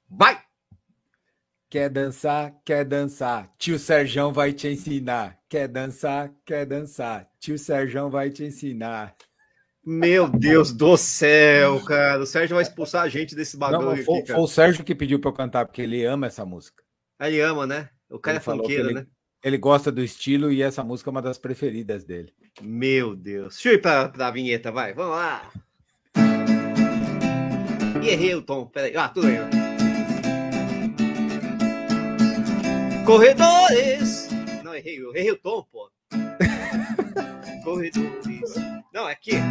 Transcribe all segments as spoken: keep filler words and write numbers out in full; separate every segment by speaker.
Speaker 1: Vai!
Speaker 2: Quer dançar, quer dançar, tio Serjão vai te ensinar. Quer dançar, quer dançar, tio Serjão vai te ensinar.
Speaker 1: Meu Deus do céu, cara. O Sérgio vai expulsar a gente desse bagulho
Speaker 2: Não,
Speaker 1: aqui,
Speaker 2: foi,
Speaker 1: cara.
Speaker 2: foi o Sérgio que pediu para eu cantar, porque ele ama essa música.
Speaker 1: Ele ama, né? O cara
Speaker 2: Ele
Speaker 1: é
Speaker 2: falou que
Speaker 1: funkeiro,
Speaker 2: ele,
Speaker 1: né?
Speaker 2: ele gosta do estilo e essa música é uma das preferidas dele.
Speaker 1: Meu Deus. Deixa eu ir pra, pra vinheta, vai. Vamos lá. E errei o tom. Peraí. Ah, tudo bem. Corredores. Não, errei. Eu errei o tom, pô. Corredores. Não, é aqui.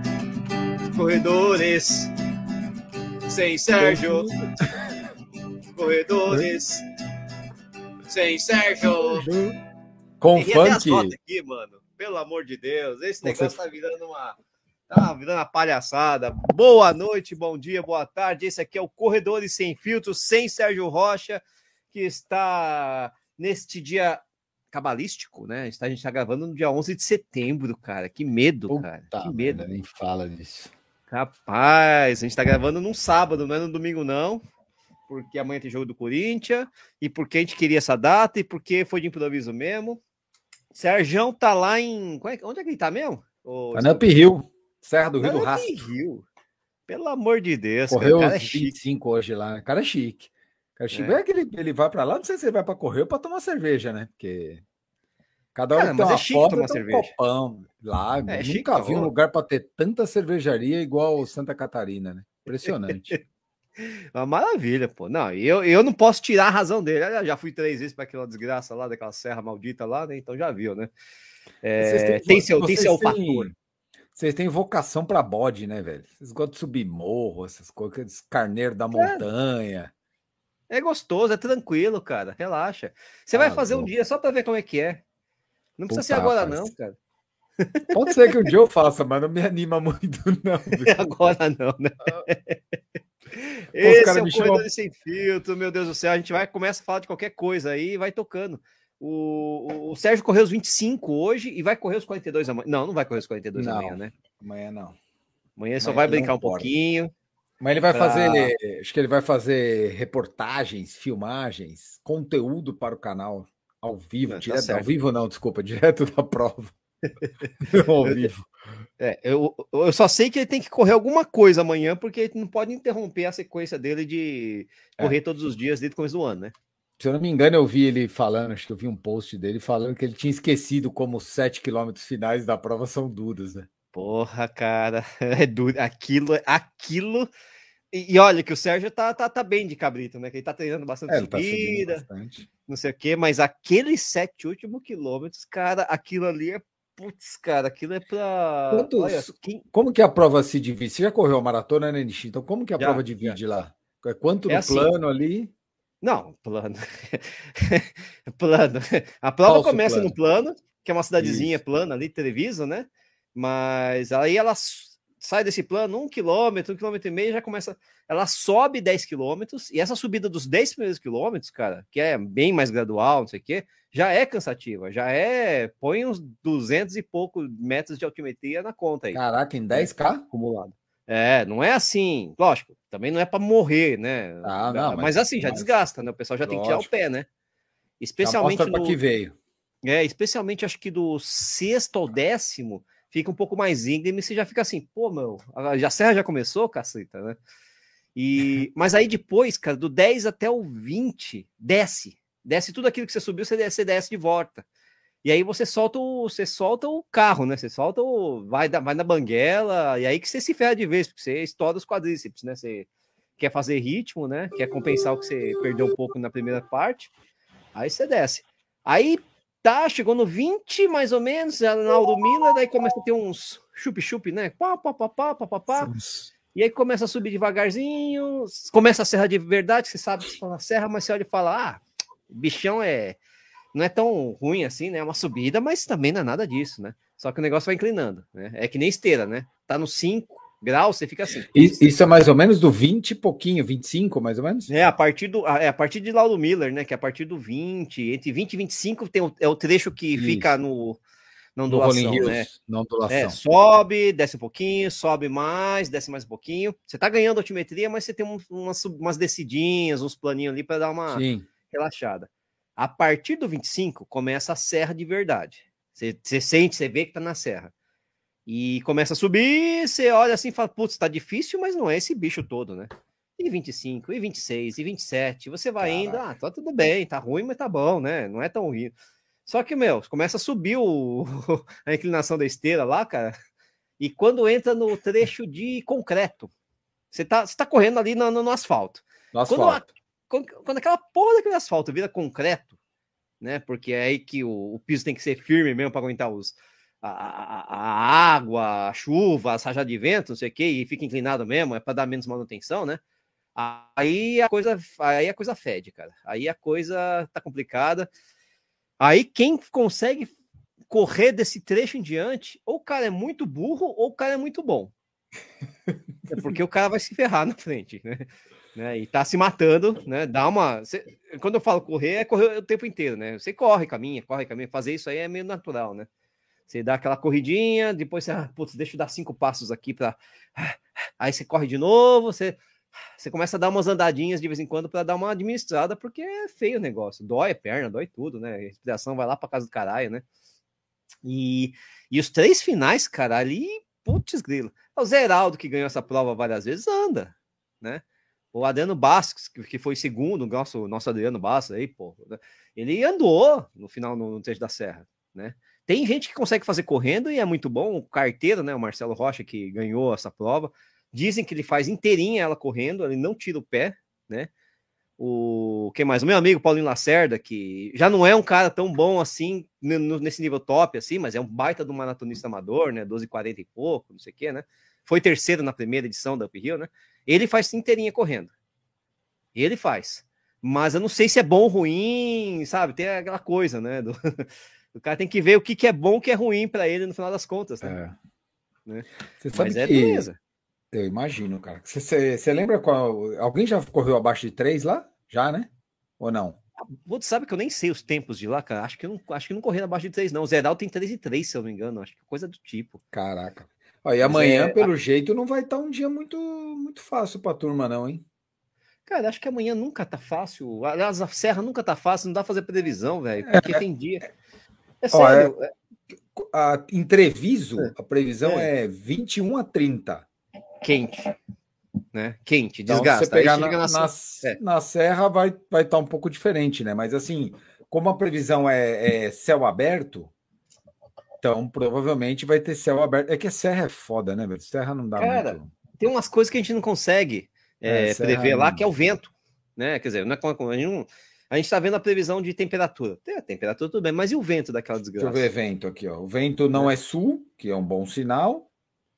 Speaker 1: Corredores. Sem Sérgio. Corredores. Sem Sérgio.
Speaker 2: Com
Speaker 1: Errei até as
Speaker 2: funk.
Speaker 1: notas aqui, mano. Pelo amor de Deus. Esse negócio
Speaker 2: Você...
Speaker 1: tá virando uma... Tá virando uma palhaçada. Boa noite, bom dia, boa tarde. Esse aqui é o Corredores Sem Filtros, sem Sérgio Rocha, que está neste dia cabalístico, né? A gente está gravando no dia onze de setembro, cara. Que medo,
Speaker 2: Puta
Speaker 1: cara. Que
Speaker 2: merda,
Speaker 1: medo.
Speaker 2: nem fala disso.
Speaker 1: Rapaz, a gente tá gravando num sábado, não é no domingo, não. Porque amanhã tem jogo do Corinthians, e porque a gente queria essa data, e porque foi de improviso mesmo. Serjão tá lá em... Onde é que ele tá mesmo?
Speaker 2: Tá na Up Hill, Serra do Rio
Speaker 1: não,
Speaker 2: do Rastro.
Speaker 1: Rio. Pelo amor de Deus,
Speaker 2: correu
Speaker 1: cara, o cara é
Speaker 2: vinte e cinco hoje lá. O cara é chique. O cara é chique. É. É que ele, ele vai pra lá, não sei se ele vai pra correr ou pra tomar cerveja, né? Porque cada hora
Speaker 1: cara,
Speaker 2: que tem
Speaker 1: mas
Speaker 2: uma
Speaker 1: é chique
Speaker 2: foto,
Speaker 1: tomar
Speaker 2: tem
Speaker 1: cerveja.
Speaker 2: Um copão, lago.
Speaker 1: É,
Speaker 2: Nunca
Speaker 1: chique,
Speaker 2: vi um lugar para ter tanta cervejaria igual Santa Catarina, né? Impressionante.
Speaker 1: Uma maravilha, pô. Não, eu, eu não posso tirar a razão dele. Eu já fui três vezes para aquela desgraça lá, daquela serra maldita lá, né? Então já viu, né? É, têm, tem seu, tem seu
Speaker 2: têm,
Speaker 1: fator.
Speaker 2: Vocês têm vocação para bode, né, velho? Vocês gostam de subir morro, essas coisas, aqueles carneiros da montanha.
Speaker 1: É, é gostoso, é tranquilo, cara. Relaxa. Você ah, vai fazer louco. um dia só para ver como é que é. Não precisa Puta, ser agora, rapaz. não, cara.
Speaker 2: Pode ser que um dia eu faça, mas não me anima muito, não. Viu?
Speaker 1: Agora não, né? Esse é o Corredores Sem Filtro, meu Deus do céu. A gente vai começa a falar de qualquer coisa aí e vai tocando. O, o, o Sérgio correu os vinte e cinco hoje e vai correr os quarenta e dois amanhã. Não, não vai correr os quarenta e dois
Speaker 2: não,
Speaker 1: amanhã, né?
Speaker 2: Amanhã não.
Speaker 1: Amanhã ele só vai brincar um pode. pouquinho.
Speaker 2: Mas ele vai pra... fazer, acho que ele vai fazer reportagens, filmagens, conteúdo para o canal ao vivo, não, direto, tá ao vivo não, desculpa, direto da prova. ao vivo.
Speaker 1: É, eu, eu só sei que ele tem que correr alguma coisa amanhã, porque ele não pode interromper a sequência dele de correr é. todos os dias desde o começo do ano, né?
Speaker 2: Se eu não me engano, eu vi ele falando, acho que eu vi um post dele falando que ele tinha esquecido como os sete quilômetros finais da prova são duros, né?
Speaker 1: Porra, cara, é duro. Aquilo, aquilo. E, e olha que o Sérgio tá, tá, tá bem de cabrito, né? Que ele tá treinando bastante
Speaker 2: é,
Speaker 1: subida,
Speaker 2: tá bastante.
Speaker 1: Não sei o quê, mas aqueles sete últimos quilômetros, cara, aquilo ali é. Putz, cara, aquilo é pra.
Speaker 2: Quantos,
Speaker 1: olha, quem...
Speaker 2: Como que a prova se divide? Você já correu a maratona, né, Nishi? Então, como que a já, prova divide já. lá? Quanto no é plano assim. ali?
Speaker 1: Não, plano. plano. A prova Falso começa plano. no plano, que é uma cidadezinha Isso. plana ali, Treviso, né? Mas aí ela sai desse plano um quilômetro, um quilômetro e meio, já começa. Ela sobe dez quilômetros, e essa subida dos dez primeiros quilômetros, cara, que é bem mais gradual, não sei o quê, já é cansativa, já é. Põe uns duzentos e poucos metros de altimetria na conta aí.
Speaker 2: Caraca, em dez K?
Speaker 1: Acumulado. É, não é assim, lógico, também não é para morrer, né?
Speaker 2: Ah, não,
Speaker 1: mas,
Speaker 2: mas
Speaker 1: assim, já
Speaker 2: mas,
Speaker 1: desgasta, né? O pessoal já lógico. tem que tirar o pé, né? Especialmente
Speaker 2: já no... que veio.
Speaker 1: É, especialmente acho que do sexto ao décimo fica um pouco mais íngreme, você já fica assim, pô, meu, a serra já começou, caceta, né? E, mas aí depois, cara, do dez até o vinte, desce. Desce tudo aquilo que você subiu, você desce, você desce de volta. E aí você solta o, você solta o carro, né? Você solta o. Vai, da, vai na banguela, e aí que você se ferra de vez, porque você estoura os quadríceps, né? Você quer fazer ritmo, né? Quer compensar o que você perdeu um pouco na primeira parte. Aí você desce. Aí tá, chegou no vinte, mais ou menos, na Aldo Miller, daí começa a ter uns chup-chup, né? Pá, pá, pá, pá, pá, pá, pá. E aí começa a subir devagarzinho, começa a serra de verdade, você sabe que você fala serra, mas você olha e fala, ah, o bichão é. Não é tão ruim assim, né? É uma subida, mas também não é nada disso, né? Só que o negócio vai inclinando, né? É que nem esteira, né? Tá no cinco graus, você fica assim.
Speaker 2: Isso é mais ou menos do vinte e pouquinho, vinte e cinco, mais ou menos?
Speaker 1: É, a partir do, é a partir de Laudo Miller, né? Que é a partir do vinte, entre vinte e vinte e cinco tem o, é o trecho que Isso. fica no, na
Speaker 2: No Rolling
Speaker 1: ondulação,
Speaker 2: Hills,
Speaker 1: né?
Speaker 2: na ondulação.
Speaker 1: É, sobe, desce um pouquinho, sobe mais, desce mais um pouquinho. Você tá ganhando altimetria, mas você tem um, umas, umas descidinhas, uns planinhos ali para dar uma
Speaker 2: Sim.
Speaker 1: relaxada. A partir do vinte e cinco, começa a serra de verdade. Você, você sente, você vê que tá na serra. E começa a subir, você olha assim e fala, putz, tá difícil, mas não é esse bicho todo, né? E vinte e cinco, e vinte e seis, e vinte e sete, você vai Caraca. indo, ah, tá tudo bem, tá ruim, mas tá bom, né? Não é tão ruim. Só que, meu, começa a subir o, a inclinação da esteira lá, cara, e quando entra no trecho de concreto, você tá, você tá correndo ali no, no, no asfalto.
Speaker 2: No asfalto.
Speaker 1: Quando, quando, quando aquela porra daquele asfalto vira concreto, né, porque é aí que o, o piso tem que ser firme mesmo para aguentar os, a, a, a água, a chuva, as rajadas de vento, não sei o que, e fica inclinado mesmo, é para dar menos manutenção, né? Aí a coisa, aí a coisa fede, cara. Aí a coisa tá complicada. Aí quem consegue correr desse trecho em diante, ou o cara é muito burro, ou o cara é muito bom. É porque o cara vai se ferrar na frente, né? né? E tá se matando, né? Dá uma. Cê... Quando eu falo correr, é correr o tempo inteiro, né? Você corre, caminha, corre, caminha. Fazer isso aí é meio natural, né? Você dá aquela corridinha, depois você, ah, putz, deixa eu dar cinco passos aqui para. Aí você corre de novo, você. Você começa a dar umas andadinhas de vez em quando para dar uma administrada, porque é feio o negócio. Dói a perna, dói tudo, né? A respiração vai lá para casa do caralho, né? E, e os três finais, cara, ali, putz grilo. O Zeraldo, que ganhou essa prova várias vezes, anda, né? O Adriano Bastos, que, que foi segundo, o nosso, nosso Adriano Bastos aí, pô, ele andou no final, no, no trecho da serra, né? Tem gente que consegue fazer correndo e é muito bom. O carteiro, né? O Marcelo Rocha, que ganhou essa prova. Dizem que ele faz inteirinha ela correndo, ele não tira o pé, né? O que mais? O meu amigo Paulinho Lacerda, que já não é um cara tão bom assim, nesse nível top, assim, mas é um baita do maratonista amador, né? doze e quarenta e pouco, não sei o que, né? Foi terceiro na primeira edição da Up Hill, né? Ele faz inteirinha correndo. Ele faz. Mas eu não sei se é bom ou ruim, sabe? Tem aquela coisa, né? Do... o cara tem que ver o que, que é bom e o que é ruim para ele no final das contas, né?
Speaker 2: É.
Speaker 1: né?
Speaker 2: Você sabe
Speaker 1: mas é
Speaker 2: que...
Speaker 1: beleza.
Speaker 2: Eu imagino, cara. Você, você, você lembra qual... Alguém já correu abaixo de três lá? Já, né? Ou não?
Speaker 1: Você sabe que eu nem sei os tempos de lá, cara. Acho que eu não, acho que não corri abaixo de três, não. O Zedal tem três e três, se eu não me engano. Acho que é coisa do tipo.
Speaker 2: Caraca. Ó, e amanhã, é... pelo jeito, não vai estar um dia muito, muito fácil pra turma, não, hein?
Speaker 1: Cara, acho que amanhã nunca tá fácil. Aliás, a serra nunca tá fácil. Não dá pra fazer previsão, velho. Porque é... tem dia. É
Speaker 2: Ó,
Speaker 1: sério.
Speaker 2: É... A, em Treviso, a previsão é, é vinte e um a trinta.
Speaker 1: Quente. Né? Quente,
Speaker 2: então,
Speaker 1: desgasta.
Speaker 2: Se você pegar
Speaker 1: na,
Speaker 2: na, na, é. na serra, vai estar vai tá um pouco diferente, né? Mas assim, como a previsão é, é céu aberto, então provavelmente vai ter céu aberto. É que a serra é foda, né, velho? Serra não dá
Speaker 1: Cara,
Speaker 2: muito.
Speaker 1: Tem umas coisas que a gente não consegue é, é, prever lá, não... que é o vento, né? Quer dizer, não é como, a gente não. A gente tá vendo a previsão de temperatura. Tem a temperatura, tudo bem, mas e o vento daquela desgraça?
Speaker 2: Deixa eu ver vento aqui, ó. O vento não é, é sul, que é um bom sinal.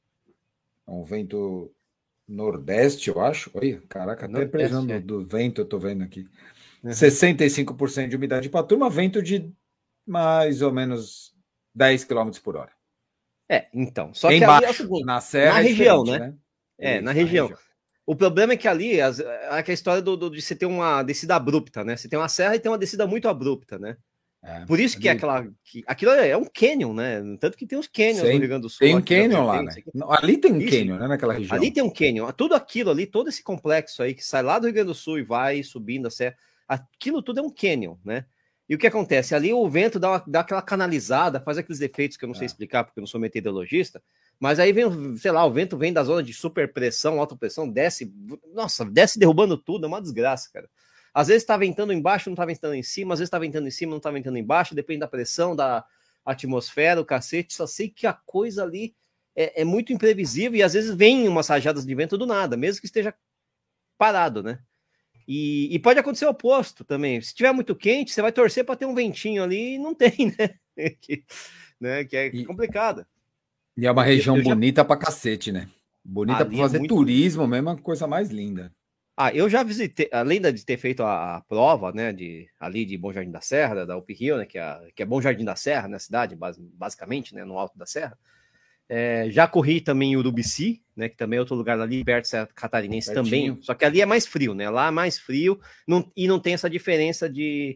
Speaker 2: É um vento nordeste, eu acho. Olha, caraca, até a previsão do, do vento eu tô vendo aqui. Uhum. sessenta e cinco por cento de umidade para turma, vento de mais ou menos dez quilômetros por hora.
Speaker 1: É, então. Só
Speaker 2: Embaixo,
Speaker 1: que ali é o seguinte,
Speaker 2: na serra
Speaker 1: na
Speaker 2: é
Speaker 1: região, né?
Speaker 2: né?
Speaker 1: É,
Speaker 2: Isso,
Speaker 1: na região.
Speaker 2: região.
Speaker 1: O problema é que ali, as, é a história do, do, de você ter uma descida abrupta, né? Você tem uma serra e tem uma descida muito abrupta, né? É, Por isso que, é aquela, que aquilo é um canyon, né? Tanto que tem os canyons no Rio Grande do Sul.
Speaker 2: Tem um canyon lá, né? Não, ali tem um isso, canyon, né? Naquela região.
Speaker 1: Ali tem um canyon. Tudo aquilo ali, todo esse complexo aí que sai lá do Rio Grande do Sul e vai subindo a serra, aquilo tudo é um canyon, né? E o que acontece? Ali o vento dá, uma, dá aquela canalizada, faz aqueles efeitos que eu não sei é. explicar porque eu não sou meteorologista, mas aí vem, sei lá, o vento vem da zona de super pressão, alta pressão, desce, nossa, desce derrubando tudo, é uma desgraça, cara. Às vezes tá ventando embaixo, não tá ventando em cima, às vezes tá ventando em cima, não tá ventando embaixo, depende da pressão, da atmosfera, o cacete, só sei que a coisa ali é, é muito imprevisível e às vezes vem umas rajadas de vento do nada, mesmo que esteja parado, né? E, e pode acontecer o oposto também. Se tiver muito quente, você vai torcer para ter um ventinho ali e não tem, né? que, né? que é complicado.
Speaker 2: E é uma região eu, eu bonita já... pra cacete, né? Bonita para fazer é muito... turismo mesmo, a coisa mais linda.
Speaker 1: Ah, eu já visitei, além de ter feito a, a prova, né, de, ali de Bom Jardim da Serra, da Up Hill, né, que é, que é Bom Jardim da Serra, na cidade, basicamente, né, no alto da serra. É, já corri também em Urubici, né, que também é outro lugar ali perto de Serra Catarinense também, só que ali é mais frio, né, lá é mais frio não, e não tem essa diferença de...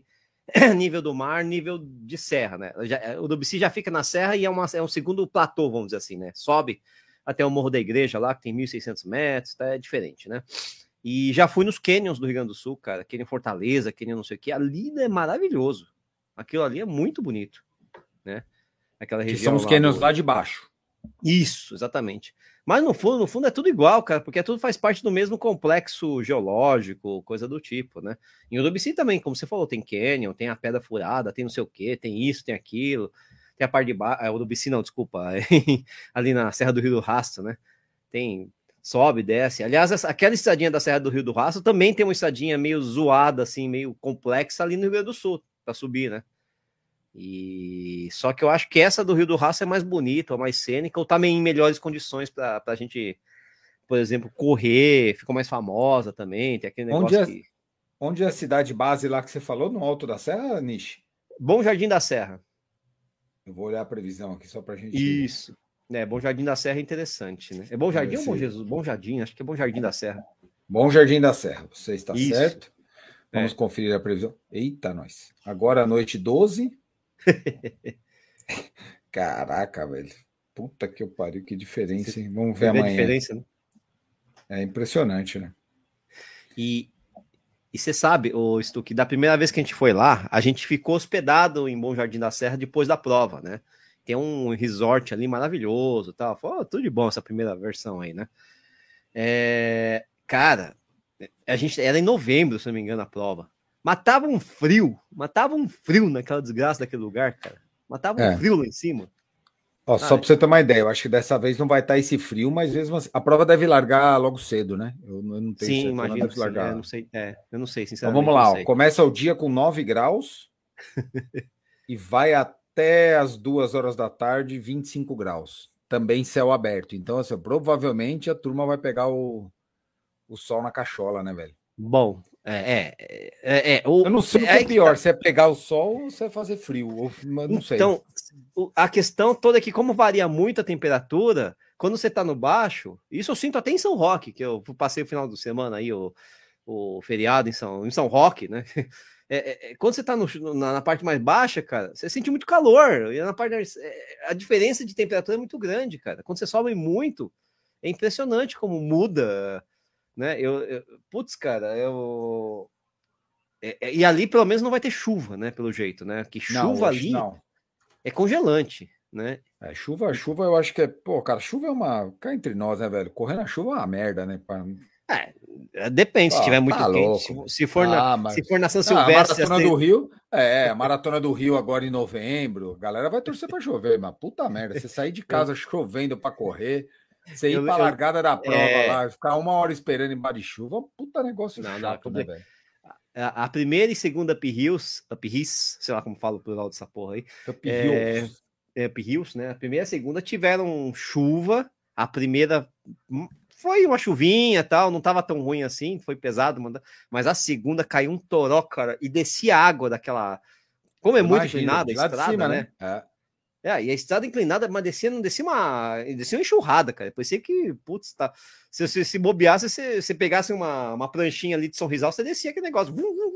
Speaker 1: nível do mar, nível de serra, né? Já, o Urubici já fica na serra e é, uma, é um segundo platô, vamos dizer assim, né? Sobe até o Morro da Igreja lá, que tem mil e seiscentos metros, tá? É diferente, né? E já fui nos canyons do Rio Grande do Sul, cara, Canyon Fortaleza, Canyon não sei o que, ali é maravilhoso. Aquilo ali é muito bonito, né? Aquela região.
Speaker 2: Que são os canyons do... lá de baixo.
Speaker 1: Isso, exatamente. Mas no fundo, no fundo é tudo igual, cara, porque tudo faz parte do mesmo complexo geológico, coisa do tipo, né? Em Urubici também, como você falou, tem canyon, tem a pedra furada, tem não sei o que, tem isso, tem aquilo, tem a parte de baixo, é, Urubici não, desculpa, ali na Serra do Rio do Rastro, né? Tem, sobe, desce. Aliás, essa, aquela estradinha da Serra do Rio do Rastro também tem uma estradinha meio zoada, assim, meio complexa ali no Rio Grande do Sul, para subir, né? E só que eu acho que essa do Rio do Rastro é mais bonita, ou mais cênica, ou também em melhores condições para a gente, por exemplo, correr, ficou mais famosa também. Tem aquele negócio
Speaker 2: onde é,
Speaker 1: que...
Speaker 2: onde é a cidade base lá que você falou, no Alto da Serra, Nishi?
Speaker 1: Bom Jardim da Serra.
Speaker 2: Eu vou olhar a previsão aqui só para a gente.
Speaker 1: Isso. É, Bom Jardim da Serra é interessante, né? É Bom Jardim ou Bom Jesus? Bom Jardim, acho que é Bom Jardim da Serra.
Speaker 2: Bom Jardim da Serra, você está Isso. certo. Vamos
Speaker 1: é.
Speaker 2: conferir a previsão. Eita, nós. Agora à noite doze. Caraca, velho. Puta que eu pariu, que diferença, hein? Vamos ver amanhã. A
Speaker 1: diferença, né?
Speaker 2: É impressionante, né?
Speaker 1: E e você sabe, o Stuck, da primeira vez que a gente foi lá, a gente ficou hospedado em Bom Jardim da Serra depois da prova, né? Tem um resort ali maravilhoso, tal. Foi oh, tudo de bom essa primeira versão aí, né? É... Cara, a gente era em novembro, se não me engano, a prova. Matava um frio, matava um frio naquela desgraça daquele lugar, cara. Matava um é. frio lá em cima.
Speaker 2: Ó, ah, só para você ter uma ideia, eu acho que dessa vez não vai estar esse frio, mas mesmo assim, a prova deve largar logo cedo, né? Eu, eu não tenho
Speaker 1: sim, certeza, imagino deve largar. Sim, é, eu não sei, é, eu não sei, sinceramente.
Speaker 2: Então vamos lá, ó, começa o dia com nove graus e vai até as duas horas da tarde, vinte e cinco graus. Também céu aberto. Então, assim, provavelmente a turma vai pegar o, o sol na cachola, né, velho?
Speaker 1: Bom, é, é, é, é o,
Speaker 2: eu não sei o que é pior, tá... se é pegar o sol ou se é fazer frio, ou, não sei.
Speaker 1: Então, a questão toda é que como varia muito a temperatura, quando você tá no baixo, isso eu sinto até em São Roque, que eu passei o final de semana aí, o, o feriado em São, em São Roque, né? É, é, quando você tá no, na, na parte mais baixa, cara, você sente muito calor, e na parte a diferença de temperatura é muito grande, cara. Quando você sobe muito, é impressionante como muda, né? Eu, eu putz, cara, eu é, e ali pelo menos não vai ter chuva, né? Pelo jeito, né? Que chuva
Speaker 2: não,
Speaker 1: ali não. É congelante, né?
Speaker 2: É, chuva, chuva, eu acho que é, pô, cara, chuva é uma, cá entre nós, né, velho? Correr na chuva é uma merda, né? Pra...
Speaker 1: É, depende, ah, se tiver muito
Speaker 2: tá
Speaker 1: quente.
Speaker 2: Louco.
Speaker 1: Se, se, for
Speaker 2: ah,
Speaker 1: na,
Speaker 2: mas...
Speaker 1: se for na São Silvestre...
Speaker 2: Ah, a Maratona assim... do Rio, é, a Maratona do Rio agora em novembro, a galera vai torcer pra chover, mas puta merda, você sair de casa chovendo pra correr, você ir eu, pra eu, largada da prova é... lá, ficar uma hora esperando embaixo de chuva, é um puta negócio não, chato, não, né, velho?
Speaker 1: A, a primeira e segunda Up Hills, Up Hills, sei lá como fala o plural dessa porra aí.
Speaker 2: Up Hills.
Speaker 1: É, é, Up Hills, né? A primeira e a segunda tiveram chuva, a primeira... Foi uma chuvinha e tal, não tava tão ruim assim, foi pesado, mas a segunda caiu um toró, cara, e descia água daquela... Como é Imagina, muito inclinada a estrada, cima, né? né? É. é, e a estrada inclinada, mas descia, não descia uma... Descia uma enxurrada, cara. Parecia que, putz, tá... Se você se bobeasse, se você pegasse uma, uma pranchinha ali de sorrisal, você descia aquele negócio.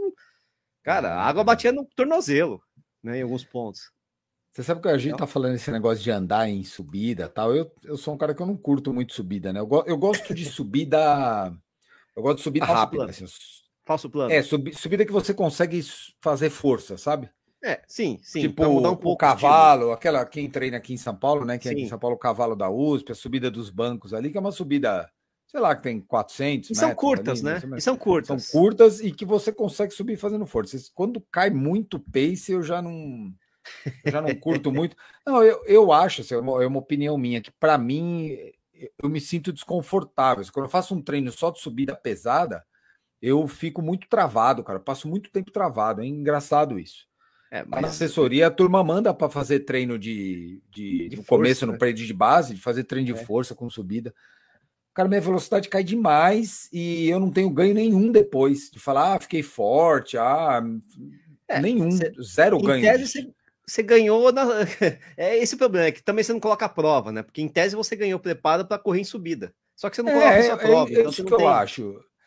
Speaker 1: Cara, a água batia no tornozelo, né, em alguns pontos.
Speaker 2: Você sabe que a gente tá falando esse negócio de andar em subida e tal. Eu, eu sou um cara que eu não curto muito subida, né? Eu, go, eu gosto de subida. Eu gosto de subida
Speaker 1: Falso
Speaker 2: rápida.
Speaker 1: Plano.
Speaker 2: Assim.
Speaker 1: Falso plano.
Speaker 2: É, sub, subida que você consegue fazer força, sabe?
Speaker 1: É, sim, sim.
Speaker 2: Tipo, mudar um pouco o cavalo, aquela quem treina aqui em São Paulo, né? Quem é aqui em São Paulo, o cavalo da U S P, a subida dos bancos ali, que é uma subida, sei lá, que tem quatrocentos
Speaker 1: metros. E são curtas, ali, né? E são curtas.
Speaker 2: São curtas e que você consegue subir fazendo força. Quando cai muito pace, eu já não. Eu já não curto muito. Não, eu, eu acho, assim, é, uma, é uma opinião minha, que para mim eu me sinto desconfortável. Quando eu faço um treino só de subida pesada, eu fico muito travado, cara. Eu passo muito tempo travado. É engraçado isso. É, mas... Na assessoria, a turma manda para fazer treino de, de, de no força, começo, né? No prédio de base, de fazer treino de é. força com subida. Cara, minha velocidade cai demais e eu não tenho ganho nenhum depois. De falar, ah, fiquei forte, ah, é, nenhum, cê, zero ganho.
Speaker 1: Tese, você ganhou na... é esse o problema, é que também você não coloca a prova, né? Porque em tese você ganhou preparo para correr em subida. Só que você não coloca
Speaker 2: é,
Speaker 1: a sua prova.
Speaker 2: É, é
Speaker 1: então
Speaker 2: isso
Speaker 1: você
Speaker 2: que
Speaker 1: não
Speaker 2: eu
Speaker 1: tem...
Speaker 2: acho.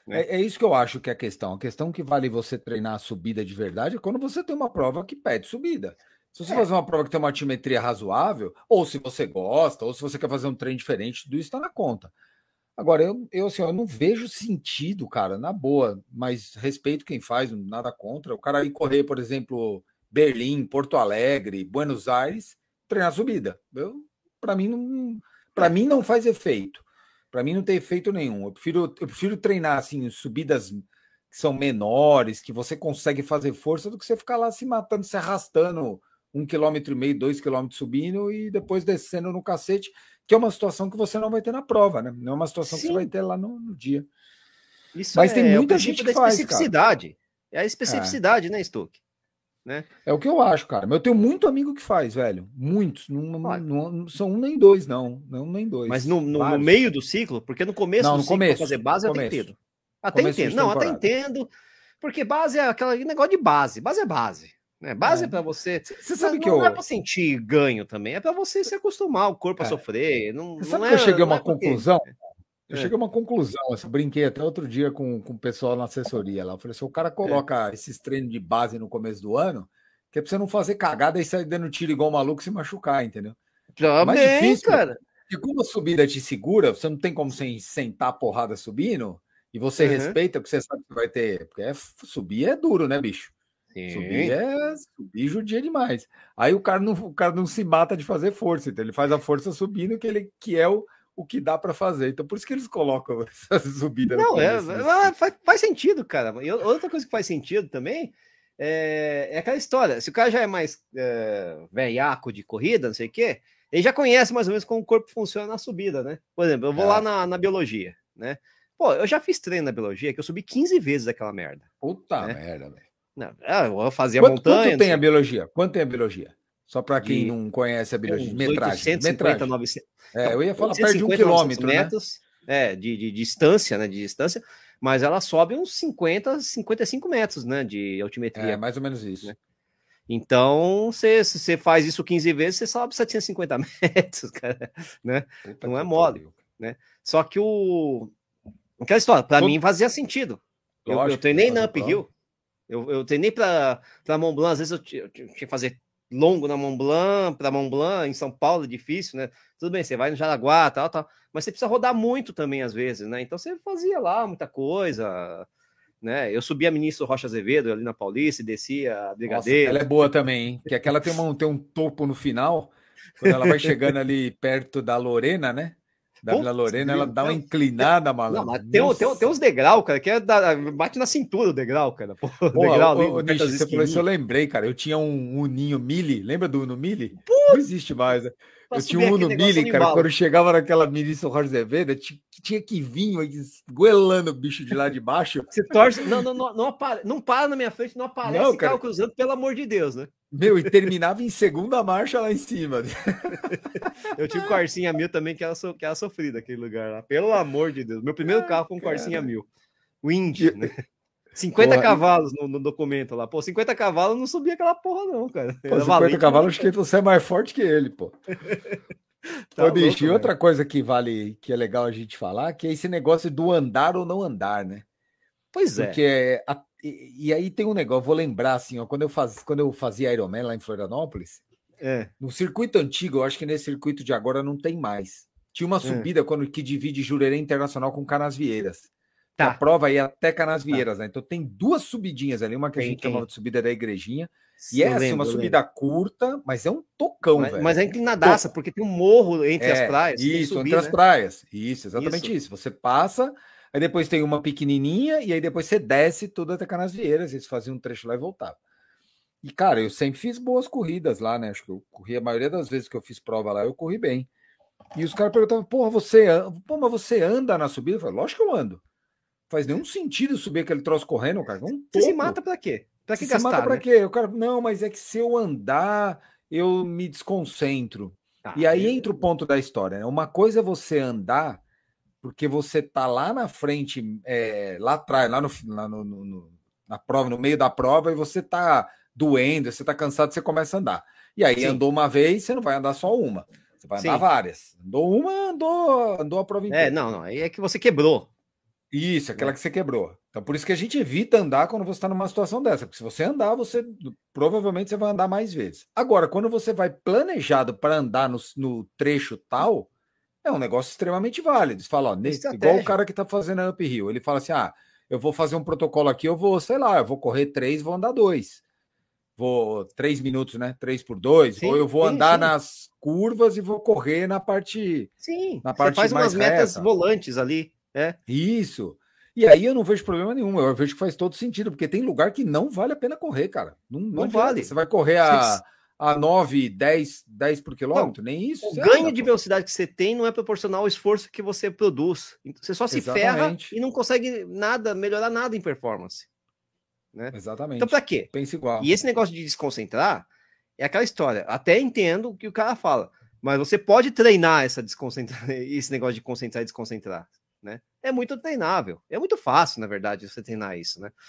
Speaker 1: Né?
Speaker 2: É, é isso que eu acho que é a questão. A questão que vale você treinar a subida de verdade é quando você tem uma prova que pede subida. Se você é. fazer uma prova que tem uma altimetria razoável, ou se você gosta, ou se você quer fazer um treino diferente, tudo isso está na conta. Agora, eu, eu, assim, eu não vejo sentido, cara, na boa, mas respeito quem faz, nada contra. O cara ir correr, por exemplo, Berlim, Porto Alegre, Buenos Aires, treinar subida. Para mim, não, para mim não faz efeito. Para mim não tem efeito nenhum. Eu prefiro, eu prefiro treinar assim, subidas que são menores, que você consegue fazer força, do que você ficar lá se matando, se arrastando um quilômetro e meio, dois quilômetros subindo e depois descendo no cacete, que é uma situação que você não vai ter na prova, né? Não é uma situação Sim. que você vai ter lá no, no dia.
Speaker 1: Isso Mas é, tem muita é gente que faz, especificidade. Cara. É a especificidade, é. né, Stuck? Né?
Speaker 2: É o que eu acho, cara. Mas eu tenho muito amigo que faz, velho. Muitos. Não, não, não são um nem dois, não. Não nem dois.
Speaker 1: Mas no, no, no meio do ciclo? Porque no começo
Speaker 2: não,
Speaker 1: do
Speaker 2: no
Speaker 1: ciclo,
Speaker 2: começo,
Speaker 1: fazer base, eu até entendo. Até
Speaker 2: começo
Speaker 1: entendo. Não, até entendo. Porque base é aquele negócio de base. Base é base. Né? Base é, é para você. Você sabe não, que não eu... é para sentir ganho também. É para você se acostumar, o corpo é. a sofrer. Não,
Speaker 2: você sabe
Speaker 1: não
Speaker 2: que
Speaker 1: é,
Speaker 2: eu cheguei a uma
Speaker 1: é
Speaker 2: conclusão?
Speaker 1: Porque...
Speaker 2: Eu cheguei a uma conclusão, eu brinquei até outro dia com, com o pessoal na assessoria lá. Eu falei, se o cara coloca é. esses treinos de base no começo do ano, que é pra você não fazer cagada e sair dando tiro igual maluco e se machucar, entendeu?
Speaker 1: Já
Speaker 2: mais
Speaker 1: bem,
Speaker 2: difícil,
Speaker 1: cara.
Speaker 2: Porque como a subida te segura, você não tem como você sentar a porrada subindo, e você uhum. respeita, porque você sabe que vai ter. Porque é, subir é duro, né, bicho? Sim. Subir é subir judia demais. Aí o cara, não, o cara não se mata de fazer força, então ele faz a força subindo, que, ele, que é o. o que dá para fazer. Então, por isso que eles colocam essa subida
Speaker 1: no
Speaker 2: Não,
Speaker 1: começo, é, faz, faz sentido, cara. E outra coisa que faz sentido também é, é aquela história. Se o cara já é mais é, velhaco de corrida, não sei o quê, ele já conhece mais ou menos como o corpo funciona na subida, né? Por exemplo, eu vou é. lá na, na biologia, né? Pô, eu já fiz treino na biologia que eu subi quinze vezes aquela merda.
Speaker 2: Puta
Speaker 1: né?
Speaker 2: merda, velho.
Speaker 1: Não, eu fazia
Speaker 2: quanto,
Speaker 1: montanha.
Speaker 2: Quanto tem a biologia? Quanto tem a biologia? Só para quem de... não conhece a biologia. Metragem.
Speaker 1: oitocentos e cinquenta,
Speaker 2: metragem.
Speaker 1: novecentos.
Speaker 2: É, eu ia falar perto de um quilômetro,
Speaker 1: metros, né? É, de, de, de distância, né? De distância, mas ela sobe uns cinquenta, cinquenta e cinco metros, né? De altimetria.
Speaker 2: É, mais ou menos isso.
Speaker 1: Né? Então, você, se você faz isso quinze vezes, você sobe setecentos e cinquenta metros, cara, né? Puta não é mole, pariu. Né? Só que o... Aquela história, para Todo... mim fazia sentido. Lógico, eu, eu treinei na uphill, eu, eu treinei para Mont Blanc, às vezes eu tinha, eu tinha que fazer longo na Mont Blanc, para Mont Blanc, em São Paulo é difícil, né? Tudo bem, você vai no Jaraguá, tal, tal, mas você precisa rodar muito também às vezes, né? Então você fazia lá muita coisa, né? Eu subia a Ministro Rocha Azevedo ali na Paulista e descia a Brigadeiro.
Speaker 2: Nossa, ela é boa também, hein? Que aquela tem, uma, tem um topo no final, quando ela vai chegando ali perto da Lorena, né? Da Vila Lorena, ela dá uma inclinada, malandro. Não, mas
Speaker 1: tem, tem, tem uns degraus, cara, que é da, bate na cintura o degrau, cara. Pô, o
Speaker 2: Pô,
Speaker 1: degrau
Speaker 2: ali, o, Nish, você falou isso, eu lembrei, cara. Eu tinha um Uninho Mille, lembra do Uno Mille? Não existe mais. Né? Eu tinha um Uno Mille, cara, quando chegava naquela Ministro Rocha Azevedo, tinha, tinha que vir goelando o bicho de lá de baixo.
Speaker 1: Você torce, não, não, não, não, apare, não para na minha frente, não aparece não, carro cruzando, pelo amor de Deus, né?
Speaker 2: Meu, e terminava em segunda marcha lá em cima.
Speaker 1: Eu tinha um Corsinha mil também, que era, so, que era sofrido aquele lugar lá. Pelo amor de Deus. Meu primeiro carro foi um Corsinha mil. O Indy, né? cinquenta porra, cavalos no, no documento lá. Pô, cinquenta cavalos não subia aquela porra, não, cara.
Speaker 2: Pô, cinquenta cavalos, acho que você é mais forte que ele, pô. Tá Ô, bicho, e outra coisa que vale, que é legal a gente falar, que é esse negócio do andar ou não andar, né?
Speaker 1: Pois
Speaker 2: Porque
Speaker 1: é.
Speaker 2: A, e, e aí tem um negócio, vou lembrar assim, ó, quando eu, faz, quando eu fazia Ironman lá em Florianópolis,
Speaker 1: é.
Speaker 2: no circuito antigo, eu acho que nesse circuito de agora não tem mais. Tinha uma subida é. quando, que divide Jurerê Internacional com Canasvieiras. Tá. A prova ia até Canasvieiras, tá. né? Então tem duas subidinhas ali, uma que tem, a gente tem. chamava de subida da Igrejinha, Sim, e é assim, uma subida lembro. curta, mas é um tocão,
Speaker 1: mas,
Speaker 2: velho.
Speaker 1: Mas é inclinadaça, porque tem um morro entre é, as praias.
Speaker 2: Isso,
Speaker 1: subir,
Speaker 2: entre
Speaker 1: né?
Speaker 2: as praias. Isso, exatamente isso. isso. Você passa, aí depois tem uma pequenininha, e aí depois você desce tudo até Canasvieiras, eles faziam um trecho lá e voltavam. E, cara, eu sempre fiz boas corridas lá, né? Acho que eu corri, a maioria das vezes que eu fiz prova lá, eu corri bem. E os caras perguntavam, porra, você anda? Pô, mas você anda na subida? Eu falei, lógico que eu ando. Faz nenhum sentido subir aquele troço correndo, cara. Um
Speaker 1: você se mata pra quê? Pra que
Speaker 2: você
Speaker 1: gastar,
Speaker 2: se mata pra
Speaker 1: né?
Speaker 2: quê? O cara, não, mas é que se eu andar, eu me desconcentro. Ah, e aí é... entra o ponto da história, né? Uma coisa é você andar, porque você tá lá na frente, é, lá atrás, lá, no, lá no, no, no, na prova, no meio da prova, e você tá doendo, você tá cansado, você começa a andar. E aí Sim. andou uma vez, você não vai andar só uma. Você vai Sim. andar várias. Andou uma, andou, andou a prova inteira.
Speaker 1: É, não, não. Aí é que você quebrou.
Speaker 2: Isso, aquela né? que você quebrou. Então, por isso que a gente evita andar quando você está numa situação dessa, porque se você andar, você provavelmente você vai andar mais vezes. Agora, quando você vai planejado para andar no, no trecho tal, é um negócio extremamente válido. Você fala, ó, igual o cara que está fazendo a uphill, ele fala assim: ah, eu vou fazer um protocolo aqui, eu vou, sei lá, eu vou correr três, vou andar dois. Vou três minutos, né? Três por dois, sim, ou eu vou sim, andar sim. nas curvas e vou correr na parte.
Speaker 1: Sim,
Speaker 2: na parte
Speaker 1: você faz
Speaker 2: mais
Speaker 1: umas metas
Speaker 2: reta.
Speaker 1: volantes ali. É.
Speaker 2: Isso. E aí eu não vejo problema nenhum. Eu vejo que faz todo sentido, porque tem lugar que não vale a pena correr, cara. Não, não, não vale. Você vai correr a, a nove, dez, dez por quilômetro? Não, nem isso.
Speaker 1: O ganho anda, de pô. velocidade que você tem não é proporcional ao esforço que você produz. Você só se Exatamente. ferra e não consegue nada, melhorar nada em performance. Né?
Speaker 2: Exatamente.
Speaker 1: Então, para quê?
Speaker 2: Pensa igual.
Speaker 1: E esse negócio de desconcentrar é aquela história. Até entendo o que o cara fala, mas você pode treinar essa desconcentrar, esse negócio de concentrar e desconcentrar. Né? É muito treinável. É muito fácil, na verdade, você treinar isso. Né?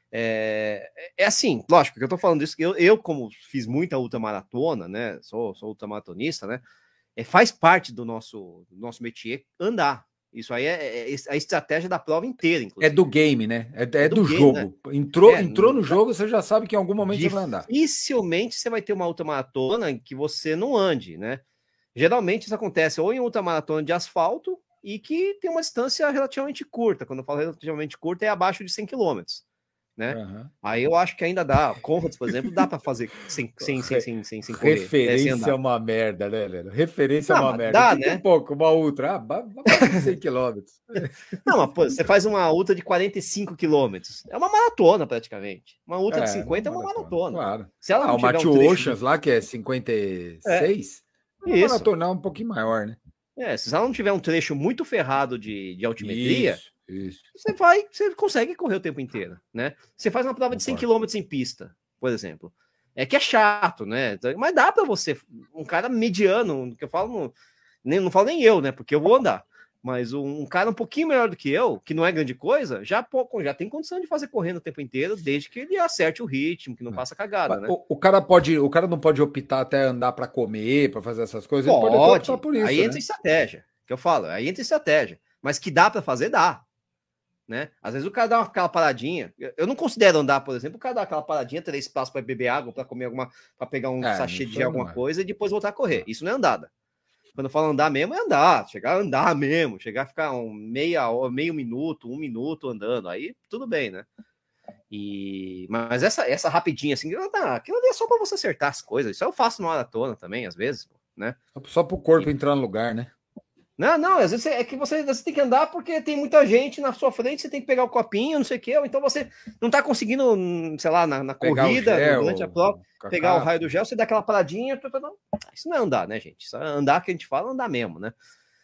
Speaker 1: É, é assim, lógico que eu tô falando isso. Eu, eu como fiz muita ultramaratona, né? Sou, sou ultramaratonista, né? É, faz parte do nosso, do nosso métier andar. Isso aí é, é a estratégia da prova inteira, inclusive.
Speaker 2: É do game, né? É, é, é do, do game, jogo. Né? Entrou, é, entrou no jogo, você já sabe que em algum momento você vai andar.
Speaker 1: Dificilmente você vai ter uma ultramaratona em que você não ande, né? Geralmente isso acontece ou em ultramaratona de asfalto e que tem uma distância relativamente curta. Quando eu falo relativamente curta, é abaixo de cem quilômetros. Né? Uhum. Aí eu acho que ainda dá. Conrads, por exemplo, dá para fazer sem, sem, sem, sem, sem, sem correr.
Speaker 2: Referência é uma merda, né, velho? Referência é
Speaker 1: não,
Speaker 2: uma merda.
Speaker 1: Dá,
Speaker 2: que
Speaker 1: né?
Speaker 2: que é pouco, uma ultra. Ah, cem quilômetros.
Speaker 1: Não, mas pô, você faz uma ultra de quarenta e cinco quilômetros. É uma maratona, praticamente. Uma ultra é, de cinquenta uma é uma maratona.
Speaker 2: Claro.
Speaker 1: Se ela
Speaker 2: ah, o Matthew
Speaker 1: um
Speaker 2: Oceans de... lá, que é cinquenta e seis, é, é uma maratona um pouquinho maior, né?
Speaker 1: É, se ela não tiver um trecho muito ferrado de, de altimetria,
Speaker 2: isso, isso.
Speaker 1: você vai, você consegue correr o tempo inteiro, né? Você faz uma prova de cem quilômetros em pista, por exemplo. É que é chato, né? Mas dá para você, um cara mediano, que eu falo, não, nem, não falo nem eu, né? Porque eu vou andar. Mas um cara um pouquinho melhor do que eu, que não é grande coisa, já, pouco, já tem condição de fazer correndo o tempo inteiro, desde que ele acerte o ritmo, que não faça cagada, né?
Speaker 2: O, o cara pode, o cara não pode optar até andar para comer, para fazer essas coisas.
Speaker 1: Pode,
Speaker 2: ele pode optar por isso.
Speaker 1: Aí
Speaker 2: né?
Speaker 1: entra estratégia, que eu falo, aí entra estratégia. Mas que dá para fazer, dá. Né? Às vezes o cara dá uma, aquela paradinha. Eu não considero andar, por exemplo, o cara dá aquela paradinha, três passos para beber água, para comer alguma, para pegar um é, sachê de alguma é. coisa e depois voltar a correr. Isso não é andada. Quando eu falo andar mesmo, é andar, chegar a andar mesmo, chegar a ficar um meia hora, meio minuto, um minuto andando, aí tudo bem, né? E mas essa essa rapidinha assim, aquilo ali é só para você acertar as coisas. Isso eu faço no maratona também, às vezes, né?
Speaker 2: Só para o corpo e... entrar no lugar, né?
Speaker 1: Não, não, às vezes é que você, você tem que andar porque tem muita gente na sua frente, você tem que pegar o copinho, não sei o que, ou então você não tá conseguindo, sei lá, na, na corrida, gel, durante a prova, pegar o raio do gel, você dá aquela paradinha, isso não é andar, né, gente? Isso é andar que a gente fala, andar mesmo, né?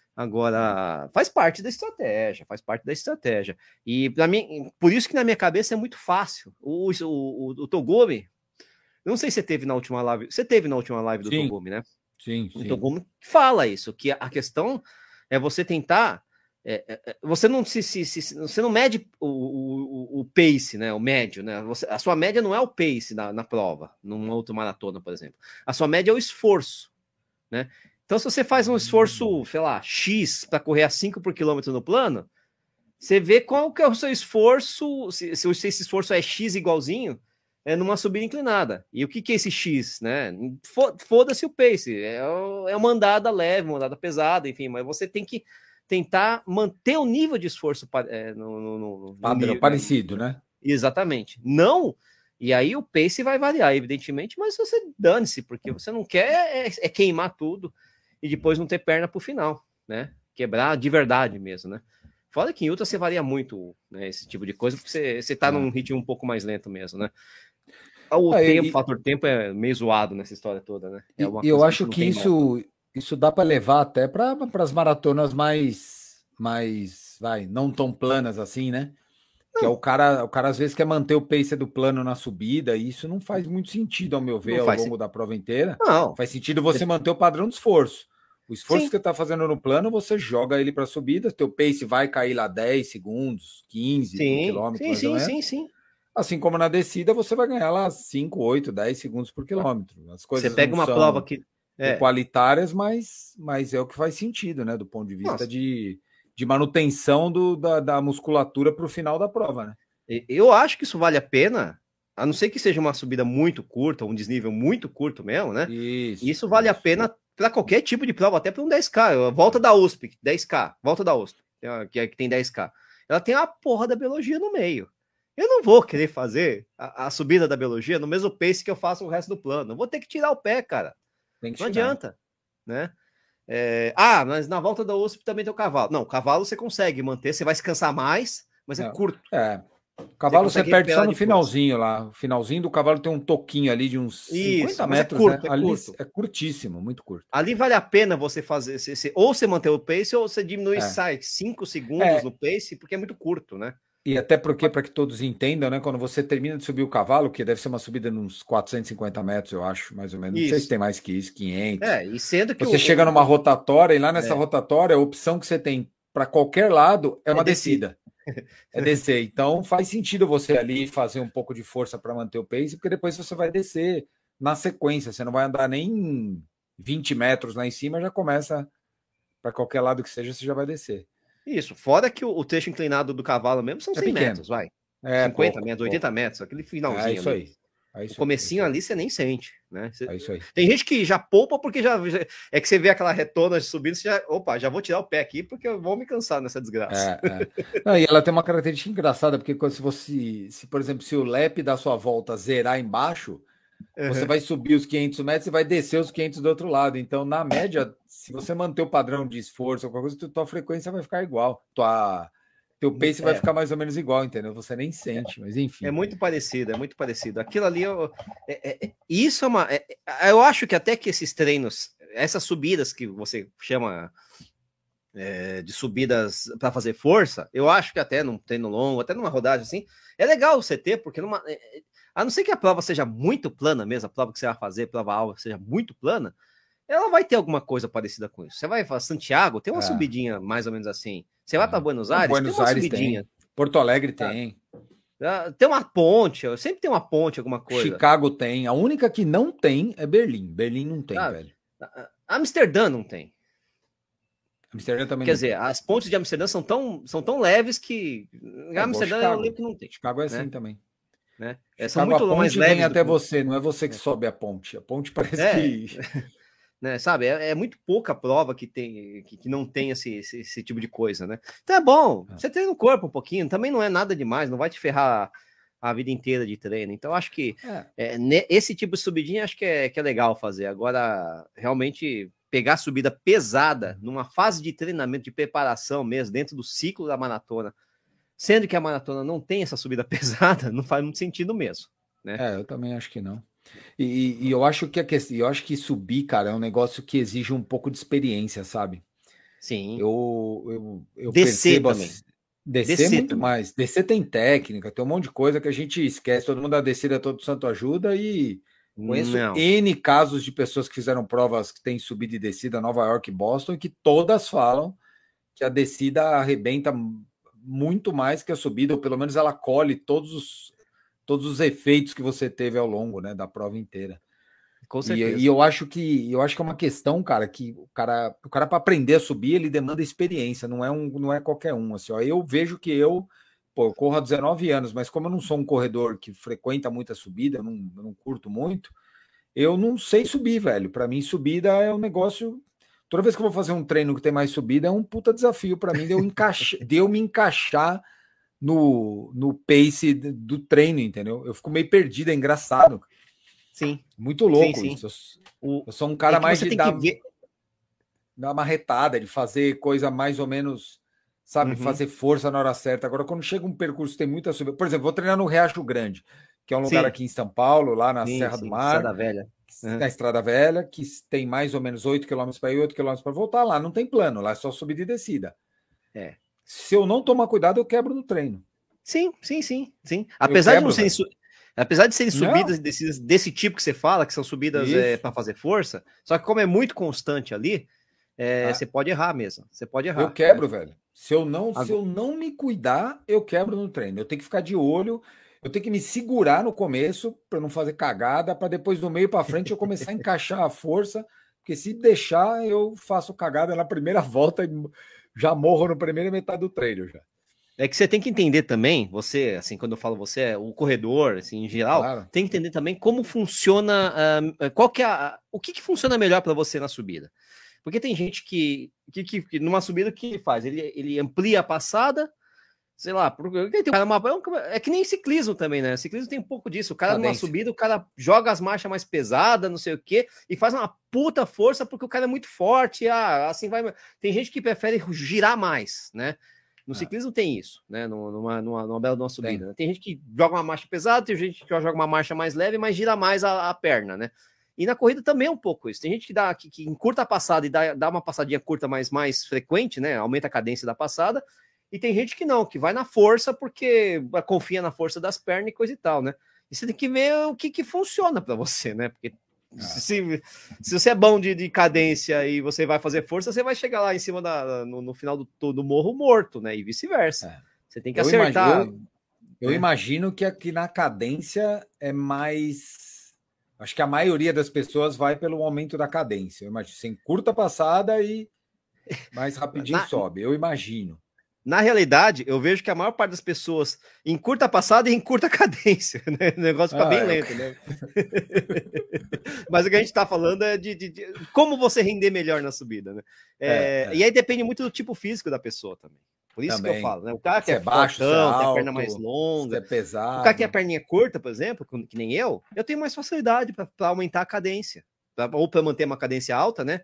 Speaker 1: Agora, faz parte da estratégia, faz parte da estratégia. E para mim, por isso que na minha cabeça é muito fácil. O, o, o, o Togumi, não sei se você teve na última live, você teve na última live do sim, Togumi, né?
Speaker 2: Sim, sim.
Speaker 1: O Togumi fala isso, que a questão é você tentar. É, é, você não se, se, se você não mede o, o, o pace, né? O médio, né? Você, a sua média não é o pace na, na prova, numa outra maratona, por exemplo. A sua média é o esforço, né? Então, se você faz um esforço, sei lá, X para correr a cinco por quilômetro no plano, você vê qual que é o seu esforço, se, se esse esforço é X igualzinho, é numa subida inclinada. E o que, que é esse X, né? Foda-se o pace, é, é uma andada leve, uma andada pesada, enfim, mas você tem que tentar manter o nível de esforço é, no, no, no,
Speaker 2: padrão,
Speaker 1: no,
Speaker 2: parecido, né?
Speaker 1: Exatamente. Não, e aí o pace vai variar, evidentemente, mas você dane-se, porque você não quer é, é queimar tudo e depois não ter perna para o final, né? Quebrar de verdade mesmo, né? Fora que em ultra você varia muito, né, esse tipo de coisa, porque você, você tá é. num ritmo um pouco mais lento mesmo, né? O ah, tempo, o fator tempo é meio zoado nessa história toda, né? É
Speaker 2: e eu acho que, que isso, isso dá para levar até para as maratonas mais, mais, vai, não tão planas assim, né? Não. Que é o cara, o cara às vezes quer manter o pace do plano na subida, e isso não faz muito sentido, ao meu ver, não ao longo se... da prova inteira.
Speaker 1: Não.
Speaker 2: Faz sentido você manter o padrão de esforço. O esforço Sim. que você está fazendo no plano, você joga ele para a subida, teu pace vai cair lá dez segundos, quinze
Speaker 1: sim.
Speaker 2: por quilômetro,
Speaker 1: sim,
Speaker 2: mais
Speaker 1: sim,
Speaker 2: ou menos.
Speaker 1: Sim, sim,
Speaker 2: Assim como na descida, você vai ganhar lá cinco, oito, dez segundos por quilômetro. As coisas
Speaker 1: você pega
Speaker 2: não
Speaker 1: uma
Speaker 2: são
Speaker 1: prova que
Speaker 2: é. equalitárias, mas, mas é o que faz sentido, né? Do ponto de vista de, de manutenção do, da, da musculatura para o final da prova, né?
Speaker 1: Eu acho que isso vale a pena, a não ser que seja uma subida muito curta, um desnível muito curto mesmo, né? Isso, isso vale isso. a pena para qualquer tipo de prova, até para um dez K. Volta da U S P, dez K, volta da U S P, que, que tem dez K. Ela tem a porra da biologia no meio. Eu não vou querer fazer a, a subida da biologia no mesmo pace que eu faço o resto do plano. Eu vou ter que tirar o pé, cara. Não tirar. Adianta, né? É... Ah, mas na volta da U S P também tem o cavalo. Não, o cavalo você consegue manter, você vai se cansar mais, mas é, é curto.
Speaker 2: É. O cavalo você, você perde só no finalzinho lá. O finalzinho do cavalo tem um toquinho ali de uns Isso, cinquenta metros, é curto, né?
Speaker 1: É,
Speaker 2: ali
Speaker 1: curto.
Speaker 2: É curtíssimo, muito curto.
Speaker 1: Ali vale a pena você fazer, você, você, ou você manter o pace, ou você diminui, é. sai cinco segundos é. no pace, porque é muito curto, né?
Speaker 2: E até porque, para que todos entendam, né? Quando você termina de subir o cavalo, que deve ser uma subida de uns quatrocentos e cinquenta metros, eu acho, mais ou menos. Isso. Não sei se tem mais que isso, quinhentos.
Speaker 1: É, e sendo que
Speaker 2: você
Speaker 1: o,
Speaker 2: chega numa rotatória, e lá nessa é. rotatória, a opção que você tem para qualquer lado é uma é descida. É descer. Então faz sentido você ali fazer um pouco de força para manter o pace, porque depois você vai descer na sequência. Você não vai andar nem vinte metros lá em cima, já começa para qualquer lado que seja, você já vai descer.
Speaker 1: Isso, fora que o, o trecho inclinado do cavalo mesmo são cem metros, vai.
Speaker 2: É,
Speaker 1: cinquenta
Speaker 2: pouco,
Speaker 1: metros, oitenta
Speaker 2: pouco.
Speaker 1: metros, aquele finalzinho.
Speaker 2: É isso
Speaker 1: ali.
Speaker 2: aí. É isso
Speaker 1: o comecinho
Speaker 2: aí,
Speaker 1: ali você nem sente, né? Você...
Speaker 2: É isso aí.
Speaker 1: Tem gente que já poupa porque já, já é que você vê aquela retona subindo, você já, opa, já vou tirar o pé aqui porque eu vou me cansar nessa desgraça.
Speaker 2: É, é. Não, e ela tem uma característica engraçada, porque quando se você, se por exemplo, se o lap da sua volta zerar embaixo, uhum. você vai subir os quinhentos metros e vai descer os quinhentos do outro lado. Então, na média, se você manter o padrão de esforço ou qualquer coisa, tua frequência vai ficar igual. Tua Teu pace é. vai ficar mais ou menos igual, entendeu? Você nem sente, é. mas enfim.
Speaker 1: É muito parecido, é muito parecido. Aquilo ali, eu, é, é, isso é uma... É, eu acho que até que esses treinos, essas subidas que você chama é, de subidas para fazer força, eu acho que até num treino longo, até numa rodagem assim, é legal você ter, porque numa... A não ser que a prova seja muito plana mesmo, a prova que você vai fazer, a prova alva seja muito plana, ela vai ter alguma coisa parecida com isso. Você vai para Santiago, tem uma é. subidinha mais ou menos assim. Você vai para Buenos Aires,
Speaker 2: Buenos
Speaker 1: tem uma
Speaker 2: Aires
Speaker 1: subidinha.
Speaker 2: Tem. Porto Alegre tem.
Speaker 1: Tem uma ponte, sempre tem uma ponte, alguma coisa.
Speaker 2: Chicago tem. A única que não tem é Berlim. Berlim não tem, ah, velho.
Speaker 1: Amsterdã não tem.
Speaker 2: Amsterdã também
Speaker 1: Quer
Speaker 2: não
Speaker 1: dizer,
Speaker 2: tem.
Speaker 1: As pontes de Amsterdã são tão, são tão leves que...
Speaker 2: É,
Speaker 1: Amsterdã eu lembro que não tem.
Speaker 2: Chicago é
Speaker 1: né?
Speaker 2: assim também.
Speaker 1: Né?
Speaker 2: É,
Speaker 1: são muito
Speaker 2: a ponte
Speaker 1: mais leves
Speaker 2: vem até
Speaker 1: que...
Speaker 2: você, não é você que é. sobe a ponte. A ponte parece
Speaker 1: é.
Speaker 2: que...
Speaker 1: Né, sabe, é, é muito pouca prova que tem que, que não tem esse, esse, esse tipo de coisa, né? Então é bom, você treina o corpo um pouquinho, também não é nada demais, não vai te ferrar a vida inteira de treino. Então acho que é. É, ne, esse tipo de subidinha acho que é, que é legal fazer. Agora, realmente pegar subida pesada numa fase de treinamento, de preparação mesmo, dentro do ciclo da maratona, sendo que a maratona não tem essa subida pesada, não faz muito sentido mesmo, né?
Speaker 2: É, eu também acho que não. E, e eu acho que a questão, eu acho que subir, cara, é um negócio que exige um pouco de experiência, sabe?
Speaker 1: Sim.
Speaker 2: Eu, eu, eu
Speaker 1: descer
Speaker 2: percebo
Speaker 1: também.
Speaker 2: Assim, descer,
Speaker 1: descer
Speaker 2: muito
Speaker 1: também.
Speaker 2: mais. Descer tem técnica, tem um monte de coisa que a gente esquece. Todo mundo da descida, todo santo ajuda e conheço Não. N casos de pessoas que fizeram provas que têm subida e descida Nova York e Boston e que todas falam que a descida arrebenta muito mais que a subida, ou pelo menos ela colhe todos os todos os efeitos que você teve ao longo, né, da prova inteira.
Speaker 1: Com certeza.
Speaker 2: E, e eu acho que eu acho que é uma questão, cara, que o cara, o cara para aprender a subir, ele demanda experiência, não é um, não é qualquer um, assim, ó. Eu vejo que eu, pô, eu corro há dezenove anos, mas como eu não sou um corredor que frequenta muita subida, eu não, eu não curto muito, eu não sei subir, velho. Para mim, subida é um negócio. Toda vez que eu vou fazer um treino que tem mais subida, é um puta desafio para mim de eu, encaixa... de eu me encaixar No, no pace do treino, entendeu? Eu fico meio perdido, é engraçado.
Speaker 1: Sim.
Speaker 2: Muito louco
Speaker 1: sim, sim.
Speaker 2: isso. Eu, eu sou um cara é mais de dar,
Speaker 1: ver...
Speaker 2: dar uma retada, de fazer coisa mais ou menos, sabe, uhum. fazer força na hora certa. Agora, quando chega um percurso que tem muita subida, por exemplo, vou treinar no Riacho Grande, que é um lugar sim. aqui em São Paulo, lá na
Speaker 1: sim,
Speaker 2: Serra
Speaker 1: sim.
Speaker 2: do Mar.
Speaker 1: Estrada Velha.
Speaker 2: Uhum. Na Estrada Velha, que tem mais ou menos oito quilômetros para ir, oito quilômetros para voltar. Lá não tem plano, lá é só subida e descida.
Speaker 1: É.
Speaker 2: Se eu não tomar cuidado, eu quebro no treino.
Speaker 1: Sim, sim, sim, sim. Apesar quebro, de não serem, su... apesar de serem subidas desse, desse tipo que você fala, que são subidas é, para fazer força, só que como é muito constante ali, é, ah. você pode errar mesmo. Você pode errar.
Speaker 2: Eu quebro, né? velho. Se eu não, Agora... se eu não me cuidar, eu quebro no treino. Eu tenho que ficar de olho. Eu tenho que me segurar no começo para não fazer cagada, para depois do meio para frente eu começar a encaixar a força, porque se deixar eu faço cagada na primeira volta. já morro no primeiro metade do treino já.
Speaker 1: É que você tem que entender também, você, assim, quando eu falo você, o corredor, assim, em geral, claro. Tem que entender também como funciona, uh, qual que é a, o que, que funciona melhor para você na subida. Porque tem gente que, que, que, que numa subida, o que ele faz? Ele, ele amplia a passada, sei lá, é que nem ciclismo também, né? Ciclismo tem um pouco disso. O cara Cadência. Numa subida, o cara joga as marchas mais pesadas, não sei o quê, e faz uma puta força porque o cara é muito forte. Ah, assim vai. Tem gente que prefere girar mais, né? No ciclismo tem isso, né? Numa, numa, numa bela numa subida. Tem. Tem gente que joga uma marcha pesada, tem gente que joga uma marcha mais leve, mas gira mais a, a perna, né? E na corrida também é um pouco isso. Tem gente que, dá, que, que encurta a passada e dá, dá uma passadinha curta mais, mais frequente, né? Aumenta a cadência da passada. E tem gente que não, que vai na força porque confia na força das pernas e coisa e tal, né? E você tem que ver o que, que funciona para você, né? Porque ah. se, se você é bom de, de cadência e você vai fazer força, você vai chegar lá em cima da no, no final do, do morro morto, né? E vice-versa. É. Você tem que eu acertar.
Speaker 2: Imagino, eu eu é. imagino que aqui na cadência é mais. Acho que a maioria das pessoas vai pelo aumento da cadência. Eu imagino, você encurta a passada e mais rapidinho na... sobe. Eu imagino.
Speaker 1: Na realidade, eu vejo que a maior parte das pessoas encurta a passada e encurta a cadência, né? O negócio fica ah, bem lento, eu... né? Mas o que a gente está falando é de, de, de como você render melhor na subida, né? É, é, é. E aí depende muito do tipo físico da pessoa também. Por isso também. Que eu falo, né? O cara que é, é baixo, fortão, tem a perna mais longa,
Speaker 2: é pesado.
Speaker 1: O cara que tem a perninha curta, por exemplo, que nem eu, eu tenho mais facilidade para aumentar a cadência. Pra, ou para manter uma cadência alta, né?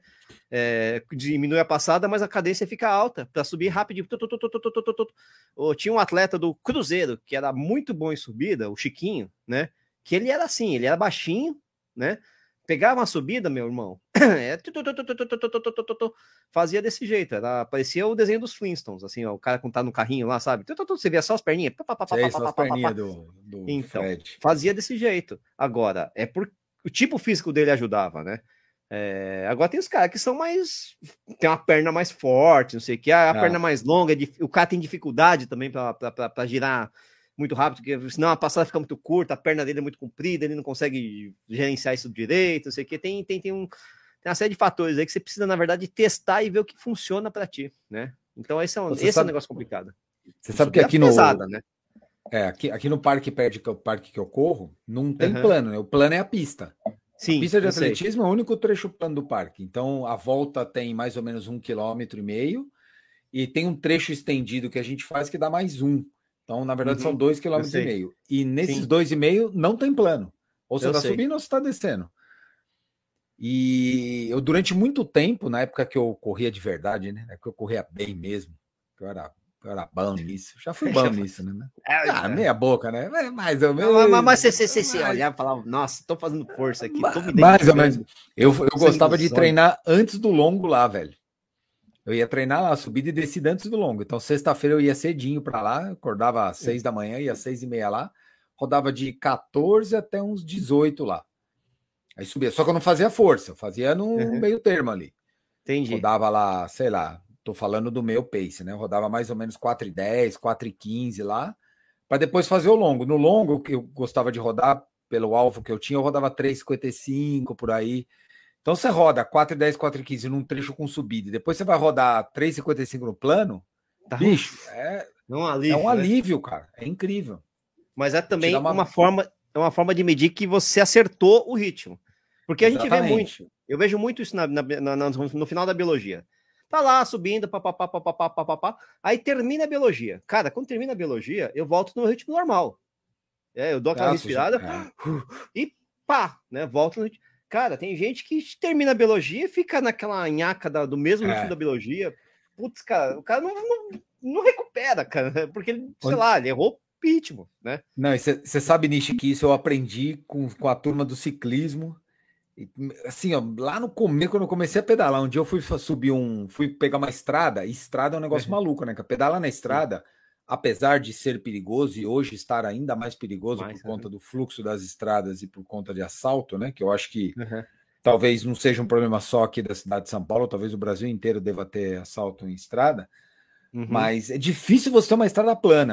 Speaker 1: É, diminui a passada, mas a cadência fica alta para subir rapidinho. Tu, tu, tu, tu, tu, tu, tu, tu. Oh, tinha um atleta do Cruzeiro que era muito bom em subida, o Chiquinho, né? Que ele era assim, ele era baixinho, né? Pegava uma subida, meu irmão, é, tu, tu, tu, tu, tu, tu, tu, tu, tu, tu, fazia desse jeito, era, parecia o desenho dos Flintstones, assim, ó, o cara quando tá no carrinho lá, sabe? Tu, tu, tu, você via só as perninhas. Pá, pá, pá,
Speaker 2: Sei,
Speaker 1: pá,
Speaker 2: só
Speaker 1: pá,
Speaker 2: as
Speaker 1: pá,
Speaker 2: perninhas
Speaker 1: pá, pá.
Speaker 2: do, do
Speaker 1: então,
Speaker 2: Fred.
Speaker 1: Fazia desse jeito. Agora, é por o tipo físico dele ajudava, né? É, agora tem os caras que são mais. Tem uma perna mais forte, não sei o que, a, a ah. perna mais longa, o cara tem dificuldade também para girar muito rápido, porque senão a passada fica muito curta, a perna dele é muito comprida, ele não consegue gerenciar isso direito, não sei o que. Tem, tem, tem, um, tem uma série de fatores aí que você precisa, na verdade, testar e ver o que funciona para ti, né? Então, esse é um, esse sabe, é um negócio complicado.
Speaker 2: Você sabe que aqui no. Pesada, né? É, aqui, aqui no parque perto que é o parque que eu corro, não tem uhum. plano, né? O plano é a pista.
Speaker 1: Sim,
Speaker 2: a pista de atletismo sei. É o único trecho plano do parque. Então, a volta tem mais ou menos um quilômetro e meio e tem um trecho estendido que a gente faz que dá mais um. Então, na verdade, uhum. são dois quilômetros e meio. E nesses Sim. dois e meio não tem plano. Ou você está subindo ou você está descendo. E eu, durante muito tempo, na época que eu corria de verdade, né? Na época que eu corria bem mesmo, que eu era... Eu era bom nisso. Já fui bom nisso, né? Ah, meia boca, né? Mais ou menos.
Speaker 1: Mas, mas você, você, você olhava e falava, nossa, tô fazendo força aqui. Tô me
Speaker 2: mais ou menos. Eu, eu gostava de treinar antes do longo lá, velho. Eu ia treinar lá, subida e descida antes do longo. Então, sexta-feira eu ia cedinho pra lá, acordava às seis da manhã, ia às seis e meia lá, rodava de quatorze até uns dezoito lá. Aí subia. Só que eu não fazia força, eu fazia no uhum. meio termo ali.
Speaker 1: Entendi.
Speaker 2: Rodava lá, sei lá. Tô falando do meu pace, né? Eu rodava mais ou menos quatro e dez, quatro e quinze lá, para depois fazer o longo. No longo, que eu gostava de rodar pelo alvo que eu tinha, eu rodava três e cinquenta e cinco por aí. Então você roda quatro e dez, quatro e quinze num trecho com subida, e depois você vai rodar três e cinquenta e cinco no plano, tá. Bicho, é, é um alívio, é um alívio, né? Cara. É incrível.
Speaker 1: Mas é também uma... uma forma, é uma forma de medir que você acertou o ritmo. Porque a Exatamente. gente vê muito, eu vejo muito isso na, na, na, no final da biologia. Tá lá subindo, papapá, papapá, papapá. Aí termina a biologia. Cara, quando termina a biologia, eu volto no ritmo normal. É, eu dou aquela Nossa, respirada já... e pá, né? Volto no ritmo. Cara, tem gente que termina a biologia e fica naquela nhaca da, do mesmo ritmo é. da biologia. Putz, cara, o cara não, não, não recupera, cara, porque ele, sei Onde... lá, ele errou o ritmo, né?
Speaker 2: Não, e você sabe, Nishi, que isso eu aprendi com, com a turma do ciclismo. Assim, ó, lá no começo, quando eu comecei a pedalar, um dia eu fui subir um, fui pegar uma estrada, e estrada é um negócio uhum. maluco, né? Pedalar na estrada, Sim. apesar de ser perigoso e hoje estar ainda mais perigoso mais, por conta uhum. do fluxo das estradas e por conta de assalto, né? Que eu acho que uhum. talvez não seja um problema só aqui da cidade de São Paulo, talvez o Brasil inteiro deva ter assalto em estrada, uhum. mas é difícil você ter uma estrada plana.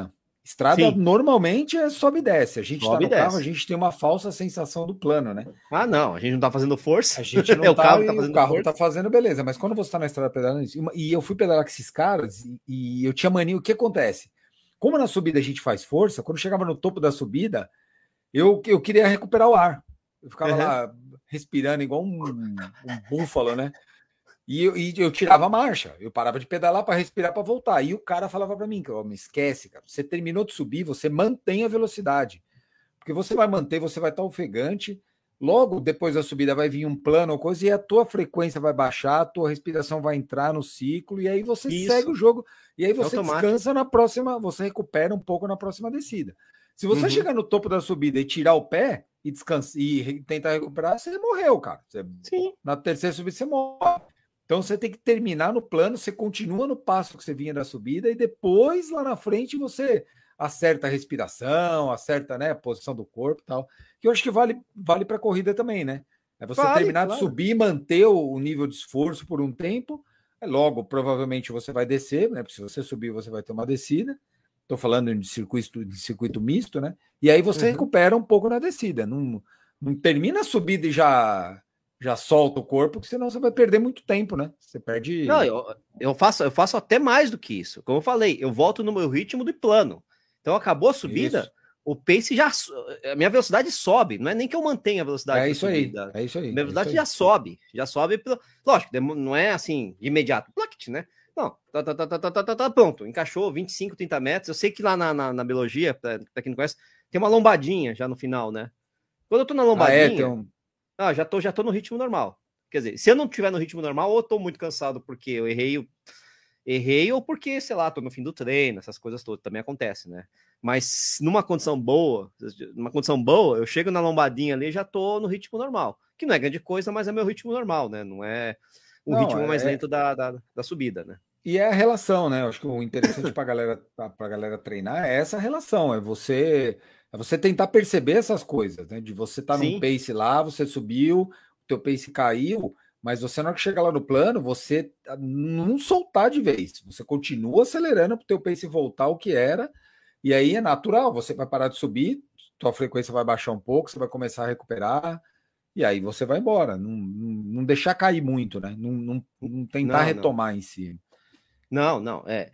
Speaker 2: Estrada Sim. normalmente é sobe e desce. A gente sobe tá no carro, a gente tem uma falsa sensação do plano, né?
Speaker 1: Ah, não, a gente não tá fazendo força.
Speaker 2: A gente não é, tá, o carro tá fazendo o carro força. tá fazendo, beleza. Mas quando você tá na estrada pedalando, e eu fui pedalar com esses caras, e, e eu tinha mania, o que acontece? Como na subida a gente faz força, quando chegava no topo da subida, eu, eu queria recuperar o ar. Eu ficava uhum. lá respirando igual um, um búfalo, né? E eu, e eu tirava a marcha, eu parava de pedalar para respirar para voltar. E o cara falava para mim, oh, me esquece, cara. Você terminou de subir, você mantém a velocidade. Porque você vai manter, você vai estar ofegante. Logo depois da subida vai vir um plano ou coisa, e a tua frequência vai baixar, a tua respiração vai entrar no ciclo, e aí você Isso. segue o jogo. E aí você é descansa na próxima, você recupera um pouco na próxima descida. Se você uhum. chegar no topo da subida e tirar o pé e descansar e tentar recuperar, você morreu, cara. Você,
Speaker 1: Sim.
Speaker 2: Na terceira subida você morre. Então você tem que terminar no plano, você continua no passo que você vinha da subida e depois lá na frente você acerta a respiração, acerta, né, a posição do corpo e tal. Que eu acho que vale, vale para a corrida também, né? É você vale, terminar claro. de subir, manter o nível de esforço por um tempo, logo provavelmente você vai descer, né? Porque se você subir, você vai ter uma descida. Estou falando de circuito, de circuito misto, né? E aí você uhum. recupera um pouco na descida. Não, não termina a subida e já... já solta o corpo, porque senão você vai perder muito tempo, né? Você perde...
Speaker 1: Não, eu, eu, faço, eu faço até mais do que isso. Como eu falei, eu volto no meu ritmo do plano. Então, acabou a subida, isso. o pace já... A minha velocidade sobe. Não é nem que eu mantenha a velocidade
Speaker 2: é isso
Speaker 1: subida.
Speaker 2: Aí, é isso aí.
Speaker 1: A minha velocidade
Speaker 2: é isso
Speaker 1: já
Speaker 2: aí.
Speaker 1: sobe. Já sobe... Pelo... Lógico, não é assim, de imediato. Plact, né? Não, tá, tá, tá, tá, tá, tá, tá, pronto. Encaixou vinte e cinco, trinta metros. Eu sei que lá na, na, na biologia, pra, pra quem não conhece, tem uma lombadinha já no final, né? Quando eu tô na lombadinha... Ah, é, tem um... ah, já, tô, já tô no ritmo normal. Quer dizer, se eu não estiver no ritmo normal, ou eu tô muito cansado porque eu errei, errei, ou porque, sei lá, tô no fim do treino, essas coisas todas também acontecem, né? Mas numa condição boa, numa condição boa, eu chego na lombadinha ali e já tô no ritmo normal. Que não é grande coisa, mas é meu ritmo normal, né? Não é o não, ritmo é... mais lento da, da, da subida, né?
Speaker 2: E é a relação, né? Eu acho que o interessante para galera, a galera treinar é essa relação, é você, é você tentar perceber essas coisas, né? De você estar tá num pace lá, você subiu, o teu pace caiu, mas você na hora que chega lá no plano, você não soltar de vez, você continua acelerando para o teu pace voltar ao que era, e aí é natural, você vai parar de subir, tua frequência vai baixar um pouco, você vai começar a recuperar, e aí você vai embora, não, não, não deixar cair muito, né? Não, não, não tentar não, retomar não. em si.
Speaker 1: Não, não, é.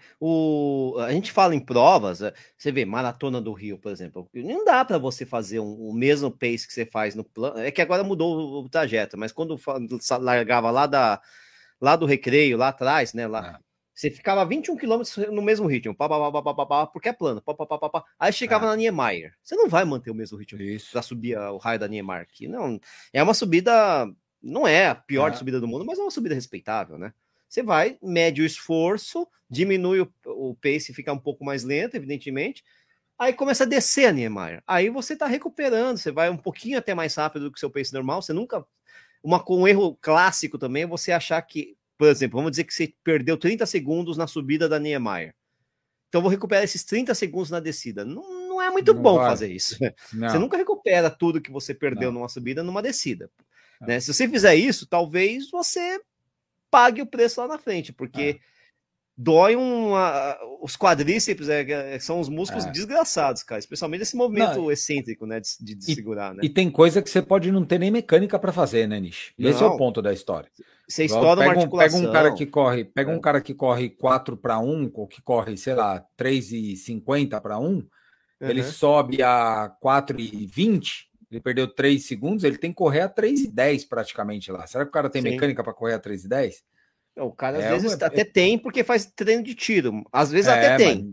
Speaker 1: O, a gente fala em provas, você vê, Maratona do Rio, por exemplo, não dá para você fazer um, o mesmo pace que você faz no plano, é que agora mudou o, o trajeto, mas quando largava lá, da, lá do Recreio, lá atrás, né, lá, é. você ficava vinte e um quilômetros no mesmo ritmo, pá, pá, pá, pá, pá, pá, porque é plano, pá, pá, pá, pá, pá. Aí chegava é. na Niemeyer, você não vai manter o mesmo ritmo para subir o raio da Niemeyer aqui, não, é uma subida, não é a pior é. subida do mundo, mas é uma subida respeitável, né? Você vai, mede o esforço, diminui o, o pace, fica um pouco mais lento, evidentemente, aí começa a descer a Niemeyer. Aí você está recuperando, você vai um pouquinho até mais rápido do que o seu pace normal, você nunca... Uma, um erro clássico também é você achar que, por exemplo, vamos dizer que você perdeu trinta segundos na subida da Niemeyer. Então eu vou recuperar esses trinta segundos na descida. Não, não é muito não bom vai. fazer isso. Não. Você nunca recupera tudo que você perdeu não. numa subida numa descida. Né? Se você fizer isso, talvez você... pague o preço lá na frente, porque é. dói um, uh, os quadríceps, é, são os músculos é. desgraçados, cara, especialmente esse movimento não, excêntrico, né, de, de, de
Speaker 2: e,
Speaker 1: segurar, né.
Speaker 2: E tem coisa que você pode não ter nem mecânica para fazer, né, Nish? Esse não. é o ponto da história.
Speaker 1: Você estoura uma articulação.
Speaker 2: Pega um cara que corre, pega é. um cara que corre quatro para um, ou que corre, sei lá, três e cinquenta para um, uhum. ele sobe a quatro e vinte, ele perdeu três segundos, ele tem que correr a três e dez praticamente lá. Será que o cara tem Sim. mecânica para correr a três e dez?
Speaker 1: O cara às é, vezes é, até é... tem porque faz treino de tiro. Às vezes é, até tem.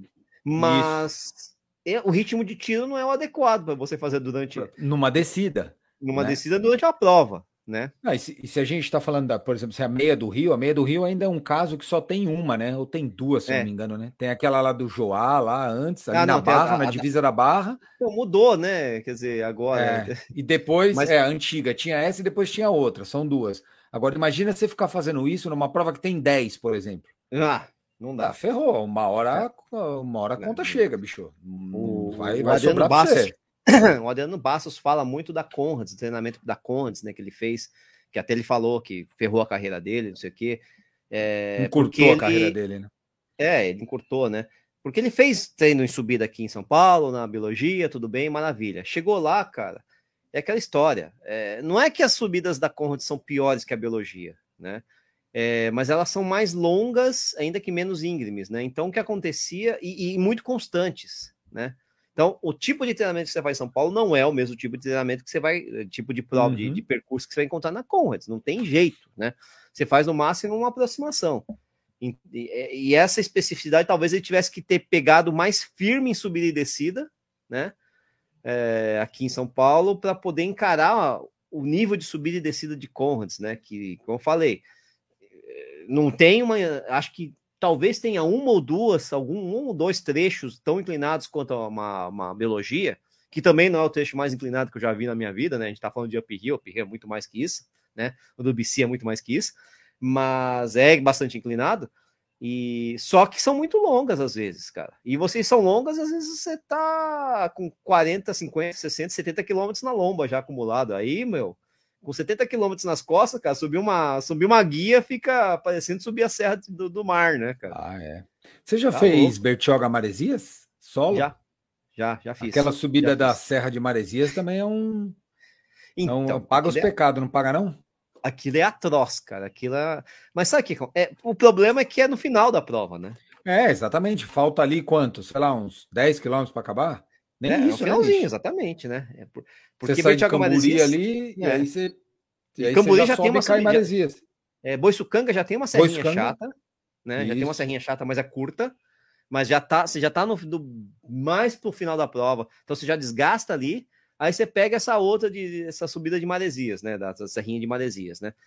Speaker 1: Mas, mas o ritmo de tiro não é o adequado para você fazer durante...
Speaker 2: Numa descida.
Speaker 1: Numa
Speaker 2: né?
Speaker 1: descida durante a prova, né?
Speaker 2: Ah, e, se, e se a gente está falando, da, por exemplo, se é a meia do Rio, a meia do Rio ainda é um caso que só tem uma, né? Ou tem duas, se é. não me engano, né? Tem aquela lá do Joá, lá antes, ali ah, na não, Barra, a, a, na divisa a, da Barra.
Speaker 1: Então, mudou, né? Quer dizer, agora...
Speaker 2: É, e depois, Mas... é, a antiga, tinha essa e depois tinha outra, são duas. Agora, imagina você ficar fazendo isso numa prova que tem dez, por exemplo.
Speaker 1: Ah, não dá.
Speaker 2: Ah, ferrou. Uma hora, uma hora a conta não, chega, bicho.
Speaker 1: O,
Speaker 2: vai
Speaker 1: o
Speaker 2: vai sobrar pra você.
Speaker 1: O Adriano Bastos fala muito da Conrads, do treinamento da Conrads, né, que ele fez, que até ele falou que ferrou a carreira dele, não sei o quê. É,
Speaker 2: encurtou a
Speaker 1: ele,
Speaker 2: carreira dele, né?
Speaker 1: É, ele encurtou, né? Porque ele fez treino em subida aqui em São Paulo, na biologia, tudo bem, maravilha. Chegou lá, cara, é aquela história. É, não é que as subidas da Conrad são piores que a biologia, né? É, mas elas são mais longas, ainda que menos íngremes, né? Então, o que acontecia, e, e muito constantes, né? Então, o tipo de treinamento que você faz em São Paulo não é o mesmo tipo de treinamento que você vai, tipo de prova, uhum. de, de percurso que você vai encontrar na Conrads, não tem jeito, né? Você faz no máximo uma aproximação. E, e, e essa especificidade, talvez ele tivesse que ter pegado mais firme em subida e descida, né? É, aqui em São Paulo, para poder encarar o nível de subida e descida de Conrads, né? Que, como eu falei, não tem uma. Acho que talvez tenha uma ou duas, algum um ou dois trechos tão inclinados quanto uma, uma biologia, que também não é o trecho mais inclinado que eu já vi na minha vida, né? A gente tá falando de uphill, uphill é muito mais que isso, né? O do B C é muito mais que isso, mas é bastante inclinado. E só que são muito longas às vezes, cara. E vocês são longas, às vezes você tá com quarenta, cinquenta, sessenta, setenta quilômetros na lomba já acumulado. Aí, meu, com setenta quilômetros nas costas, cara, subir uma, subir uma guia fica parecendo subir a serra do, do mar, né, cara?
Speaker 2: Ah, é. Você já
Speaker 1: tá
Speaker 2: fez
Speaker 1: louco.
Speaker 2: Bertioga Maresias? Solo?
Speaker 1: Já, já, já fiz.
Speaker 2: Aquela subida
Speaker 1: já
Speaker 2: da
Speaker 1: fiz.
Speaker 2: Serra de Maresias também é um...
Speaker 1: Então,
Speaker 2: é um... paga os é... pecados, não paga não?
Speaker 1: Aquilo é atroz, cara. Aquilo é... Mas sabe o que é? O problema é que é no final da prova, né?
Speaker 2: É, exatamente. Falta ali quanto? Sei lá, uns dez quilômetros para acabar? Nem
Speaker 1: é,
Speaker 2: isso,
Speaker 1: no finalzinho,
Speaker 2: né,
Speaker 1: exatamente, né? É por... Porque
Speaker 2: você sai de Camburi
Speaker 1: Maresias,
Speaker 2: ali, é. e aí você...
Speaker 1: E, e aí Camburi já, já tem uma
Speaker 2: cai Maresias.
Speaker 1: É, Boiçucanga já tem uma serrinha chata, né? Isso. Já tem uma serrinha chata, mas é curta. Mas já tá, você já tá no, do, mais pro final da prova. Então você já desgasta ali. Aí você pega essa outra, de, essa subida de Maresias, né? Da, da serrinha de Maresias, né?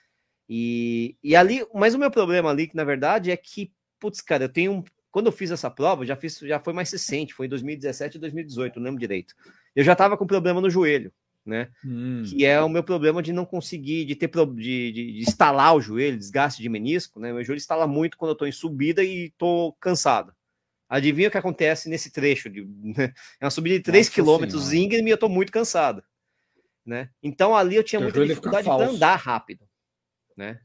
Speaker 1: E, e ali, mas o meu problema ali, que na verdade é que, putz, cara, eu tenho. Quando eu fiz essa prova, já, fiz, já foi mais recente, foi em dois mil e dezessete e dois mil e dezoito, não lembro direito. Eu já tava com problema no joelho, né? Hum. Que é o meu problema de não conseguir, de ter de, de, de instalar o joelho, desgaste de menisco, né? Meu joelho instala muito quando eu tô em subida e tô cansado. Adivinha o que acontece nesse trecho? De, né? É uma subida de três quilômetros íngreme e eu tô muito cansado, né? Então ali eu tinha muita dificuldade de andar rápido, né?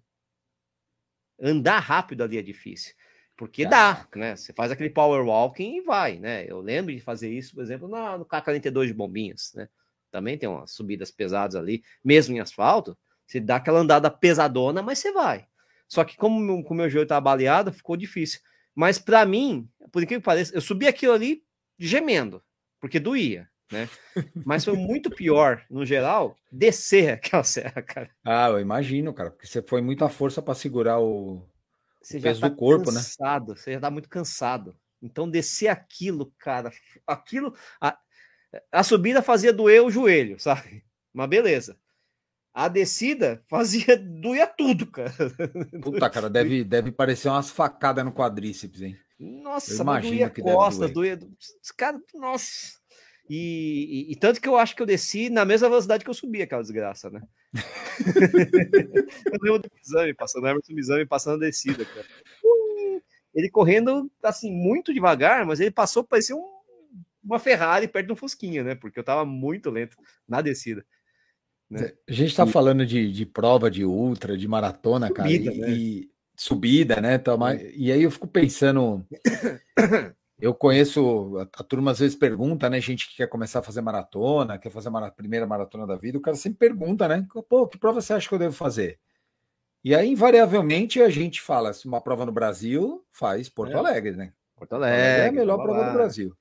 Speaker 1: Andar rápido ali é difícil, porque dá, né? Você faz aquele power walking e vai, né? Eu lembro de fazer isso, por exemplo, na, no K quarenta e dois de Bombinhas, né? Também tem umas subidas pesadas ali, mesmo em asfalto, você dá aquela andada pesadona, mas você vai. Só que como o meu joelho tá baleado, ficou difícil. Mas para mim, por incrível que pareça, eu subi aquilo ali gemendo, porque doía, né? Mas foi muito pior, no geral, descer aquela serra, cara.
Speaker 2: Ah, eu imagino, cara, porque você foi muita força para segurar o,
Speaker 1: você
Speaker 2: o peso
Speaker 1: já tá
Speaker 2: do corpo,
Speaker 1: cansado, né? Você já tá muito cansado. Então, descer aquilo, cara, aquilo... A, a subida fazia doer o joelho, sabe? Mas beleza. A descida fazia doía tudo, cara.
Speaker 2: Puta, cara, deve, deve parecer umas facadas no quadríceps, hein?
Speaker 1: Nossa, mas doía costas, doía... Cara, nossa... E, e, e tanto que eu acho que eu desci na mesma velocidade que eu subi aquela desgraça, né? Eu lembro do Exame passando, Emerson Exame passando a descida, cara. Ele correndo, assim, muito devagar, mas ele passou, parecia um, uma Ferrari perto de um Fusquinha, né? Porque eu tava muito lento na descida. Né?
Speaker 2: A gente tá e... falando de, de prova, de ultra, de maratona, subida, cara, e, né? e subida, né? Então, mas, e aí eu fico pensando... Eu conheço, a, a turma às vezes pergunta, né? Gente que quer começar a fazer maratona, quer fazer a primeira maratona da vida, o cara sempre pergunta, né? Pô, que prova você acha que eu devo fazer? E aí, invariavelmente, a gente fala, se uma prova no Brasil, faz Porto é. Alegre, né?
Speaker 1: Porto Alegre,
Speaker 2: Porto Alegre é a melhor prova lá. do Brasil.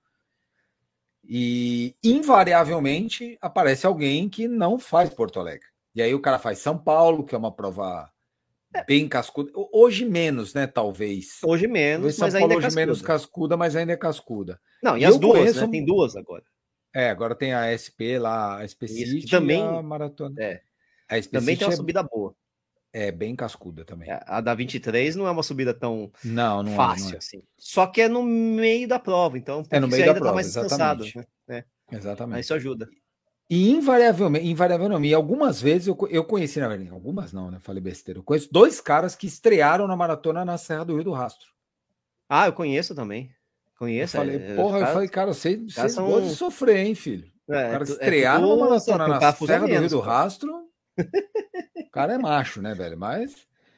Speaker 2: E, invariavelmente, aparece alguém que não faz Porto Alegre. E aí o cara faz São Paulo, que é uma prova... bem cascuda. Hoje menos, né? Talvez.
Speaker 1: Hoje menos,
Speaker 2: talvez São
Speaker 1: mas
Speaker 2: Paulo
Speaker 1: ainda é
Speaker 2: hoje
Speaker 1: cascuda.
Speaker 2: menos cascuda, mas ainda é cascuda.
Speaker 1: Não, e, e as duas, conheço... né? Tem duas agora.
Speaker 2: É, agora tem a S P lá, a S P
Speaker 1: Isso,
Speaker 2: City
Speaker 1: também,
Speaker 2: e a Maratona.
Speaker 1: É.
Speaker 2: A S P
Speaker 1: também
Speaker 2: City
Speaker 1: tem uma
Speaker 2: é...
Speaker 1: subida boa.
Speaker 2: É, bem cascuda também.
Speaker 1: A da vinte e três não é uma subida tão
Speaker 2: não, não
Speaker 1: fácil
Speaker 2: é, não é.
Speaker 1: assim. Só que é no meio da prova, então
Speaker 2: é no meio
Speaker 1: você
Speaker 2: da
Speaker 1: ainda
Speaker 2: prova,
Speaker 1: tá mais descansado. Né? É.
Speaker 2: Exatamente.
Speaker 1: Aí isso ajuda.
Speaker 2: E invariavelmente, invariavelmente, e algumas vezes eu, eu conheci, na verdade, algumas não, né? Falei besteira. Eu conheço dois caras que estrearam na maratona na Serra do Rio do Rastro.
Speaker 1: Ah, eu conheço também. Conheço.
Speaker 2: Eu falei,
Speaker 1: é,
Speaker 2: porra,
Speaker 1: cara,
Speaker 2: eu falei, cara, vocês, vocês
Speaker 1: são...
Speaker 2: gostam de sofrer, hein, filho?
Speaker 1: É,
Speaker 2: o cara
Speaker 1: é,
Speaker 2: estrear
Speaker 1: é tudo,
Speaker 2: numa maratona na
Speaker 1: tá
Speaker 2: Serra do Rio do
Speaker 1: cara.
Speaker 2: Rastro, o cara é macho, né, velho? Mas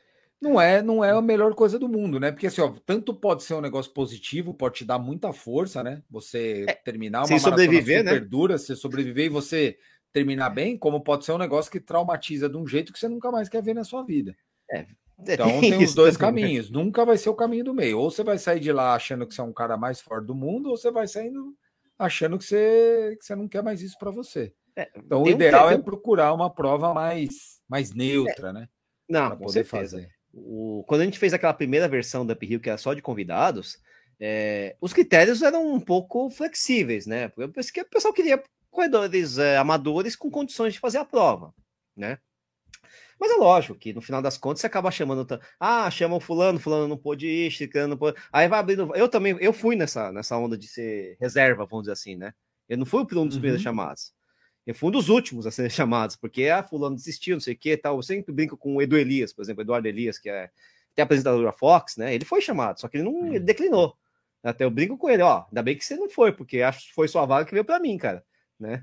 Speaker 2: Não é, não é a melhor coisa do mundo, né? Porque assim, ó, tanto pode ser um negócio positivo, pode te dar muita força, né? Você
Speaker 1: É,
Speaker 2: terminar uma
Speaker 1: sem
Speaker 2: maratona
Speaker 1: sobreviver,
Speaker 2: super
Speaker 1: né?
Speaker 2: dura, você sobreviver e você terminar bem, como pode ser um negócio que traumatiza de um jeito que você nunca mais quer ver na sua vida.
Speaker 1: É,
Speaker 2: Então
Speaker 1: tem
Speaker 2: tem os
Speaker 1: isso
Speaker 2: dois
Speaker 1: também, né?
Speaker 2: caminhos, nunca vai ser o caminho do meio. Ou você vai sair de lá achando que você é um cara mais forte do mundo, ou você vai saindo achando que você, que você não quer mais isso para você.
Speaker 1: É,
Speaker 2: Então o
Speaker 1: tem um,
Speaker 2: ideal
Speaker 1: tem
Speaker 2: é
Speaker 1: um,
Speaker 2: procurar uma prova mais, mais neutra, né?
Speaker 1: não,
Speaker 2: Para
Speaker 1: com
Speaker 2: poder
Speaker 1: certeza.
Speaker 2: fazer.
Speaker 1: O, quando a gente fez aquela primeira versão da Up Hill, que era só de convidados, é, os critérios eram um pouco flexíveis, né? Porque eu pensei que o pessoal queria corredores é, amadores com condições de fazer a prova, né? Mas é lógico que no final das contas você acaba chamando. Ah, chamam fulano, fulano não pôde ir, chicano não pôde. Aí vai abrindo. Eu também, eu fui nessa, nessa onda de ser reserva, vamos dizer assim, né? Eu não fui um dos primeiros
Speaker 2: Uhum.
Speaker 1: chamados. Eu fui um dos últimos a ser chamados, porque ah, fulano desistiu, não sei o que tal. Eu sempre brinco com o Edu Elias, por exemplo, Eduardo Elias, que é até apresentador da Fox, né? Ele foi chamado, só que ele não ele declinou. Até eu brinco com ele, ó, ainda bem que você não foi, porque acho que foi sua vaga que veio para mim, cara, né?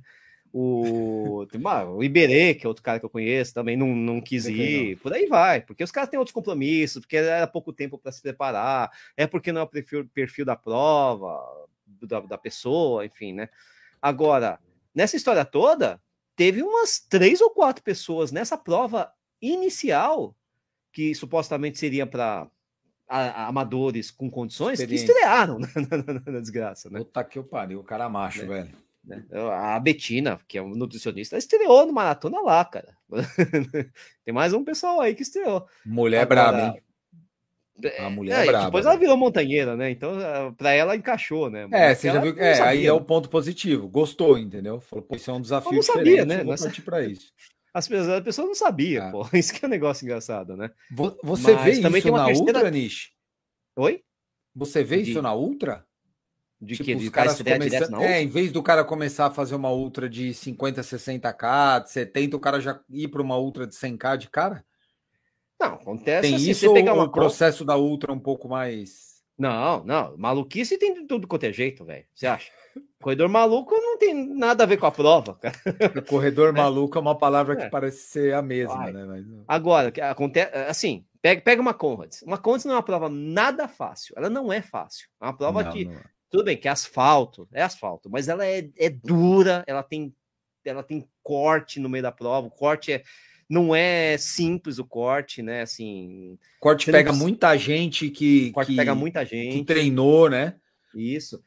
Speaker 1: O, o Iberê, que é outro cara que eu conheço, também não, não quis ir, por aí vai, porque os caras têm outros compromissos, porque era pouco tempo para se preparar, é porque não é o perfil, perfil da prova, da, da pessoa, enfim, né? Agora, nessa história toda, teve umas três ou quatro pessoas nessa prova inicial, que supostamente seria para amadores com condições, que estrearam na, na, na desgraça, né?
Speaker 2: Puta que eu pariu, o cara macho,
Speaker 1: né?
Speaker 2: velho.
Speaker 1: A Betina, que é um nutricionista, estreou no maratona lá, cara. Tem mais um pessoal aí que estreou.
Speaker 2: Mulher
Speaker 1: Agora,
Speaker 2: braba, hein? A mulher
Speaker 1: é,
Speaker 2: braba.
Speaker 1: depois ela virou montanheira, né? Então, para ela encaixou, né?
Speaker 2: É,
Speaker 1: Mas
Speaker 2: você já viu?
Speaker 1: não
Speaker 2: É,
Speaker 1: sabia,
Speaker 2: aí é
Speaker 1: né?
Speaker 2: o ponto positivo. Gostou, entendeu? Falou, pô, isso é um
Speaker 1: Eu
Speaker 2: desafio
Speaker 1: não sabia,
Speaker 2: diferente,
Speaker 1: né?
Speaker 2: eu vou
Speaker 1: Nessa...
Speaker 2: partir para isso.
Speaker 1: As pessoas, a pessoa não sabia,
Speaker 2: É.
Speaker 1: pô. Isso que é um negócio engraçado, né?
Speaker 2: Você
Speaker 1: Mas
Speaker 2: vê
Speaker 1: também
Speaker 2: isso
Speaker 1: tem uma
Speaker 2: na
Speaker 1: terceira...
Speaker 2: Ultra, Nish?
Speaker 1: Oi?
Speaker 2: Você vê
Speaker 1: De,
Speaker 2: isso na Ultra?
Speaker 1: de
Speaker 2: Tipo,
Speaker 1: que?
Speaker 2: os
Speaker 1: De cara
Speaker 2: caras
Speaker 1: estrear direto
Speaker 2: começando.
Speaker 1: na
Speaker 2: É,
Speaker 1: outra?
Speaker 2: em vez do cara começar a fazer uma Ultra de cinquenta, sessenta K, de setenta, o cara já ir para uma Ultra de cem K de cara?
Speaker 1: Não, acontece
Speaker 2: Tem
Speaker 1: assim,
Speaker 2: isso
Speaker 1: você
Speaker 2: ou
Speaker 1: pegar uma...
Speaker 2: o processo da Ultra é um pouco mais.
Speaker 1: Não, não, maluquice tem de tudo quanto é jeito, velho. Você acha? Corredor maluco não tem nada a ver com a prova, cara.
Speaker 2: O corredor
Speaker 1: né?
Speaker 2: maluco é uma palavra que
Speaker 1: É.
Speaker 2: parece ser a mesma,
Speaker 1: Vai.
Speaker 2: né? Mas...
Speaker 1: Agora, acontece assim, pega, pega uma Conrads. Uma Conrads não é uma prova nada fácil. Ela não é fácil. É uma prova
Speaker 2: Não,
Speaker 1: de.
Speaker 2: não é.
Speaker 1: Tudo bem, que é asfalto, é asfalto, mas ela é, é dura, ela tem, ela tem corte no meio da prova. O corte é. Não é simples o corte, né? Assim.
Speaker 2: Corte pega
Speaker 1: Precisa...
Speaker 2: muita gente que,
Speaker 1: o corte
Speaker 2: que,
Speaker 1: pega muita gente.
Speaker 2: que treinou, né?
Speaker 1: Isso.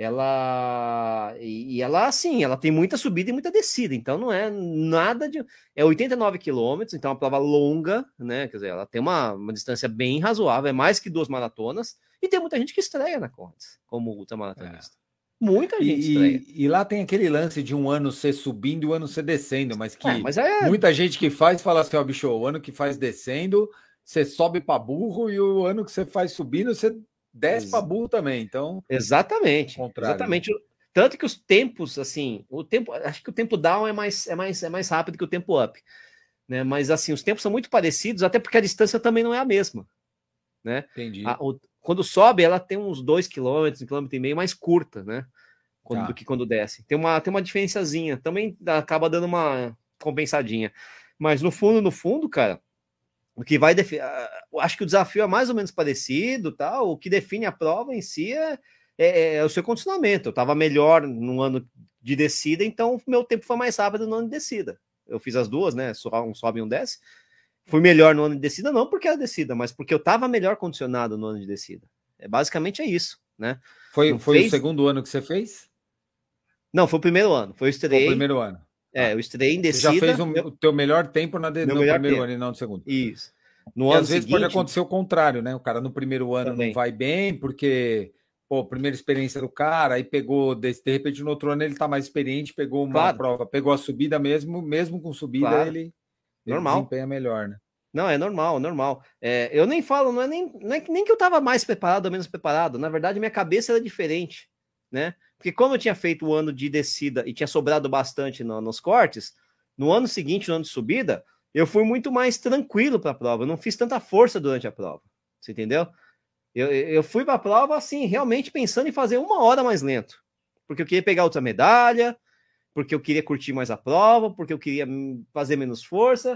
Speaker 1: Ela e ela assim, ela tem muita subida e muita descida, então não é nada de é oitenta e nove quilômetros, então é uma prova longa, né? Quer dizer, ela tem uma, uma distância bem razoável, é mais que duas maratonas, e tem muita gente que estreia na Conrads como ultramaratonista. É. Muita gente
Speaker 2: e,
Speaker 1: estreia.
Speaker 2: E, e lá tem aquele lance de um ano ser subindo e o um ano ser descendo, mas que
Speaker 1: é, mas é...
Speaker 2: muita gente que faz fala assim, ó, bicho, o ano que faz descendo, você sobe para burro, e o ano que você faz subindo, você desce Ex para burro também, então...
Speaker 1: Exatamente, exatamente. Né? Tanto que os tempos, assim, o tempo, acho que o tempo down é mais, é mais, é mais rápido que o tempo up, né? Mas assim, os tempos são muito parecidos, até porque a distância também não é a mesma, né?
Speaker 2: Entendi.
Speaker 1: A, o, quando sobe, ela tem uns dois quilômetros, um quilômetro e meio mais curta, né? Quando, tá. Do que quando desce. Tem uma, tem uma diferenciazinha, também acaba dando uma compensadinha. Mas no fundo, no fundo, cara, o que vai definir, acho que o desafio é mais ou menos parecido, tá? O que define a prova em si é, é, é o seu condicionamento. Eu estava melhor no ano de descida, então meu tempo foi mais rápido no ano de descida. Eu fiz as duas, né? Um sobe e um desce. Fui melhor no ano de descida, não porque era descida, mas porque eu estava melhor condicionado no ano de descida. É, basicamente é isso, né?
Speaker 2: Foi, foi fez... o segundo ano que você fez?
Speaker 1: Não, foi o primeiro ano. Foi o estreia.
Speaker 2: Foi o primeiro ano.
Speaker 1: É, eu estreiei em descida.
Speaker 2: Você já fez um, meu... o teu melhor tempo na de... no primeiro tempo. ano e não no segundo.
Speaker 1: Isso. No
Speaker 2: e
Speaker 1: ano
Speaker 2: às vezes
Speaker 1: seguinte,
Speaker 2: pode acontecer o contrário, né? O cara no primeiro ano também não vai bem, porque, pô, primeira experiência do cara, aí pegou, de, de repente no outro ano ele tá mais experiente, pegou uma claro. prova, pegou a subida mesmo, mesmo com subida claro. ele, ele
Speaker 1: normal.
Speaker 2: desempenha melhor, né?
Speaker 1: Não, é normal, normal. É, eu nem falo, não é nem, não é nem que eu tava mais preparado ou menos preparado, na verdade minha cabeça era diferente, né? Porque como eu tinha feito o ano de descida e tinha sobrado bastante no, nos cortes, no ano seguinte, no ano de subida, eu fui muito mais tranquilo para a prova. Eu não fiz tanta força durante a prova. Você entendeu? Eu, eu fui para a prova, assim, realmente pensando em fazer uma hora mais lento. Porque eu queria pegar outra medalha, porque eu queria curtir mais a prova, porque eu queria fazer menos força.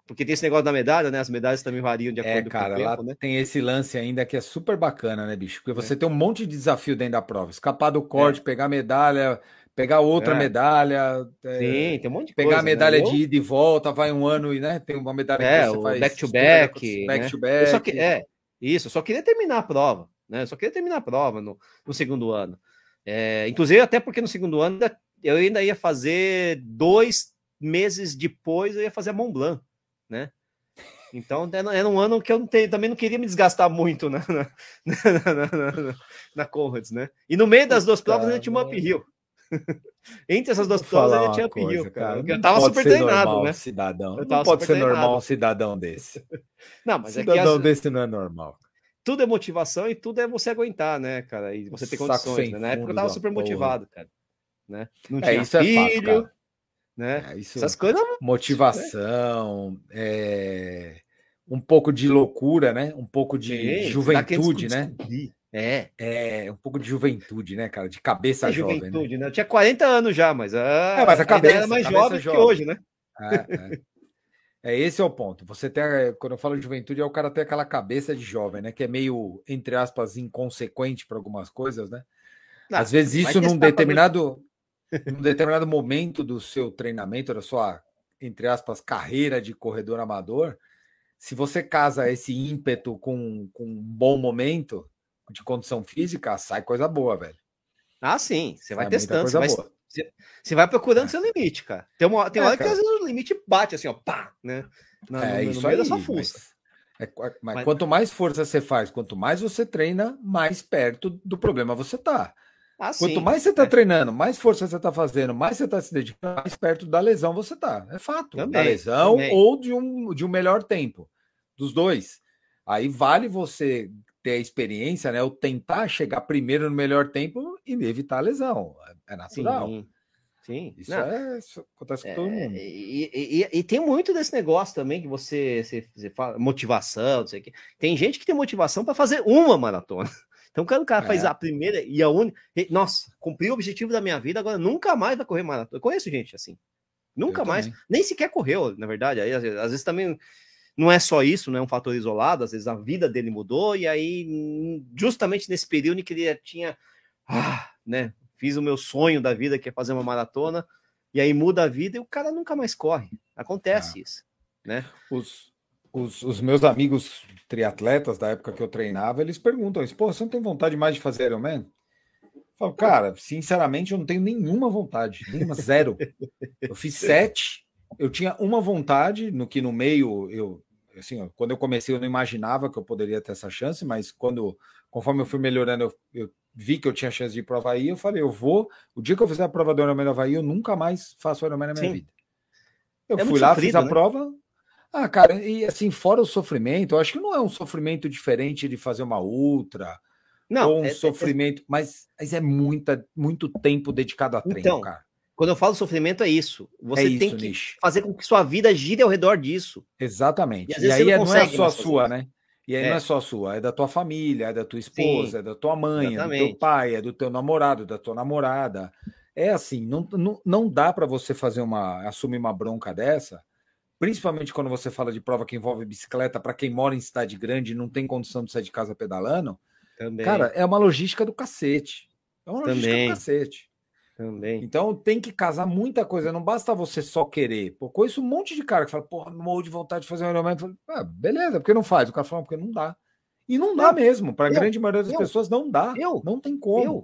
Speaker 1: Porque tem esse negócio da medalha, né? As medalhas também variam de acordo
Speaker 2: é, cara,
Speaker 1: com o tempo,
Speaker 2: lá
Speaker 1: né?
Speaker 2: tem esse lance ainda que é super bacana, né, bicho? Porque você
Speaker 1: É.
Speaker 2: tem um monte de desafio dentro da prova. Escapar do corte,
Speaker 1: É.
Speaker 2: pegar medalha, pegar outra
Speaker 1: É.
Speaker 2: medalha,
Speaker 1: Sim,
Speaker 2: é,
Speaker 1: tem um monte de
Speaker 2: pegar a
Speaker 1: coisa, né?
Speaker 2: medalha
Speaker 1: Eu,
Speaker 2: de ida e volta, vai um ano e, né, tem uma medalha que
Speaker 1: é,
Speaker 2: você
Speaker 1: o
Speaker 2: faz
Speaker 1: back to
Speaker 2: história,
Speaker 1: back,
Speaker 2: back
Speaker 1: né?
Speaker 2: to
Speaker 1: Eu só que,
Speaker 2: back.
Speaker 1: é, isso, eu só queria terminar a prova, né? Eu só queria terminar a prova no, no segundo ano. É, inclusive, até porque no segundo ano eu ainda ia fazer dois meses depois, eu ia fazer a Mont Blanc, né? Então era um ano que eu não te, também não queria me desgastar muito na, na, na, na, na, na Conrads, né? E no meio das duas provas ainda
Speaker 2: Puta,
Speaker 1: tinha uma
Speaker 2: merda.
Speaker 1: uphill. Entre essas
Speaker 2: Eu
Speaker 1: duas
Speaker 2: vou
Speaker 1: provas
Speaker 2: falar
Speaker 1: ainda
Speaker 2: uma
Speaker 1: tinha uphill,
Speaker 2: coisa,
Speaker 1: cara.
Speaker 2: cara.
Speaker 1: Eu
Speaker 2: Não
Speaker 1: tava
Speaker 2: pode
Speaker 1: super
Speaker 2: ser
Speaker 1: treinado,
Speaker 2: normal,
Speaker 1: né?
Speaker 2: cidadão.
Speaker 1: Eu
Speaker 2: Não
Speaker 1: tava
Speaker 2: pode
Speaker 1: super
Speaker 2: ser normal um
Speaker 1: treinado.
Speaker 2: cidadão desse.
Speaker 1: Não, mas é que as,
Speaker 2: Cidadão desse não é normal.
Speaker 1: tudo é motivação e tudo é você aguentar, né, cara? E você ter
Speaker 2: Saco
Speaker 1: condições,
Speaker 2: sem
Speaker 1: né? Na época eu
Speaker 2: fundo
Speaker 1: tava
Speaker 2: da
Speaker 1: super
Speaker 2: porra.
Speaker 1: motivado, cara. Né? Não
Speaker 2: É,
Speaker 1: tinha
Speaker 2: isso é fato,
Speaker 1: filho,
Speaker 2: cara.
Speaker 1: né?
Speaker 2: É, isso,
Speaker 1: Essas coisas, né?
Speaker 2: motivação, é, um pouco de loucura, né? Um pouco de, de
Speaker 1: Sim, você tá querendo
Speaker 2: juventude, né?
Speaker 1: descobrir. É,
Speaker 2: É, um pouco de juventude, né, cara? De cabeça
Speaker 1: é
Speaker 2: jovem, né?
Speaker 1: juventude, né? Eu tinha quarenta anos já, mas
Speaker 2: É, mas a
Speaker 1: a, a ideia era
Speaker 2: cabeça, a
Speaker 1: mais
Speaker 2: cabeça é
Speaker 1: jovem do que
Speaker 2: jovem.
Speaker 1: hoje, né?
Speaker 2: É, é. É, esse é o ponto. Você tem, quando eu falo de juventude, é o cara ter aquela cabeça de jovem, né? Que é meio, entre aspas, inconsequente para algumas coisas, né? Às
Speaker 1: Ah,
Speaker 2: vezes
Speaker 1: você vai
Speaker 2: isso num
Speaker 1: testar para ver.
Speaker 2: determinado, num determinado momento do seu treinamento, da sua, entre aspas, carreira de corredor amador, se você casa esse ímpeto com, com um bom momento de condição física, sai coisa boa, velho.
Speaker 1: Ah, sim, você vai
Speaker 2: Sai muita
Speaker 1: testando, você
Speaker 2: coisa
Speaker 1: vai,
Speaker 2: boa.
Speaker 1: você, você vai procurando
Speaker 2: É,
Speaker 1: seu limite, cara. Tem, uma, tem
Speaker 2: é
Speaker 1: hora que às
Speaker 2: cara.
Speaker 1: vezes o limite bate assim, ó, pá, né? Na- no,
Speaker 2: É
Speaker 1: no
Speaker 2: isso
Speaker 1: meio da sua
Speaker 2: aí,
Speaker 1: fuça.
Speaker 2: mas, é, mas
Speaker 1: Mas,
Speaker 2: quanto mais força você faz, quanto mais você treina, mais perto do problema você tá.
Speaker 1: ah,
Speaker 2: Quanto
Speaker 1: sim,
Speaker 2: mais você está
Speaker 1: né?
Speaker 2: treinando, mais força você está fazendo, mais você está se dedicando, mais perto da lesão você está. É fato. Da
Speaker 1: Também,
Speaker 2: lesão
Speaker 1: também.
Speaker 2: ou de um, de um melhor tempo. Dos dois. Aí vale você ter a experiência, né? Ou tentar chegar primeiro no melhor tempo e evitar a lesão. É, é natural.
Speaker 1: Sim, sim.
Speaker 2: Isso,
Speaker 1: Não,
Speaker 2: é, isso acontece com todo
Speaker 1: é,
Speaker 2: mundo.
Speaker 1: e, e, e tem muito desse negócio também que você, você, você fala, motivação, não sei o quê. Tem gente que tem motivação para fazer uma maratona. Então, quando o cara faz
Speaker 2: É,
Speaker 1: a primeira e a única, nossa, cumpri o objetivo da minha vida, agora nunca mais vai correr maratona. Eu conheço gente assim.
Speaker 2: eu
Speaker 1: Nunca mais,
Speaker 2: também.
Speaker 1: nem sequer correu, na verdade. Aí, às vezes, às vezes também não é só isso, não é um fator isolado, às vezes a vida dele mudou, e aí, justamente nesse período em que ele tinha, ah, né, fiz o meu sonho da vida, que é fazer uma maratona, e aí muda a vida e o cara nunca mais corre. Acontece
Speaker 2: É.
Speaker 1: isso, né?
Speaker 2: Os, os, os meus amigos triatletas da época que eu treinava, eles perguntam: pô, você não tem vontade mais de fazer Ironman? Eu falo, cara, sinceramente, eu não tenho nenhuma vontade, nenhuma, zero. Eu fiz sete, eu tinha uma vontade, no que no meio, eu, assim, quando eu comecei, eu não imaginava que eu poderia ter essa chance, mas quando, conforme eu fui melhorando, eu, eu vi que eu tinha chance de ir para o Havaí, eu falei, eu vou, o dia que eu fizer a prova do Ironman no Havaí, eu nunca mais faço Ironman na minha
Speaker 1: Sim,
Speaker 2: vida. Eu
Speaker 1: é
Speaker 2: fui
Speaker 1: muito
Speaker 2: lá, fiz a
Speaker 1: sofrido, né?
Speaker 2: prova. Ah, cara, e assim, fora o sofrimento, eu acho que não é um sofrimento diferente de fazer uma ultra,
Speaker 1: Não,
Speaker 2: ou um
Speaker 1: é, é, é,
Speaker 2: sofrimento, mas, mas é muita, muito tempo dedicado a treino,
Speaker 1: então,
Speaker 2: cara.
Speaker 1: quando eu falo sofrimento, é isso.
Speaker 2: É
Speaker 1: Você tem
Speaker 2: isso,
Speaker 1: que
Speaker 2: Nish.
Speaker 1: fazer com que sua vida gire ao redor disso. E às
Speaker 2: Exatamente. E
Speaker 1: vezes você
Speaker 2: aí
Speaker 1: não
Speaker 2: é, não é
Speaker 1: consegue
Speaker 2: só
Speaker 1: mais fazer
Speaker 2: sua,
Speaker 1: isso.
Speaker 2: né? E aí não é
Speaker 1: É,
Speaker 2: só sua, é da tua família, é da tua
Speaker 1: sim,
Speaker 2: esposa, é da tua mãe, é do teu
Speaker 1: exatamente.
Speaker 2: pai, é do teu namorado, da tua namorada. É assim, não, não, não dá para você fazer uma, assumir uma bronca dessa, principalmente quando você fala de prova que envolve bicicleta, para quem mora em cidade grande e não tem condição de sair de casa pedalando, cara,
Speaker 1: Também,
Speaker 2: é uma logística do cacete. É uma logística do
Speaker 1: também,
Speaker 2: cacete.
Speaker 1: também.
Speaker 2: Então tem que casar muita coisa, não basta você só querer. Pô, conheço um monte de cara que fala, porra, morro de vontade de fazer um Ironman. Ah, beleza, por que não faz? O cara fala, porque não dá. E não dá
Speaker 1: Não,
Speaker 2: mesmo. Para a
Speaker 1: eu,
Speaker 2: grande maioria das
Speaker 1: eu,
Speaker 2: pessoas, não dá.
Speaker 1: eu,
Speaker 2: Não tem como.
Speaker 1: eu,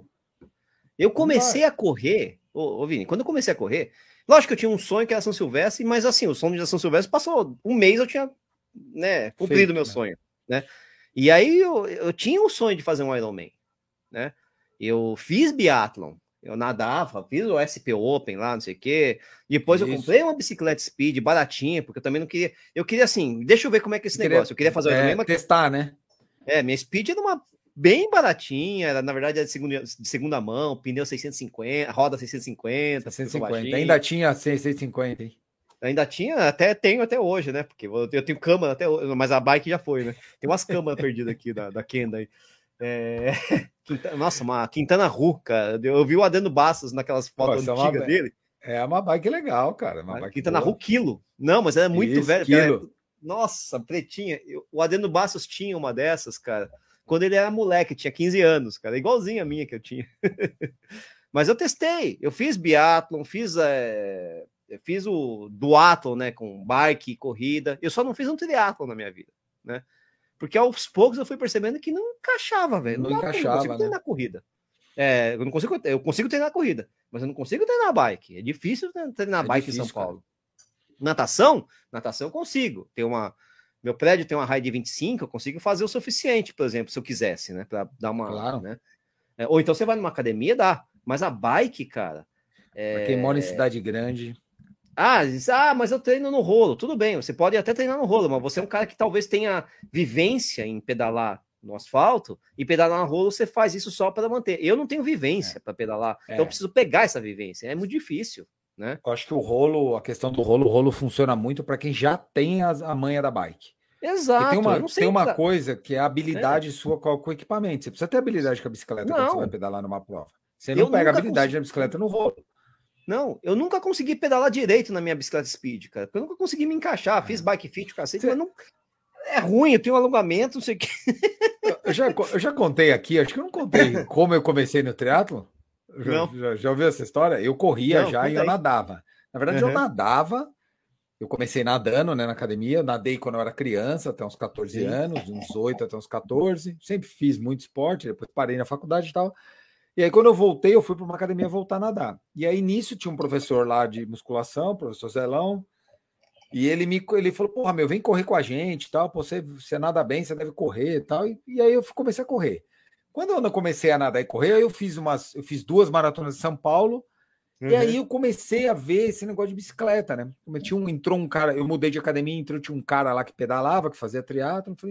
Speaker 1: eu
Speaker 2: Não dá.
Speaker 1: comecei a correr, ô, ô Vini, quando eu comecei a correr, lógico que eu tinha um sonho que era São Silvestre, mas assim, o sonho de São Silvestre passou um mês, eu tinha, né, cumprido o meu
Speaker 2: Feito, né?
Speaker 1: sonho, né? E aí eu, eu tinha o sonho de fazer um Ironman, né? Eu fiz biathlon, eu nadava, fiz o S P Open lá, não sei o quê. Depois eu
Speaker 2: Isso.
Speaker 1: comprei uma bicicleta speed baratinha, porque eu também não queria. Eu queria assim, deixa eu ver como é que é esse
Speaker 2: Eu queria
Speaker 1: negócio. Eu queria fazer o
Speaker 2: é,
Speaker 1: Ironman, mas
Speaker 2: testar, né?
Speaker 1: é, minha speed era uma bem baratinha, era, na verdade era de segunda, de segunda mão, pneu seiscentos e cinquenta, roda seiscentos e cinquenta, porque eu sou
Speaker 2: seiscentos e cinquenta.
Speaker 1: baixinho.
Speaker 2: Ainda tinha seiscentos e cinquenta, hein?
Speaker 1: Ainda tinha, até tenho até hoje, né? Porque eu, eu tenho câmera até hoje, mas a bike já foi, né? Tem umas câmeras perdidas aqui da, da Kenda aí. É... Quintana, nossa, uma Quintana Roo, cara. Eu vi o Adriano Bastos naquelas fotos
Speaker 2: Nossa, é uma...
Speaker 1: antigas dele.
Speaker 2: É uma bike legal, cara. Uma bike
Speaker 1: que tá na rua Quilo. Não, mas ela é muito
Speaker 2: Isso,
Speaker 1: velha.
Speaker 2: Quilo.
Speaker 1: Cara. Nossa, pretinha. Eu, o Adriano Bastos tinha uma dessas, cara. Quando ele era moleque, tinha quinze anos, cara. Igualzinha a minha que eu tinha. Mas eu testei. Eu fiz biatlon, fiz, é... eu fiz o duatlon, né? Com bike e corrida. Eu só não fiz um triatlon na minha vida, né? Porque aos poucos eu fui percebendo que não encaixava, velho. Não, não encaixava, não consigo né? treinar corrida. É, eu não consigo, eu consigo treinar corrida, mas eu não consigo treinar bike. É difícil treinar é bike difícil, em São Paulo. Cara. Natação, natação eu consigo. Tem uma, meu prédio tem uma raia de vinte e cinco, eu consigo fazer o suficiente, por exemplo, se eu quisesse, né, para dar uma,
Speaker 2: claro.
Speaker 1: né? É, ou então você vai numa academia, dá. Mas a bike, cara,
Speaker 2: é... pra quem mora em cidade grande.
Speaker 1: Ah, diz, ah, mas eu treino no rolo. Tudo bem, você pode até treinar no rolo, mas você é um cara que talvez tenha vivência em pedalar no asfalto, e pedalar no rolo você faz isso só para manter. Eu não tenho vivência é. para pedalar, é. então eu preciso pegar essa vivência. É muito difícil, né?
Speaker 2: Eu acho que o rolo, a questão do rolo, o rolo funciona muito para quem já tem a, a manha da bike.
Speaker 1: Exato.
Speaker 2: Porque tem uma, tem uma coisa que é a habilidade é. sua com, com o equipamento. Você precisa ter habilidade com a bicicleta não. quando você vai pedalar numa prova. Você não eu pega a habilidade consegui... da bicicleta no rolo.
Speaker 1: Não, eu nunca consegui pedalar direito na minha bicicleta speed, cara. Eu nunca consegui me encaixar. Fiz bike fit, cacete, Você... mas não... é ruim, eu tenho um alongamento, não sei o que.
Speaker 2: Eu já, eu já contei aqui, acho que eu não contei como eu comecei no triatlon. Já, já, já ouviu essa história? Eu corria não, já contei. E eu nadava. Na verdade, uhum. eu nadava. Eu comecei nadando, né, na academia. Eu nadei quando eu era criança, até uns quatorze Sim. anos, uns oito até uns quatorze. Sempre fiz muito esporte, depois parei na faculdade e tal. E aí, quando eu voltei, eu fui para uma academia voltar a nadar. E aí, nisso, tinha um professor lá de musculação, professor Zelão. E ele me ele falou, porra, meu, vem correr com a gente e tal, pô, você, você nada bem, você deve correr e tal. E, e aí eu comecei a correr. Quando eu comecei a nadar e correr, eu fiz umas, eu fiz duas maratonas de São Paulo, uhum. e aí eu comecei a ver esse negócio de bicicleta, né? Como tinha um, entrou um cara, eu mudei de academia, entrou, tinha um cara lá que pedalava, que fazia triatlon, falei,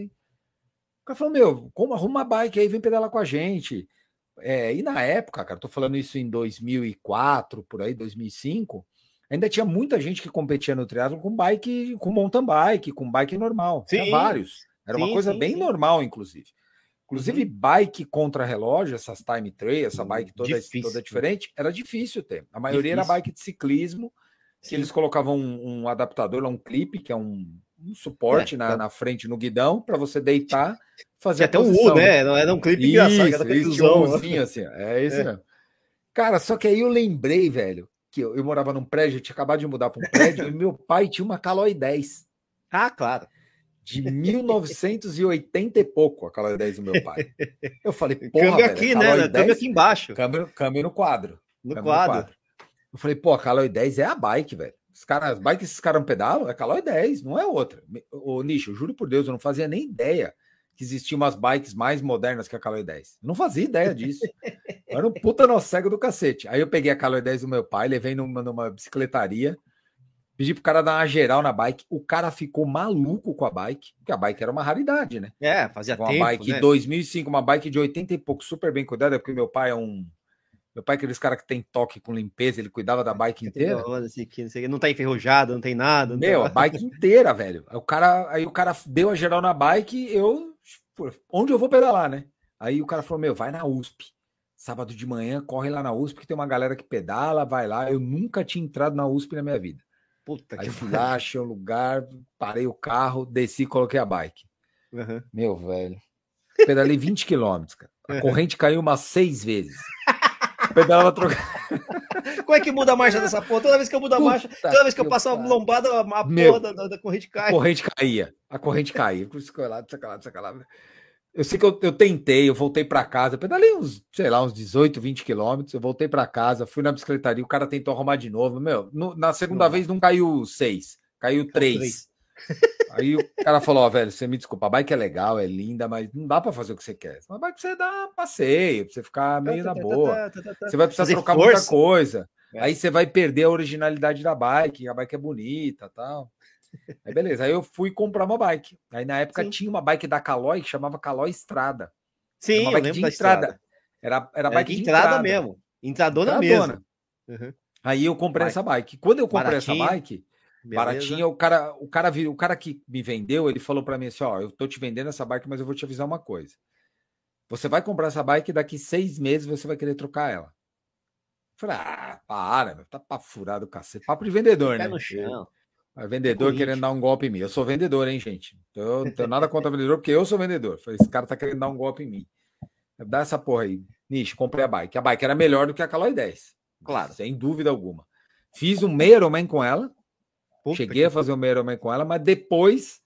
Speaker 2: o cara falou, meu, como arruma uma bike aí, vem pedalar com a gente. É, e na época, cara, tô falando isso em dois mil e quatro, por aí, dois mil e cinco, ainda tinha muita gente que competia no triatlo com bike, com mountain bike, com bike normal. Sim, tinha vários. Era sim, uma coisa sim, bem sim. normal, inclusive. Inclusive, uhum. bike contra relógio, essas time trail, essa bike toda, toda diferente, era difícil ter. A maioria difícil. Era bike de ciclismo, que eles colocavam um, um adaptador, um clipe, que é um, um suporte é, na, é. na frente no guidão, para você deitar, fazer
Speaker 1: até um U, né? Não era um clipe
Speaker 2: isso,
Speaker 1: engraçado.
Speaker 2: Isso, isso tinha um Uzinho, assim. É isso é. mesmo. Cara, só que aí eu lembrei, velho, que eu, eu morava num prédio, eu tinha acabado de mudar para um prédio, e meu pai tinha uma Caloi dez.
Speaker 1: Ah, claro.
Speaker 2: De mil novecentos e oitenta e pouco, a Caloi dez do meu pai. Eu falei, porra,
Speaker 1: câmbio
Speaker 2: velho,
Speaker 1: aqui, né? Câmbio aqui embaixo.
Speaker 2: Câmbio, câmbio no quadro.
Speaker 1: No
Speaker 2: câmbio
Speaker 1: quadro.
Speaker 2: no quadro. Eu falei, pô, a Caloi dez é a bike, velho. Os caras, as bikes que esses caras pedalam é Caloi dez, não é outra. Ô, Nicho, eu juro por Deus, eu não fazia nem ideia que existiam umas bikes mais modernas que a Caloi dez. Eu não fazia ideia disso. Eu era um puta nó cego do cacete. Aí eu peguei a Caloi dez do meu pai, levei numa, numa bicicletaria, pedi pro cara dar uma geral na bike. O cara ficou maluco com a bike, porque a bike era uma raridade, né?
Speaker 1: É, fazia
Speaker 2: uma
Speaker 1: tempo,
Speaker 2: Uma bike
Speaker 1: né?
Speaker 2: dois mil e cinco, uma bike de oitenta e pouco, super bem cuidada, porque meu pai é um... Meu pai é aqueles caras que tem toque com limpeza, ele cuidava da bike inteira.
Speaker 1: Não tá enferrujado, não tem nada. Não
Speaker 2: meu,
Speaker 1: tem...
Speaker 2: a bike inteira, velho. O cara, aí o cara deu a geral na bike, eu... Onde eu vou pedalar, né? Aí o cara falou, meu, vai na U S P. Sábado de manhã, corre lá na U S P, que tem uma galera que pedala, vai lá. Eu nunca tinha entrado na U S P na minha vida.
Speaker 1: Puta
Speaker 2: aí
Speaker 1: que
Speaker 2: fui lá, achei um lugar, parei o carro, desci e coloquei a bike.
Speaker 1: Uhum.
Speaker 2: Meu, velho. Pedalei vinte quilômetros, cara. A corrente caiu umas seis vezes. Pedalava trocando.
Speaker 1: Como é que muda a marcha dessa porra? Toda vez que eu mudo a Puta marcha, toda vez que eu passo uma lombada, a
Speaker 2: Meu,
Speaker 1: porra da, da corrente cai.
Speaker 2: A corrente caía. A corrente caía. Por isso que eu lá, lá, Eu sei que eu, eu tentei, eu voltei para casa, pedalei uns, sei lá, uns dezoito, vinte quilômetros, eu voltei para casa, fui na bicicletaria, o cara tentou arrumar de novo. Meu, no, na segunda não. vez não caiu seis, caiu três. Aí o cara falou, ó, oh, velho, você me desculpa, a bike é legal, é linda, mas não dá para fazer o que você quer. Uma bike você dá passeio, pra você ficar meio na boa. Você vai precisar fazer trocar força. Muita coisa. É. Aí você vai perder a originalidade da bike, a bike é bonita e tal. Aí beleza, aí eu fui comprar uma bike. Aí na época Sim. tinha uma bike da Caloi que chamava Caloi Estrada.
Speaker 1: Sim,
Speaker 2: uma bike
Speaker 1: eu
Speaker 2: de
Speaker 1: da
Speaker 2: entrada.
Speaker 1: Estrada.
Speaker 2: Era, era bike
Speaker 1: de
Speaker 2: entrada,
Speaker 1: entrada mesmo. Entradona,
Speaker 2: Entradona.
Speaker 1: mesmo. Uhum.
Speaker 2: Aí eu comprei bike. essa bike. Quando eu comprei Baratinha. essa bike, Beleza. baratinha, o cara, o cara, o cara que me vendeu, ele falou para mim assim, ó, eu tô te vendendo essa bike, mas eu vou te avisar uma coisa. Você vai comprar essa bike e daqui seis meses você vai querer trocar ela. Falei, ah, para, tá papo furado o cacete. Papo de vendedor,
Speaker 1: Pé
Speaker 2: né?
Speaker 1: no chão.
Speaker 2: É vendedor
Speaker 1: É
Speaker 2: querendo dar um golpe em mim. Eu sou vendedor, hein, gente? Eu não tenho nada contra vendedor, porque eu sou vendedor. Falei, esse cara tá querendo dar um golpe em mim. Dá essa porra aí. Nish, comprei a bike. A bike era melhor do que a Caloi dez.
Speaker 1: Claro.
Speaker 2: Sem dúvida alguma. Fiz um meio Ironman com ela.
Speaker 1: Puta
Speaker 2: Cheguei
Speaker 1: que...
Speaker 2: a fazer um meio Ironman com ela, mas depois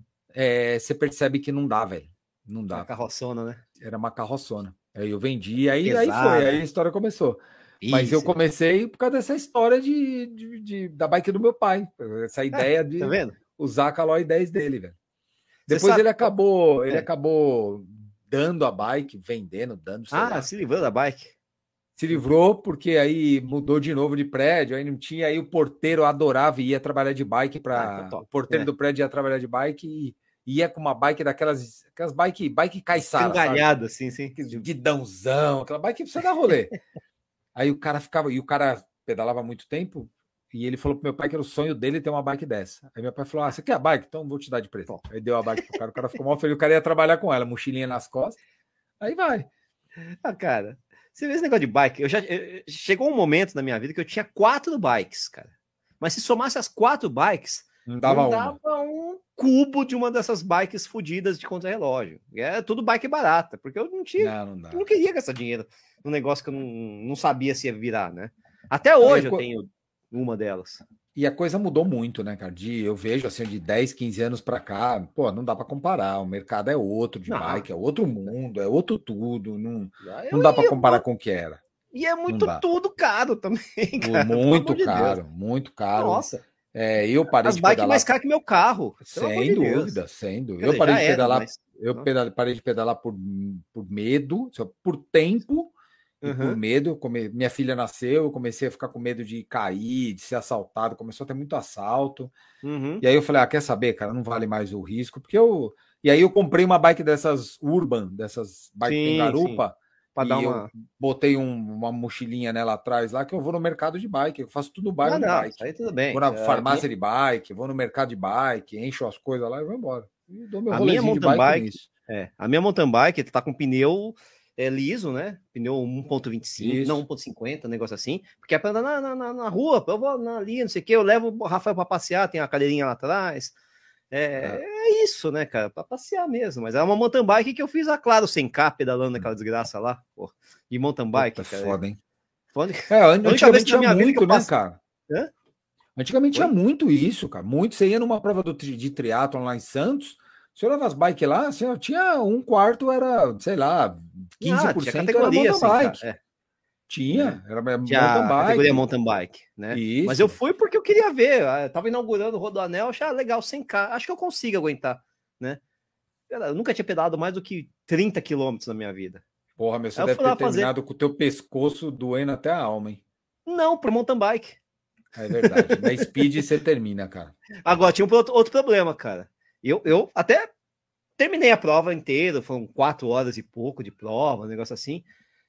Speaker 2: é, você percebe que não dá, velho. Não dá.
Speaker 1: Uma carroçona, né?
Speaker 2: Era uma carroçona. Aí eu vendi, aí, aí foi. Aí a história começou. Isso. Mas eu comecei por causa dessa história de, de, de da bike do meu pai. Essa ideia é, de
Speaker 1: tá vendo?
Speaker 2: usar a Caloi dez dele, velho. Depois ele acabou, ele é. acabou dando a bike, vendendo, dando.
Speaker 1: Ah,
Speaker 2: lá.
Speaker 1: se livrou da bike.
Speaker 2: Se livrou porque aí mudou de novo de prédio, aí não tinha, aí o porteiro adorava e ia trabalhar de bike para ah, então o porteiro é. do prédio ia trabalhar de bike e ia com uma bike daquelas, aquelas bike, bike caiçara,
Speaker 1: engalhada, sim, sim.
Speaker 2: Guidãozão, aquela bike que você dá rolê. Aí o cara ficava, e o cara pedalava muito tempo, e ele falou pro meu pai que era o sonho dele ter uma bike dessa. Aí meu pai falou: ah, você quer a bike? Então vou te dar de presente. Bom. Aí deu a bike pro cara, o cara ficou mal feliz, o cara ia trabalhar com ela, mochilinha nas costas. Aí vai.
Speaker 1: Ah, cara, você vê esse negócio de bike, eu já eu, chegou um momento na minha vida que eu tinha quatro bikes, cara. Mas se somasse as quatro bikes,
Speaker 2: não dava,
Speaker 1: não dava um cubo de uma dessas bikes fodidas de contra-relógio. É tudo bike barata, porque eu não tinha, não, não, eu não queria gastar dinheiro num negócio que eu não, não sabia se ia virar, né? Até hoje eu tenho uma delas.
Speaker 2: E a coisa mudou muito, né, cara? De, eu vejo assim, de dez, quinze anos para cá, pô, não dá para comparar. O mercado é outro de não. bike, é outro mundo, é outro tudo. Não, eu, não dá para comparar eu... com o que era.
Speaker 1: E é muito tudo caro também, cara.
Speaker 2: Muito caro, de muito caro.
Speaker 1: Nossa.
Speaker 2: É, eu parei
Speaker 1: As
Speaker 2: de
Speaker 1: pedalar.
Speaker 2: pedalar.
Speaker 1: mais caro que meu carro.
Speaker 2: Sem dúvida, de sem dúvida. Eu parei de
Speaker 1: era,
Speaker 2: pedalar,
Speaker 1: mas...
Speaker 2: eu pedalei, parei de pedalar por, por medo, por tempo. E uhum. por medo, come... minha filha nasceu, eu comecei a ficar com medo de cair, de ser assaltado, começou a ter muito assalto.
Speaker 1: Uhum.
Speaker 2: E aí eu falei, ah, quer saber, cara, não vale mais o risco, porque eu... E aí eu comprei uma bike dessas Urban, dessas bike sim, que tem garupa,
Speaker 1: para dar uma...
Speaker 2: eu botei um, uma mochilinha nela atrás lá, que eu vou no mercado de bike, eu faço tudo no bairro ah, de
Speaker 1: não,
Speaker 2: bike.
Speaker 1: Aí tudo bem.
Speaker 2: Vou na
Speaker 1: é,
Speaker 2: farmácia
Speaker 1: minha...
Speaker 2: de bike, vou no mercado de bike, encho as coisas lá e vou embora. E dou meu
Speaker 1: a minha mountain
Speaker 2: de bike,
Speaker 1: bike é, a minha mountain bike tá com pneu... É liso, né? Pneu um ponto vinte e cinco, Isso. não um ponto cinquenta, um negócio assim. Porque é pra andar na, na, na rua, eu vou ali, não sei o que, eu levo o Rafael pra passear, tem a cadeirinha lá atrás. É, é. é isso, né, cara? Pra passear mesmo. Mas é uma mountain bike que eu fiz, a claro, sem cá, pedalando naquela desgraça lá, pô, de mountain bike.
Speaker 2: Puta,
Speaker 1: cara.
Speaker 2: Foda, hein?
Speaker 1: Foda.
Speaker 2: É, antigamente tinha muito, né,
Speaker 1: passe...
Speaker 2: cara?
Speaker 1: Hã?
Speaker 2: Antigamente Oi? tinha muito isso, cara. Muito. Você ia numa prova do, de triatlon lá em Santos. Se eu levar as bikes lá, assim, eu tinha um quarto, era, sei lá, quinze por cento
Speaker 1: ah,
Speaker 2: era mountain
Speaker 1: assim,
Speaker 2: bike.
Speaker 1: É.
Speaker 2: Tinha,
Speaker 1: é.
Speaker 2: era
Speaker 1: tinha
Speaker 2: mountain
Speaker 1: a
Speaker 2: bike.
Speaker 1: categoria mountain bike, né?
Speaker 2: Isso.
Speaker 1: Mas eu fui porque eu queria ver. Eu tava inaugurando o Rodoanel, achei legal, cem ká. Acho que eu consigo aguentar, né? Eu nunca tinha pedalado mais do que trinta quilômetros na minha vida.
Speaker 2: Porra, meu, você deve ter terminado fazer... com o teu pescoço doendo até a alma, hein?
Speaker 1: Não, pro mountain bike.
Speaker 2: É verdade. Na speed você termina, cara.
Speaker 1: Agora, tinha um outro, outro problema, cara. Eu, eu até terminei a prova inteira, foram quatro horas e pouco de prova, um negócio assim,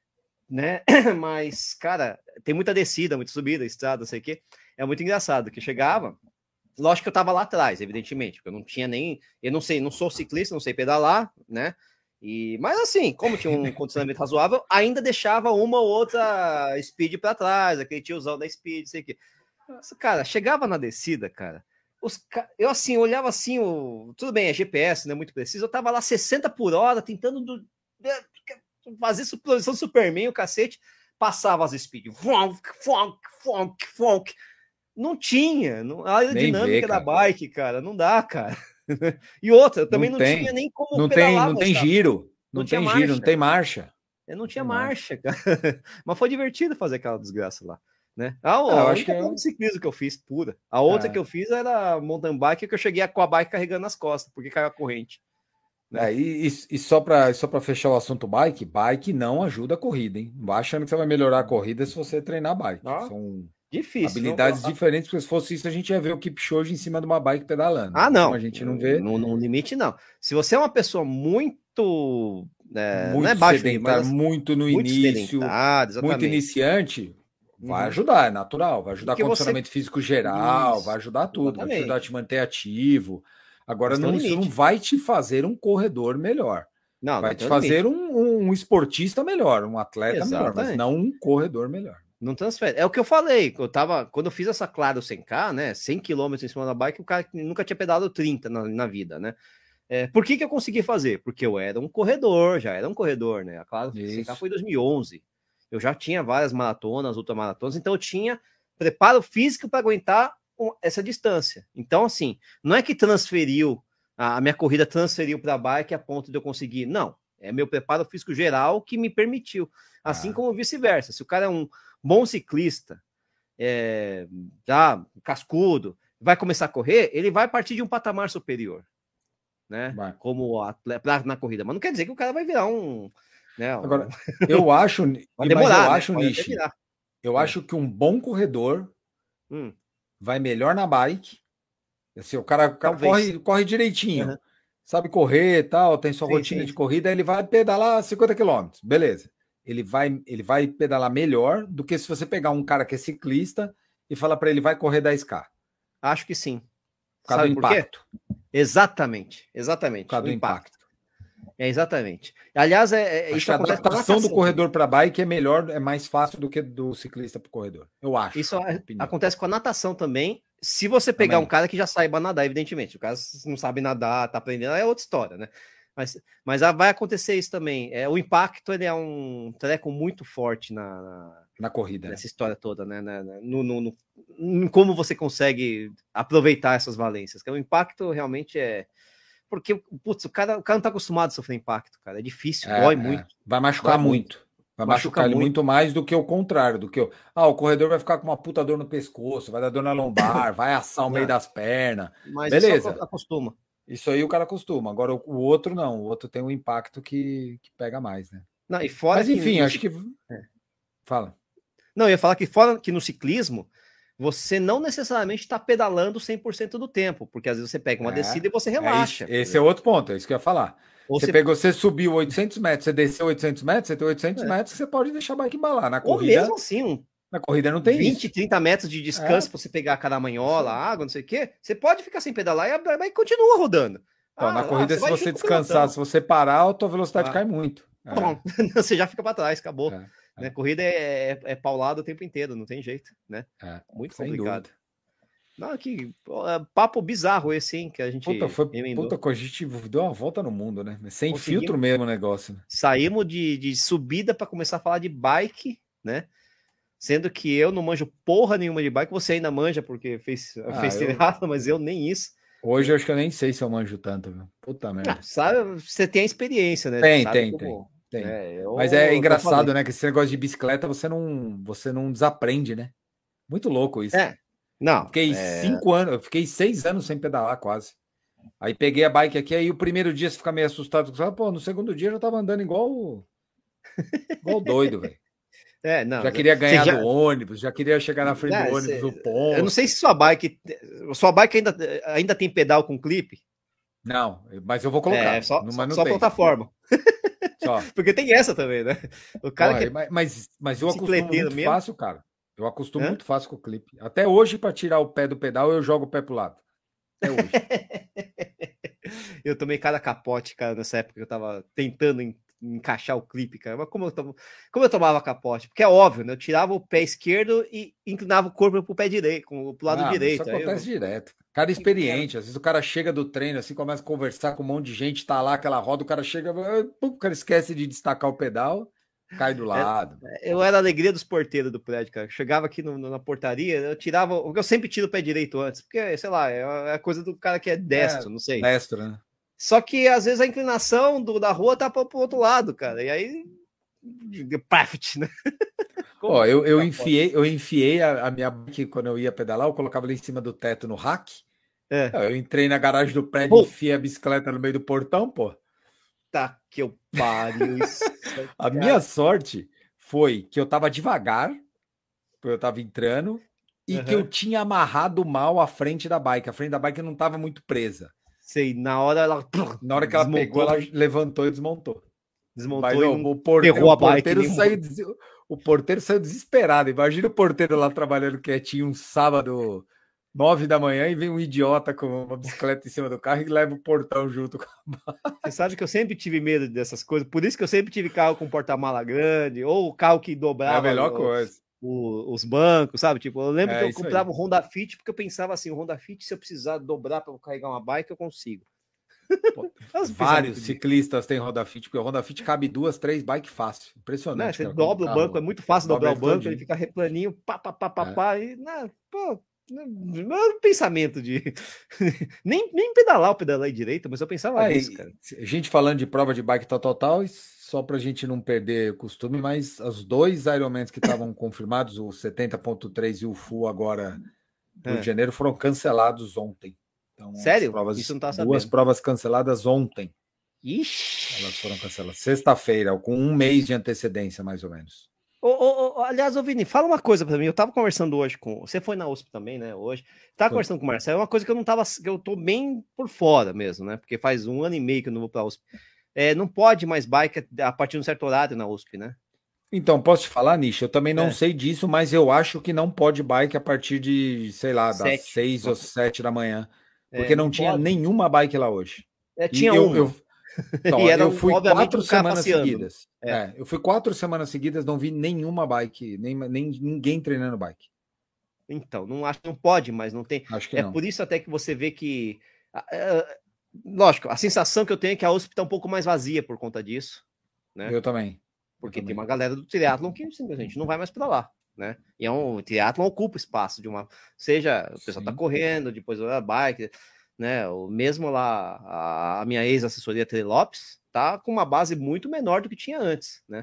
Speaker 1: né? Mas, cara, tem muita descida, muita subida, estrada, não sei o quê. É muito engraçado, que chegava, lógico que eu tava lá atrás, evidentemente, porque eu não tinha nem, eu não sei, não sou ciclista, não sei pedalar, né? E, mas assim, como tinha um condicionamento razoável, ainda deixava uma ou outra speed para trás, aquele tiozão da speed, sei o quê. Nossa, cara, chegava na descida, cara, Os, eu assim, olhava assim, o, tudo bem, é G P S, não é muito preciso, eu tava lá sessenta por hora, tentando do, fazer posição Superman, o cacete, passava as speed, fonk, fonk, fonk, fonk, não tinha, não, a aerodinâmica da bike, cara, não dá, cara. E outra, eu também não, não tinha nem como
Speaker 2: não pedalar. Tem, não tem giro, não, não tem
Speaker 1: marcha,
Speaker 2: giro, não tem marcha.
Speaker 1: Eu não tinha marcha, cara. Mas foi divertido fazer aquela desgraça lá. Né? Ah,
Speaker 2: ah, eu acho que é
Speaker 1: um ciclismo que eu fiz pura. A outra ah. que eu fiz era mountain bike, que eu cheguei com a bike carregando nas costas, porque caiu a corrente.
Speaker 2: Né? É, e, e só para só para fechar o assunto bike, bike não ajuda a corrida, hein? Não vai achando que você vai melhorar a corrida se você treinar bike. Ah, São
Speaker 1: difícil.
Speaker 2: Habilidades não... diferentes, porque se fosse isso, a gente ia ver o Kipchoge em cima de uma bike pedalando.
Speaker 1: Ah, não.
Speaker 2: Então, a gente não vê.
Speaker 1: No, no limite, não. Se você é uma pessoa muito. É,
Speaker 2: muito
Speaker 1: não é baixo,
Speaker 2: sedentário,
Speaker 1: mas
Speaker 2: muito no
Speaker 1: muito
Speaker 2: início, muito iniciante. Vai ajudar, é natural, vai ajudar condicionamento você... físico geral, isso, vai ajudar tudo, exatamente. Vai ajudar a te manter ativo. Agora, não, isso não vai te fazer um corredor melhor. Não, vai não te fazer um, um esportista melhor, um atleta exatamente. melhor, mas não um corredor melhor.
Speaker 1: Não transfere. É o que eu falei. Eu tava, quando eu fiz essa Claro cem K, né? cem quilômetros em cima da bike, o cara nunca tinha pedalado trinta na, na vida, né? É, por que, que eu consegui fazer? Porque eu era um corredor, já era um corredor, né? A Claro cem K foi em dois mil e onze. Eu já tinha várias maratonas, ultramaratonas, então eu tinha preparo físico para aguentar essa distância. Então, assim, não é que transferiu, a minha corrida transferiu para a bike a ponto de eu conseguir. Não, é meu preparo físico geral que me permitiu. Assim ah. como vice-versa. Se o cara é um bom ciclista, é, já cascudo, vai começar a correr, ele vai partir de um patamar superior, né? Vai. Como atleta na corrida. Mas não quer dizer que o cara vai virar um... Né, um...
Speaker 2: Agora, eu acho...
Speaker 1: vai demorar,
Speaker 2: eu
Speaker 1: né?
Speaker 2: acho, Nishi, eu é. acho que um bom corredor hum. vai melhor na bike. Assim, o cara, o cara corre, corre direitinho. Uhum. Sabe correr e tal, tem sua sim, rotina sim. de corrida, ele vai pedalar cinquenta quilômetros. Beleza. Ele vai, ele vai pedalar melhor do que se você pegar um cara que é ciclista e falar para ele vai correr dez K.
Speaker 1: Acho que sim.
Speaker 2: Por causa Sabe do impacto.
Speaker 1: Por quê? Exatamente, exatamente.
Speaker 2: Por causa do impacto. impacto.
Speaker 1: É, exatamente. Aliás, é, é isso
Speaker 2: a adaptação do corredor para bike é melhor, é mais fácil do que do ciclista para o corredor. Eu acho.
Speaker 1: Isso acontece com a natação também. Se você pegar também. um cara que já saiba nadar, evidentemente. O cara não sabe nadar, tá aprendendo, é outra história, né? Mas, mas vai acontecer isso também. É, o impacto ele é um treco muito forte na, na,
Speaker 2: na corrida.
Speaker 1: Nessa né? história toda, né? No, no, no, no, como você consegue aproveitar essas valências. Que o impacto realmente é. Porque, putz, o cara, o cara não tá acostumado a sofrer impacto, cara. É difícil, é, dói é. muito.
Speaker 2: Vai machucar
Speaker 1: dói
Speaker 2: muito. muito. Vai machucar ele muito. muito mais do que o contrário. Do que o... Ah, o corredor vai ficar com uma puta dor no pescoço, vai dar dor na lombar, vai assar o meio das pernas.
Speaker 1: Mas
Speaker 2: beleza.
Speaker 1: Isso acostuma.
Speaker 2: Isso aí o cara acostuma. Agora o, o outro não. O outro tem um impacto que, que pega mais, né?
Speaker 1: Não, e fora
Speaker 2: Mas enfim,
Speaker 1: que...
Speaker 2: acho que... É. Fala.
Speaker 1: Não, eu ia falar que fora que no ciclismo... você não necessariamente está pedalando cem por cento do tempo, porque às vezes você pega uma é, descida e você relaxa.
Speaker 2: É esse é outro ponto, é isso que eu ia falar. Ou você, você pegou, você subiu oitocentos metros, você desceu oitocentos metros, você tem oitocentos é. metros que você pode deixar a bike embalar. Na corrida,
Speaker 1: ou mesmo assim, um
Speaker 2: na corrida não tem
Speaker 1: vinte,
Speaker 2: isso.
Speaker 1: trinta metros de descanso é. para você pegar a caramanhola, a água, não sei o quê, você pode ficar sem pedalar e a bike continua rodando.
Speaker 2: Então, ah, na corrida, lá, você se você descansar, se você parar, a tua velocidade ah. cai muito.
Speaker 1: É. Bom, você já fica para trás, acabou. É. Né? É. Corrida é, é, é paulada o tempo inteiro, não tem jeito, né?
Speaker 2: É.
Speaker 1: Muito
Speaker 2: Sem
Speaker 1: complicado.
Speaker 2: Dúvida.
Speaker 1: Não, que papo bizarro esse, hein, que a gente
Speaker 2: puta, foi, puta, a gente deu uma volta no mundo, né? Sem filtro mesmo o negócio. Né?
Speaker 1: Saímos de, de subida para começar a falar de bike, né? Sendo que eu não manjo porra nenhuma de bike, você ainda manja porque fez, ah, fez eu... errado, mas eu nem isso.
Speaker 2: Hoje eu acho que eu nem sei se eu manjo tanto, viu? Puta merda.
Speaker 1: Ah, sabe, você tem a experiência, né?
Speaker 2: Tem,
Speaker 1: sabe
Speaker 2: tem,
Speaker 1: como...
Speaker 2: tem. tem.
Speaker 1: É, eu...
Speaker 2: Mas é engraçado, né? Que esse negócio de bicicleta você não, você não desaprende, né? Muito louco isso.
Speaker 1: É. Não,
Speaker 2: eu fiquei
Speaker 1: é...
Speaker 2: cinco anos, eu fiquei seis anos sem pedalar quase. Aí peguei a bike aqui, aí o primeiro dia você fica meio assustado. Pô, no segundo dia eu já tava andando igual, igual doido, velho.
Speaker 1: É, não,
Speaker 2: já queria ganhar já... do ônibus, já queria chegar na frente não, do ônibus, do ponto.
Speaker 1: Eu não sei se sua bike, sua bike ainda, ainda tem pedal com clipe.
Speaker 2: Não, mas eu vou colocar.
Speaker 1: É, só,
Speaker 2: no,
Speaker 1: só,
Speaker 2: não
Speaker 1: só
Speaker 2: tem.
Speaker 1: plataforma.
Speaker 2: Só.
Speaker 1: Porque tem essa também, né? O cara
Speaker 2: Porra,
Speaker 1: que...
Speaker 2: mas, mas eu acostumo muito
Speaker 1: mesmo.
Speaker 2: fácil, cara. Eu acostumo Hã? muito fácil com o clipe. Até hoje, para tirar o pé do pedal, eu jogo o pé pro lado. Até hoje.
Speaker 1: Eu tomei cada capote, cara, nessa época que eu tava tentando en encaixar o clipe, cara. Mas como eu, tom... como eu tomava capote? Porque é óbvio, né? Eu tirava o pé esquerdo e inclinava o corpo pro pé direito, pro lado
Speaker 2: ah,
Speaker 1: direito.
Speaker 2: Isso acontece eu... direto. Cara experiente. Às vezes o cara chega do treino, assim, começa a conversar com um monte de gente, tá lá aquela roda, o cara chega, o cara esquece de destacar o pedal. Cai do lado.
Speaker 1: É, eu era a alegria dos porteiros do prédio, cara. Chegava aqui no, na portaria, eu tirava. Eu sempre tiro o pé direito antes, porque, sei lá, é a coisa do cara que é destro, é, não sei.
Speaker 2: Destro, né?
Speaker 1: Só que às vezes a inclinação do, da rua tá pro, pro outro lado, cara. E aí. Paft, né?
Speaker 2: Ó, eu, eu enfiei, eu enfiei a, a minha bike quando eu ia pedalar, eu colocava ali em cima do teto no rack. É. Eu entrei na garagem do prédio e enfiei a bicicleta no meio do portão, pô.
Speaker 1: Tá que eu pariu isso.
Speaker 2: A minha sorte foi que eu tava devagar, eu tava entrando, e uhum. que eu tinha amarrado mal a frente da bike. A frente da bike não tava muito presa.
Speaker 1: Sei, na hora ela...
Speaker 2: Na hora que ela desmontou. pegou, ela levantou e desmontou.
Speaker 1: Desmontou
Speaker 2: Mas,
Speaker 1: e
Speaker 2: não, o porteiro,
Speaker 1: a
Speaker 2: o porteiro
Speaker 1: bike.
Speaker 2: Saiu, des... O porteiro saiu desesperado. Imagina o porteiro lá trabalhando quietinho um sábado... Nove da manhã e vem um idiota com uma bicicleta em cima do carro e leva o portão junto com a bike.
Speaker 1: Você sabe que eu sempre tive medo dessas coisas, por isso que eu sempre tive carro com porta-mala grande, ou carro que dobrava.
Speaker 2: É a melhor coisa.
Speaker 1: o, os bancos, sabe? Tipo, eu lembro é, que eu comprava o um Honda Fit porque eu pensava assim, o Honda Fit, se eu precisar dobrar para carregar uma bike, eu consigo.
Speaker 2: Pô, vários ciclistas têm Honda Fit, porque o Honda Fit cabe duas, três bikes fácil. Impressionante.
Speaker 1: Você cara, dobra o carro, banco, é muito fácil dobrar o banco, todinho. Ele fica replaninho, pá, pá, pá, pá, é. pá, e, né, pô, não é um pensamento de... nem, nem pedalar, eu pedalei direito, mas eu pensava
Speaker 2: Aí,
Speaker 1: nisso, cara.
Speaker 2: A gente falando de prova de bike tal, tal, tal, só pra gente não perder o costume, mas os dois Ironmans que estavam confirmados, o setenta ponto três e o Full agora no Rio é. de Janeiro, foram cancelados ontem. Então,
Speaker 1: sério?
Speaker 2: Provas,
Speaker 1: Isso não tá
Speaker 2: sabendo. Duas provas canceladas ontem.
Speaker 1: Ixi!
Speaker 2: Elas foram canceladas. Sexta-feira, com um mês de antecedência, mais ou menos.
Speaker 1: Ô, ô, ô, aliás, ô Vini, fala uma coisa pra mim. Eu tava conversando hoje com... Você foi na U S P também, né? Hoje. Tava foi. conversando com o Marcelo. É uma coisa que eu não tava... que eu tô bem por fora mesmo, né? Porque faz um ano e meio que eu não vou pra U S P. É, não pode mais bike a partir de um certo horário na U S P, né?
Speaker 2: Então, posso te falar, Nish? Eu também não é. sei disso, mas eu acho que não pode bike a partir de, sei lá,
Speaker 1: Sete.
Speaker 2: das seis ou sete da manhã. Porque é, não, não tinha
Speaker 1: pode.
Speaker 2: nenhuma bike lá hoje.
Speaker 1: É, tinha
Speaker 2: e eu,
Speaker 1: uma.
Speaker 2: Eu, então,
Speaker 1: e era,
Speaker 2: eu fui quatro
Speaker 1: um
Speaker 2: semanas
Speaker 1: passeando.
Speaker 2: seguidas. É. É, eu fui quatro semanas seguidas, não vi nenhuma bike, nem, nem ninguém treinando bike.
Speaker 1: Então, não acho que não pode, mas não tem.
Speaker 2: Acho que
Speaker 1: é
Speaker 2: não.
Speaker 1: por isso até que você vê que. Uh, lógico, a sensação que eu tenho é que a U S P está um pouco mais vazia por conta disso. Né?
Speaker 2: Eu também.
Speaker 1: Porque
Speaker 2: eu
Speaker 1: tem
Speaker 2: também.
Speaker 1: uma galera do triatlon que simplesmente não vai mais para lá. Né? E é um o triatlon ocupa espaço de uma. Seja o pessoal está correndo, depois a bike. Né, o mesmo lá, a, a minha ex-assessoria Trey Lopes tá com uma base muito menor do que tinha antes, né?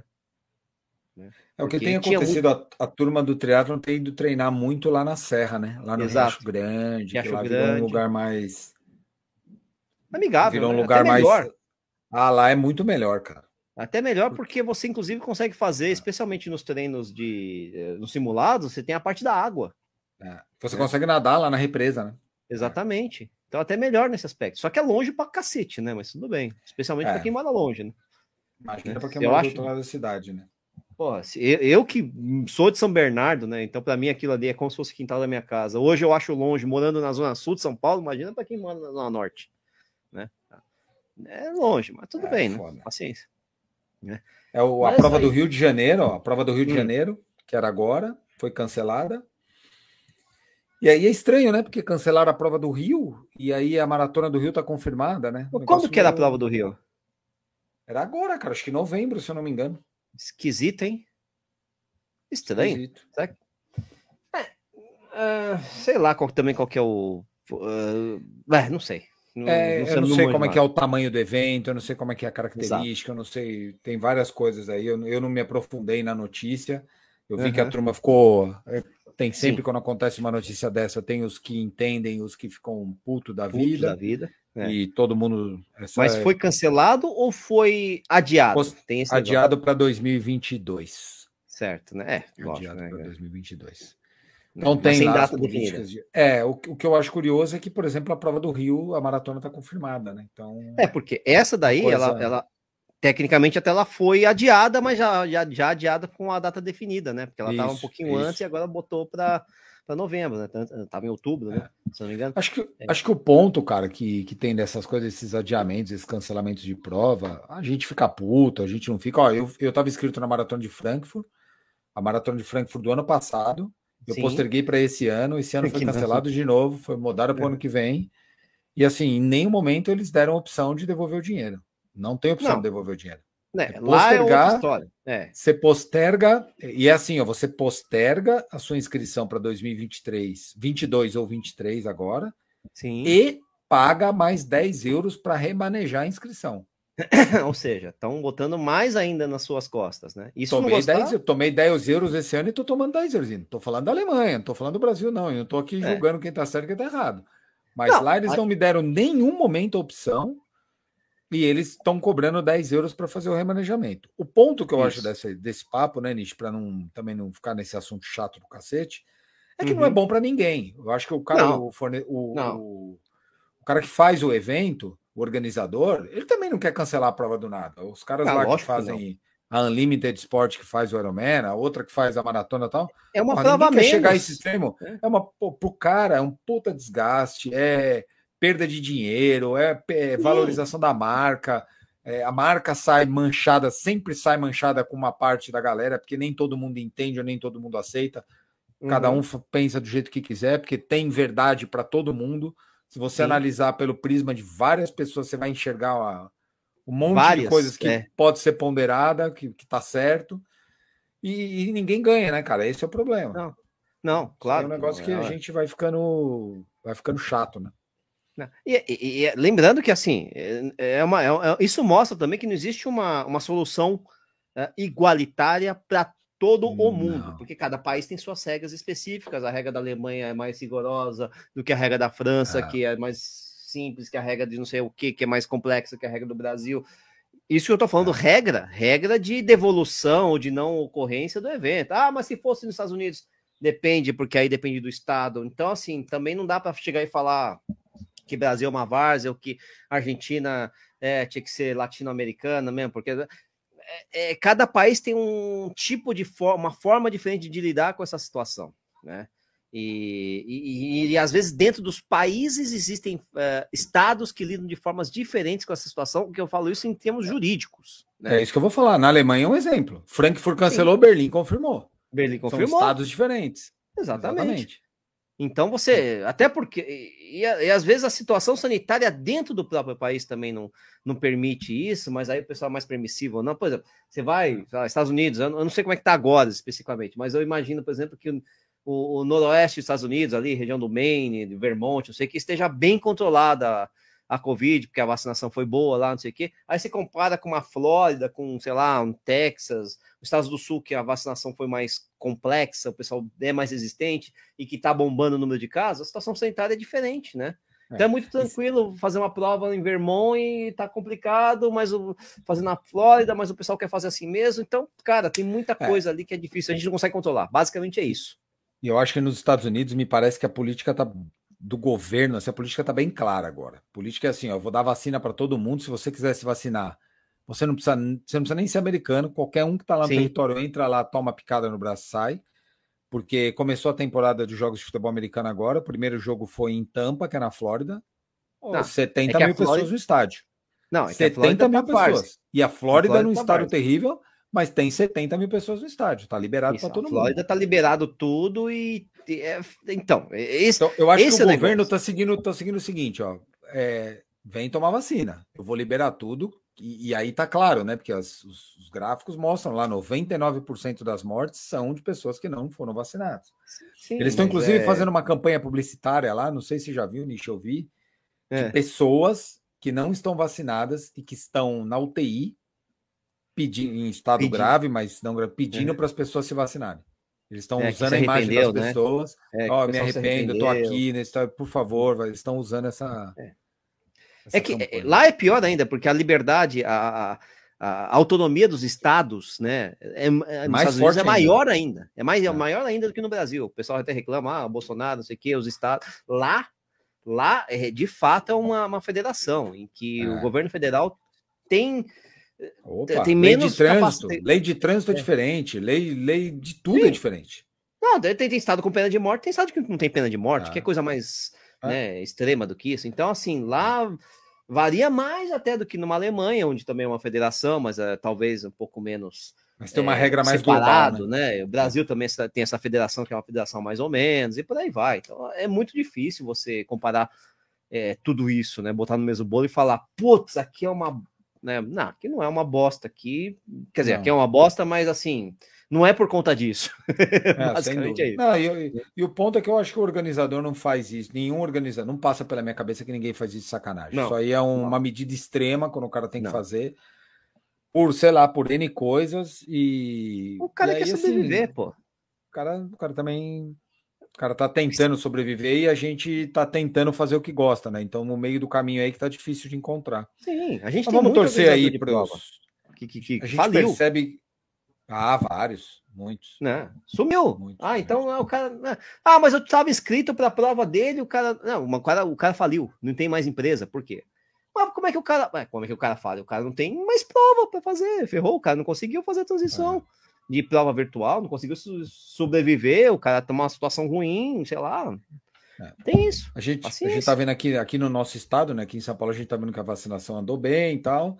Speaker 2: É o que tem acontecido, muito... a, a turma do triatlon tem ido treinar muito lá na Serra, né? Lá no
Speaker 1: Exato.
Speaker 2: Riacho Grande,
Speaker 1: Riacho
Speaker 2: que lá
Speaker 1: Grande.
Speaker 2: virou um lugar mais
Speaker 1: amigável,
Speaker 2: virou um
Speaker 1: né?
Speaker 2: lugar
Speaker 1: Até
Speaker 2: mais
Speaker 1: melhor.
Speaker 2: Ah, lá é muito melhor, cara.
Speaker 1: Até melhor porque você inclusive consegue fazer, especialmente nos treinos de nos simulados, você tem a parte da água.
Speaker 2: É. Você é. consegue nadar lá na represa, né?
Speaker 1: Exatamente. É. Então até melhor nesse aspecto. Só que é longe pra cacete, né? Mas tudo bem. Especialmente é. para quem mora longe, né?
Speaker 2: Imagina
Speaker 1: né?
Speaker 2: pra quem
Speaker 1: eu
Speaker 2: mora
Speaker 1: acho...
Speaker 2: do outro lado da cidade, né?
Speaker 1: Porra, eu, eu que sou de São Bernardo, né? Então, para mim, aquilo ali é como se fosse o quintal da minha casa. Hoje eu acho longe, morando na zona sul de São Paulo, imagina para quem mora na zona norte, né? É longe, mas tudo é, bem, foda. né? Paciência.
Speaker 2: Né? É o, a mas prova aí... do Rio de Janeiro, ó, a prova do Rio de hum. Janeiro, que era agora, foi cancelada. E aí é estranho, né? Porque cancelaram a prova do Rio e aí a maratona do Rio tá confirmada, né?
Speaker 1: Pô, quando que meio... era a prova do Rio?
Speaker 2: Era agora, cara, acho que em novembro, se eu não me engano.
Speaker 1: Esquisito, hein? Estranho. Esquisito. Será que... é, uh, sei lá qual, também qual que é o... Uh, é, não sei. Não,
Speaker 2: é, não eu não sei como mais. é que é o tamanho do evento, eu não sei como é que é a característica, Exato. eu não sei, tem várias coisas aí, eu, eu não me aprofundei na notícia, eu vi uhum. que a turma ficou... Tem sempre, Sim. quando acontece uma notícia dessa, tem os que entendem, os que ficam puto da
Speaker 1: Puto
Speaker 2: vida.
Speaker 1: da vida. É.
Speaker 2: E todo mundo... Essa
Speaker 1: Mas foi cancelado ou foi adiado?
Speaker 2: Tem esse adiado para dois mil e vinte e dois.
Speaker 1: Certo, né? É,
Speaker 2: adiado
Speaker 1: né,
Speaker 2: para dois mil e vinte e dois.
Speaker 1: Então
Speaker 2: Mas tem
Speaker 1: sem
Speaker 2: lá
Speaker 1: data definida.
Speaker 2: De... É, o, o que eu acho curioso é que, por exemplo, a prova do Rio, a maratona está confirmada, né? Então...
Speaker 1: É, porque essa daí, coisa... ela, ela... Tecnicamente até ela foi adiada, mas já, já, já adiada com a data definida, né? Porque ela estava um pouquinho isso. antes e agora botou para novembro, né? Tava em outubro, né? É. Se não me engano.
Speaker 2: Acho que, é. acho que o ponto, cara, que, que tem dessas coisas, esses adiamentos, esses cancelamentos de prova, a gente fica puto, a gente não fica. Ó, eu, eu tava inscrito na Maratona de Frankfurt, a Maratona de Frankfurt do ano passado, eu Sim. posterguei para esse ano, esse ano foi cancelado de novo, foi mudado para o é. ano que vem. E assim, em nenhum momento eles deram a opção de devolver o dinheiro. Não tem opção não. de devolver o dinheiro.
Speaker 1: É, lá é outra história. É.
Speaker 2: Você posterga, e é assim, ó, você posterga a sua inscrição para dois mil e vinte e três, vinte e dois ou vinte e três agora,
Speaker 1: Sim.
Speaker 2: e paga mais dez euros para remanejar a inscrição.
Speaker 1: Ou seja, estão botando mais ainda nas suas costas, né? Isso
Speaker 2: tomei,
Speaker 1: não gostar...
Speaker 2: dez, eu tomei dez euros esse ano e tô tomando dez euros. Não tô falando da Alemanha, não tô falando do Brasil, não. Eu não tô aqui julgando é. quem tá certo e quem tá errado. Mas não, lá eles a... não me deram nenhum momento a opção e eles estão cobrando dez euros para fazer o remanejamento. O ponto que eu Isso. acho desse, desse papo, né, Nish, para não, também não ficar nesse assunto chato do cacete, é que uhum. não é bom para ninguém. Eu acho que o cara, o, forne... o, o, o cara que faz o evento, o organizador, ele também não quer cancelar a prova do nada. Os caras ah, lá que fazem que a Unlimited Sport, que faz o Ironman, a outra que faz a maratona e tal.
Speaker 1: É uma prova menos.
Speaker 2: Quer chegar a esse extremo. É, é uma, pô, pro cara, é um puta desgaste, é perda de dinheiro, é, é valorização da marca, É, a marca sai manchada, sempre sai manchada com uma parte da galera, porque nem todo mundo entende ou nem todo mundo aceita. Cada um
Speaker 1: Uhum.
Speaker 2: pensa do jeito que quiser, porque tem verdade para todo mundo. Se você
Speaker 1: Sim.
Speaker 2: analisar pelo prisma de várias pessoas, você vai enxergar uma, um monte
Speaker 1: Várias,
Speaker 2: de coisas que
Speaker 1: é.
Speaker 2: pode ser ponderada, que, que tá certo, e, e ninguém ganha, né, cara? Esse é o problema.
Speaker 1: Não, não,
Speaker 2: Isso é
Speaker 1: claro.
Speaker 2: um negócio que, que a gente vai ficando, vai ficando chato, né?
Speaker 1: E, e, e, lembrando que assim, é uma, é, isso mostra também que não existe uma, uma solução é, igualitária para todo o mundo,
Speaker 2: Não.
Speaker 1: porque cada país tem suas regras específicas. A regra da Alemanha é mais rigorosa do que a regra da França,
Speaker 2: Ah.
Speaker 1: que é mais simples que a regra de não sei o que, que é mais complexa que a regra do Brasil. Isso que eu tô falando, ah. regra, regra de devolução ou de não ocorrência do evento. Ah, mas se fosse nos Estados Unidos, depende, porque aí depende do estado. Então, assim, também não dá para chegar e falar que Brasil é uma várzea, ou que Argentina é, tinha que ser latino-americana mesmo, porque é, é, cada país tem um tipo de forma, uma forma diferente de lidar com essa situação, né? E, e, e às vezes dentro dos países existem uh, estados que lidam de formas diferentes com essa situação, que eu falo isso em termos jurídicos. Né?
Speaker 2: É isso que eu vou falar. Na Alemanha é um exemplo. Frankfurt cancelou, Sim. Berlim confirmou.
Speaker 1: Berlim confirmou.
Speaker 2: São estados diferentes.
Speaker 1: Exatamente. Exatamente. Então você, até porque, e, e às vezes a situação sanitária dentro do próprio país também não, não permite isso, mas aí o pessoal é mais permissivo. Não, por exemplo, você vai, lá, Estados Unidos, eu não sei como é que tá agora especificamente, mas eu imagino, por exemplo, que o, o, o noroeste dos Estados Unidos, ali, região do Maine, do Vermont, não sei o que, esteja bem controlada a, a Covid, porque a vacinação foi boa lá, não sei o que. Aí você compara com uma Flórida, com, sei lá, um Texas, os Estados do Sul, que a vacinação foi mais complexa, o pessoal é mais resistente e que tá bombando o número de casos, a situação sanitária é diferente, né? É. Então é muito tranquilo fazer uma prova em Vermont e tá complicado, mas o, fazer na Flórida, mas o pessoal quer fazer assim mesmo. Então, cara, tem muita coisa é. ali que é difícil, a gente não consegue controlar. Basicamente é isso.
Speaker 2: E eu acho que nos Estados Unidos me parece que a política tá do governo, essa política tá bem clara agora. A política é assim, ó, eu vou dar vacina para todo mundo, se você quiser se vacinar, você não precisa, você não precisa nem ser americano, qualquer um que tá lá no Sim. território entra lá, toma picada no braço, sai. Porque começou a temporada de jogos de futebol americano agora. O primeiro jogo foi em Tampa, que é na Flórida. Não, setenta é mil Flórida... pessoas no estádio.
Speaker 1: Não, é
Speaker 2: setenta mil
Speaker 1: tá
Speaker 2: pessoas. E a Flórida, a Flórida num tá estado farsa. terrível, mas tem setenta mil pessoas no estádio. Tá liberado para todo mundo.
Speaker 1: A Flórida mundo. tá liberado tudo e. É... Então, esse,
Speaker 2: então, eu acho
Speaker 1: esse
Speaker 2: que o
Speaker 1: é
Speaker 2: governo está seguindo, tá seguindo o seguinte: ó, é, vem tomar vacina. Eu vou liberar tudo. E, e aí tá claro, né? Porque as, os, os gráficos mostram lá, noventa e nove por cento das mortes são de pessoas que não foram vacinadas. Sim, Eles estão, inclusive, é... fazendo uma campanha publicitária lá, não sei se já viu, Nish, eu vi, de é. pessoas que não estão vacinadas e que estão na U T I, pedindo, em estado pedindo. grave, mas não pedindo é. para as pessoas se vacinarem. Eles estão é, usando a imagem das né? pessoas.
Speaker 1: É,
Speaker 2: ó, oh, me arrependo, eu tô aqui, nesse, por favor, eles estão usando essa...
Speaker 1: É. É que campanha. Lá é pior ainda, porque a liberdade, a, a, a autonomia dos estados, né, é, é, mais nos forte é maior ainda. ainda. É, mais, é maior ainda do que no Brasil. O pessoal até reclama, ah, Bolsonaro, não sei o que, os estados. Lá, lá é, de fato, é uma, uma federação em que é. o governo federal tem,
Speaker 2: Opa,
Speaker 1: tem
Speaker 2: lei
Speaker 1: menos
Speaker 2: de trânsito. Lei de trânsito é, é diferente, lei, lei de tudo Sim. é diferente.
Speaker 1: Não, tem, tem estado com pena de morte, tem estado que não tem pena de morte, ah. que é coisa mais ah. né, extrema do que isso. Então, assim, lá varia mais até do que numa Alemanha, onde também é uma federação, mas é, talvez um pouco menos.
Speaker 2: Mas tem uma é, regra mais
Speaker 1: separado,
Speaker 2: global, né?
Speaker 1: né? O Brasil também tem essa federação que é uma federação mais ou menos, e por aí vai. Então é muito difícil você comparar é, tudo isso, né? Botar no mesmo bolo e falar, putz, aqui é uma. Né? Não, aqui não é uma bosta, aqui. Quer dizer, não. aqui é uma bosta, mas assim. Não é por conta disso.
Speaker 2: É, Basicamente é isso. Não, e, e, e o ponto é que eu acho que o organizador não faz isso. Nenhum organizador. Não passa pela minha cabeça que ninguém faz isso de sacanagem. Não, isso aí é um, uma medida extrema quando o cara tem que não. fazer. Por, sei lá, por N coisas. E.
Speaker 1: O cara
Speaker 2: e aí,
Speaker 1: quer sobreviver,
Speaker 2: assim,
Speaker 1: pô.
Speaker 2: O cara, o cara também. O cara tá tentando sobreviver e a gente tá tentando fazer o que gosta, né? Então, no meio do caminho aí que tá difícil de encontrar.
Speaker 1: Sim, a gente
Speaker 2: Mas
Speaker 1: tem
Speaker 2: vamos torcer aí
Speaker 1: de
Speaker 2: pros...
Speaker 1: prova. Que, que, que
Speaker 2: a gente
Speaker 1: faliu.
Speaker 2: percebe. Ah, vários, muitos.
Speaker 1: Né? Sumiu.
Speaker 2: Muitos,
Speaker 1: ah,
Speaker 2: muitos.
Speaker 1: então o cara. Ah, mas eu estava inscrito para a prova dele, o cara. Não, o cara, o cara faliu, não tem mais empresa. Por quê? Mas como é que o cara. Como é que o cara fala? O cara não tem mais prova para fazer. Ferrou, o cara não conseguiu fazer a transição é. de prova virtual, não conseguiu sobreviver, o cara tá numa situação ruim, sei lá. É. Tem isso.
Speaker 2: A gente, a gente tá vendo aqui, aqui no nosso estado, né? Aqui em São Paulo, a gente tá vendo que a vacinação andou bem e tal.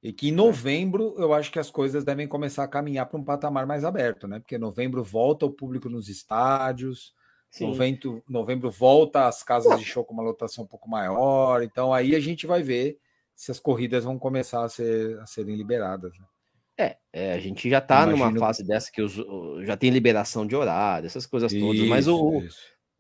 Speaker 2: E que em novembro eu acho que as coisas devem começar a caminhar para um patamar mais aberto, né? Porque novembro volta o público nos estádios, novembro, novembro volta as casas de show com uma lotação um pouco maior. Então aí a gente vai ver se as corridas vão começar a, ser, a serem liberadas. Né?
Speaker 1: É, é, a gente já está Imagino... numa fase dessa que os, já tem liberação de horário, essas coisas todas, isso, mas o isso.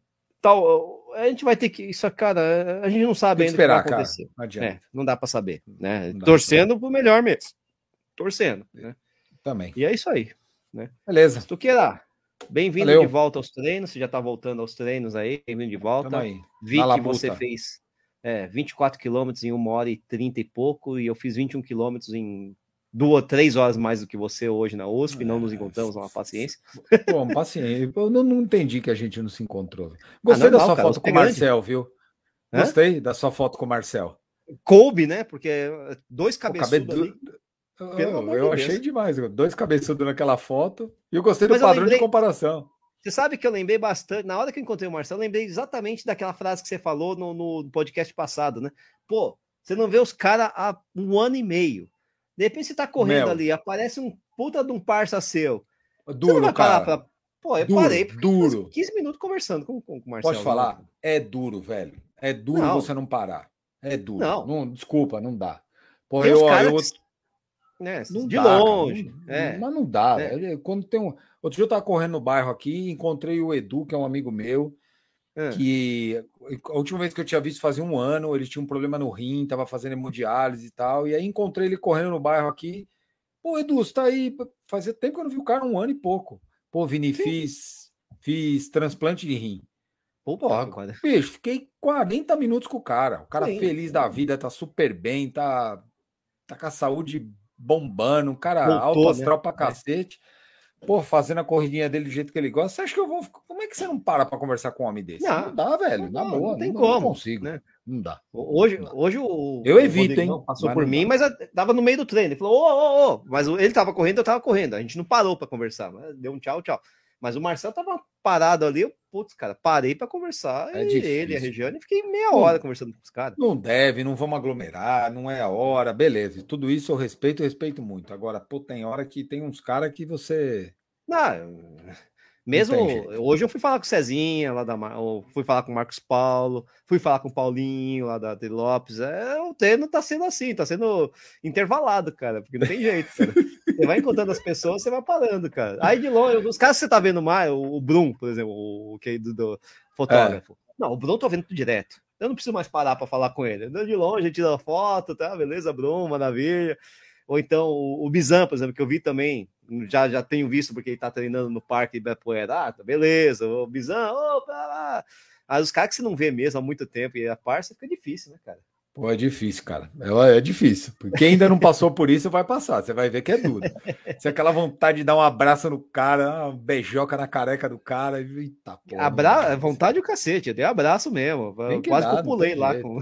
Speaker 1: tal a gente vai ter que isso, cara, a gente não sabe ainda
Speaker 2: esperar,
Speaker 1: o que vai acontecer.
Speaker 2: Cara, não,
Speaker 1: é, não dá para saber, né? Torcendo pro melhor mesmo, torcendo, né?
Speaker 2: Também.
Speaker 1: E é isso aí, né?
Speaker 2: Beleza.
Speaker 1: Stuqueira, bem-vindo de volta aos treinos. Você já está voltando aos treinos aí, bem-vindo de volta.
Speaker 2: Aí.
Speaker 1: Vi que você fez é, vinte e quatro quilômetros em uma hora e trinta e pouco, e eu fiz vinte e um quilômetros em duas, três horas mais do que você hoje na U S P, é, não nos encontramos, uma paciência.
Speaker 2: Pô, uma paciência. Eu não, não entendi que a gente não se encontrou. Gostei ah, normal, da sua cara, foto com o Marcel, viu? Hã? Gostei da sua foto com o Marcel.
Speaker 1: Coube, né? Porque dois cabeçudos
Speaker 2: cabe...
Speaker 1: ali.
Speaker 2: Eu, eu de achei demais. Dois cabeçudos naquela foto. E eu gostei do Mas padrão lembrei... de comparação.
Speaker 1: Você sabe que eu lembrei bastante, na hora que eu encontrei o Marcel, eu lembrei exatamente daquela frase que você falou no, no podcast passado, né? Pô, você não vê os caras há um ano e meio. De repente você tá correndo Mel. ali, aparece um puta de um parça seu.
Speaker 2: Duro, você não vai
Speaker 1: parar
Speaker 2: cara.
Speaker 1: Pra... Pô, eu
Speaker 2: duro,
Speaker 1: parei
Speaker 2: duro.
Speaker 1: quinze minutos conversando com, com o Marcel.
Speaker 2: Pode falar? Né? É duro, velho. É duro não. você não parar. É duro. Não. não desculpa, não dá. Pô,
Speaker 1: tem
Speaker 2: eu,
Speaker 1: os caras
Speaker 2: eu...
Speaker 1: que... né,
Speaker 2: não
Speaker 1: de
Speaker 2: dá,
Speaker 1: longe.
Speaker 2: Cara, não,
Speaker 1: é.
Speaker 2: Mas não dá.
Speaker 1: É.
Speaker 2: Velho. Quando tem um... Outro dia eu tava correndo no bairro aqui, encontrei o Edu, que é um amigo meu, é. que a última vez que eu tinha visto fazia um ano, ele tinha um problema no rim, tava fazendo hemodiálise e tal, e aí encontrei ele correndo no bairro aqui. Pô, Edu, você tá aí, fazia tempo que eu não vi o cara, um ano e pouco. Pô, Vini, fiz, fiz transplante de rim. Pô, Porra, bicho, fiquei quarenta minutos com o cara. O cara Sim. feliz da vida, tá super bem, tá, tá com a saúde bombando, um cara Voltou, alto astral né? pra cacete. É. Pô, fazendo a corridinha dele do jeito que ele gosta. Você acha que eu vou... Como é que você não para pra conversar com um homem desse?
Speaker 1: Não,
Speaker 2: não dá, velho.
Speaker 1: Não,
Speaker 2: na boa,
Speaker 1: não tem
Speaker 2: não,
Speaker 1: como.
Speaker 2: Não consigo, né? Não dá.
Speaker 1: Hoje,
Speaker 2: não dá.
Speaker 1: hoje o.
Speaker 2: Eu evito,
Speaker 1: o
Speaker 2: hein?
Speaker 1: Passou por mim, dá. mas tava no meio do treino. Ele falou: ô, ô, ô. Mas ele tava correndo, eu tava correndo. A gente não parou pra conversar. Deu um tchau, tchau. Mas o Marcel tava parado ali. Eu, putz, cara, parei pra conversar. É e difícil. Ele e a Regiane, fiquei meia hora não, conversando com os caras.
Speaker 2: Não deve, não vamos aglomerar, não é a hora, beleza. Tudo isso eu respeito, eu respeito muito. Agora, pô, tem hora que tem uns caras que você.
Speaker 1: Não, mesmo hoje eu fui falar com o Cezinha lá da fui falar com o Marcos Paulo, fui falar com o Paulinho lá da T Lopes. É, o treino tá sendo assim, tá sendo intervalado, cara, porque não tem jeito, cara. Você vai encontrando as pessoas, você vai parando, cara. Aí de longe, os caras que você tá vendo mais, o Brum, por exemplo, o que do, do fotógrafo. É. Não, o Brum tô vendo tudo direto. Eu não preciso mais parar para falar com ele. De longe, tira foto, tá? Beleza, Brum, maravilha. Ou então o, o Bizan, por exemplo, que eu vi também, já, já tenho visto porque ele tá treinando no Parque Ibirapuera. Ah, tá, beleza, o Bizan, opa, lá. Aí os caras que você não vê mesmo há muito tempo e a parça fica difícil, né, cara?
Speaker 2: Pô, é difícil, cara. É, é difícil. Quem ainda não passou por isso vai passar. Você vai ver que é duro. Se aquela vontade de dar um abraço no cara, uma beijoca na careca do cara. Eita, porra,
Speaker 1: Abra... Vontade o cacete, eu dei abraço mesmo. Que Quase dá, que eu pulei lá. Com...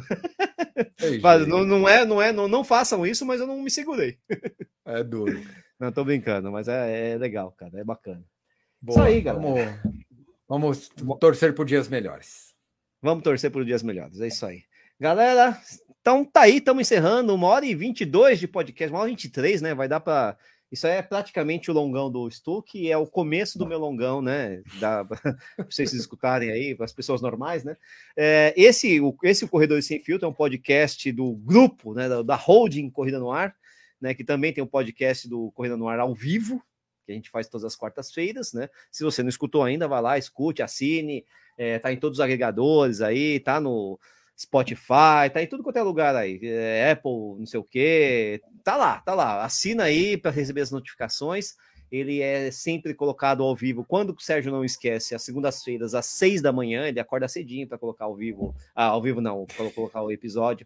Speaker 1: mas não, não é, não é, não, não façam isso, mas eu não me segurei.
Speaker 2: É duro.
Speaker 1: Não, tô brincando, mas é, é legal, cara. É bacana.
Speaker 2: Boa, isso aí, galera. Vamos, vamos torcer por dias melhores.
Speaker 1: Vamos torcer por dias melhores, é isso aí. Galera, então tá aí, estamos encerrando uma hora e vinte e dois de podcast, uma hora e vinte e três, né? Vai dar para. Isso aí é praticamente o longão do Stuck, e é o começo do meu longão, né? Para vocês escutarem aí, para as pessoas normais, né? É, esse, o, esse o Corredores Sem Filtro é um podcast do grupo, né? Da, da Holding Corrida no Ar, né? Que também tem um podcast do Corrida no Ar ao vivo, que a gente faz todas as quartas-feiras, né? Se você não escutou ainda, vai lá, escute, assine, é, tá em todos os agregadores aí, tá no Spotify, tá em tudo quanto é lugar aí, é, Apple, não sei o que, tá lá, tá lá, assina aí para receber as notificações. Ele é sempre colocado ao vivo, quando o Sérgio não esquece, às segundas-feiras, às seis da manhã, ele acorda cedinho para colocar ao vivo, ah, ao vivo não, para colocar o episódio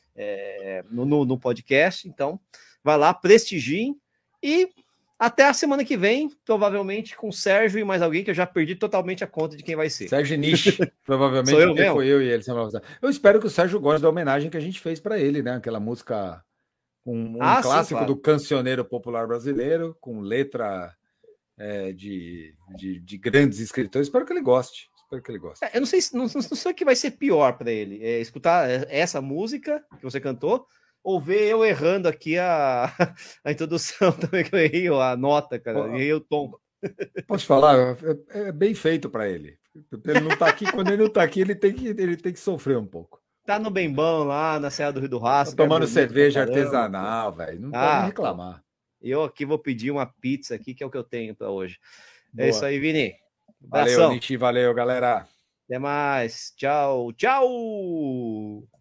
Speaker 1: é, no, no, no podcast. Então, vai lá, prestigiem e até a semana que vem, provavelmente com o Sérgio e mais alguém, que eu já perdi totalmente a conta de quem vai ser.
Speaker 2: Sérgio Nish, provavelmente eu mesmo? Foi eu e ele. Eu espero que o Sérgio goste da homenagem que a gente fez para ele, né? Aquela música, um, um ah, clássico sim, claro. do cancioneiro popular brasileiro, com letra é, de, de, de grandes escritores. Espero que ele goste. Espero que ele goste.
Speaker 1: É, eu não sei, não, não sei o que vai ser pior para ele, é escutar essa música que você cantou, ou ver eu errando aqui a, a introdução também, que eu errei a nota, cara, eu errei o tom.
Speaker 2: Posso falar? É, é bem feito para ele. Ele não tá aqui, quando ele não tá aqui, ele tem que, ele tem que sofrer um pouco.
Speaker 1: Tá no Bembão lá, na Serra do Rio do Rastro.
Speaker 2: Tá tomando cerveja artesanal, velho. Não ah, pode nem reclamar.
Speaker 1: Eu aqui vou pedir uma pizza aqui, que é o que eu tenho para hoje. Boa. É isso aí, Vini.
Speaker 2: Abração. Valeu, Nietzsche. Valeu, galera.
Speaker 1: Até mais. Tchau, tchau.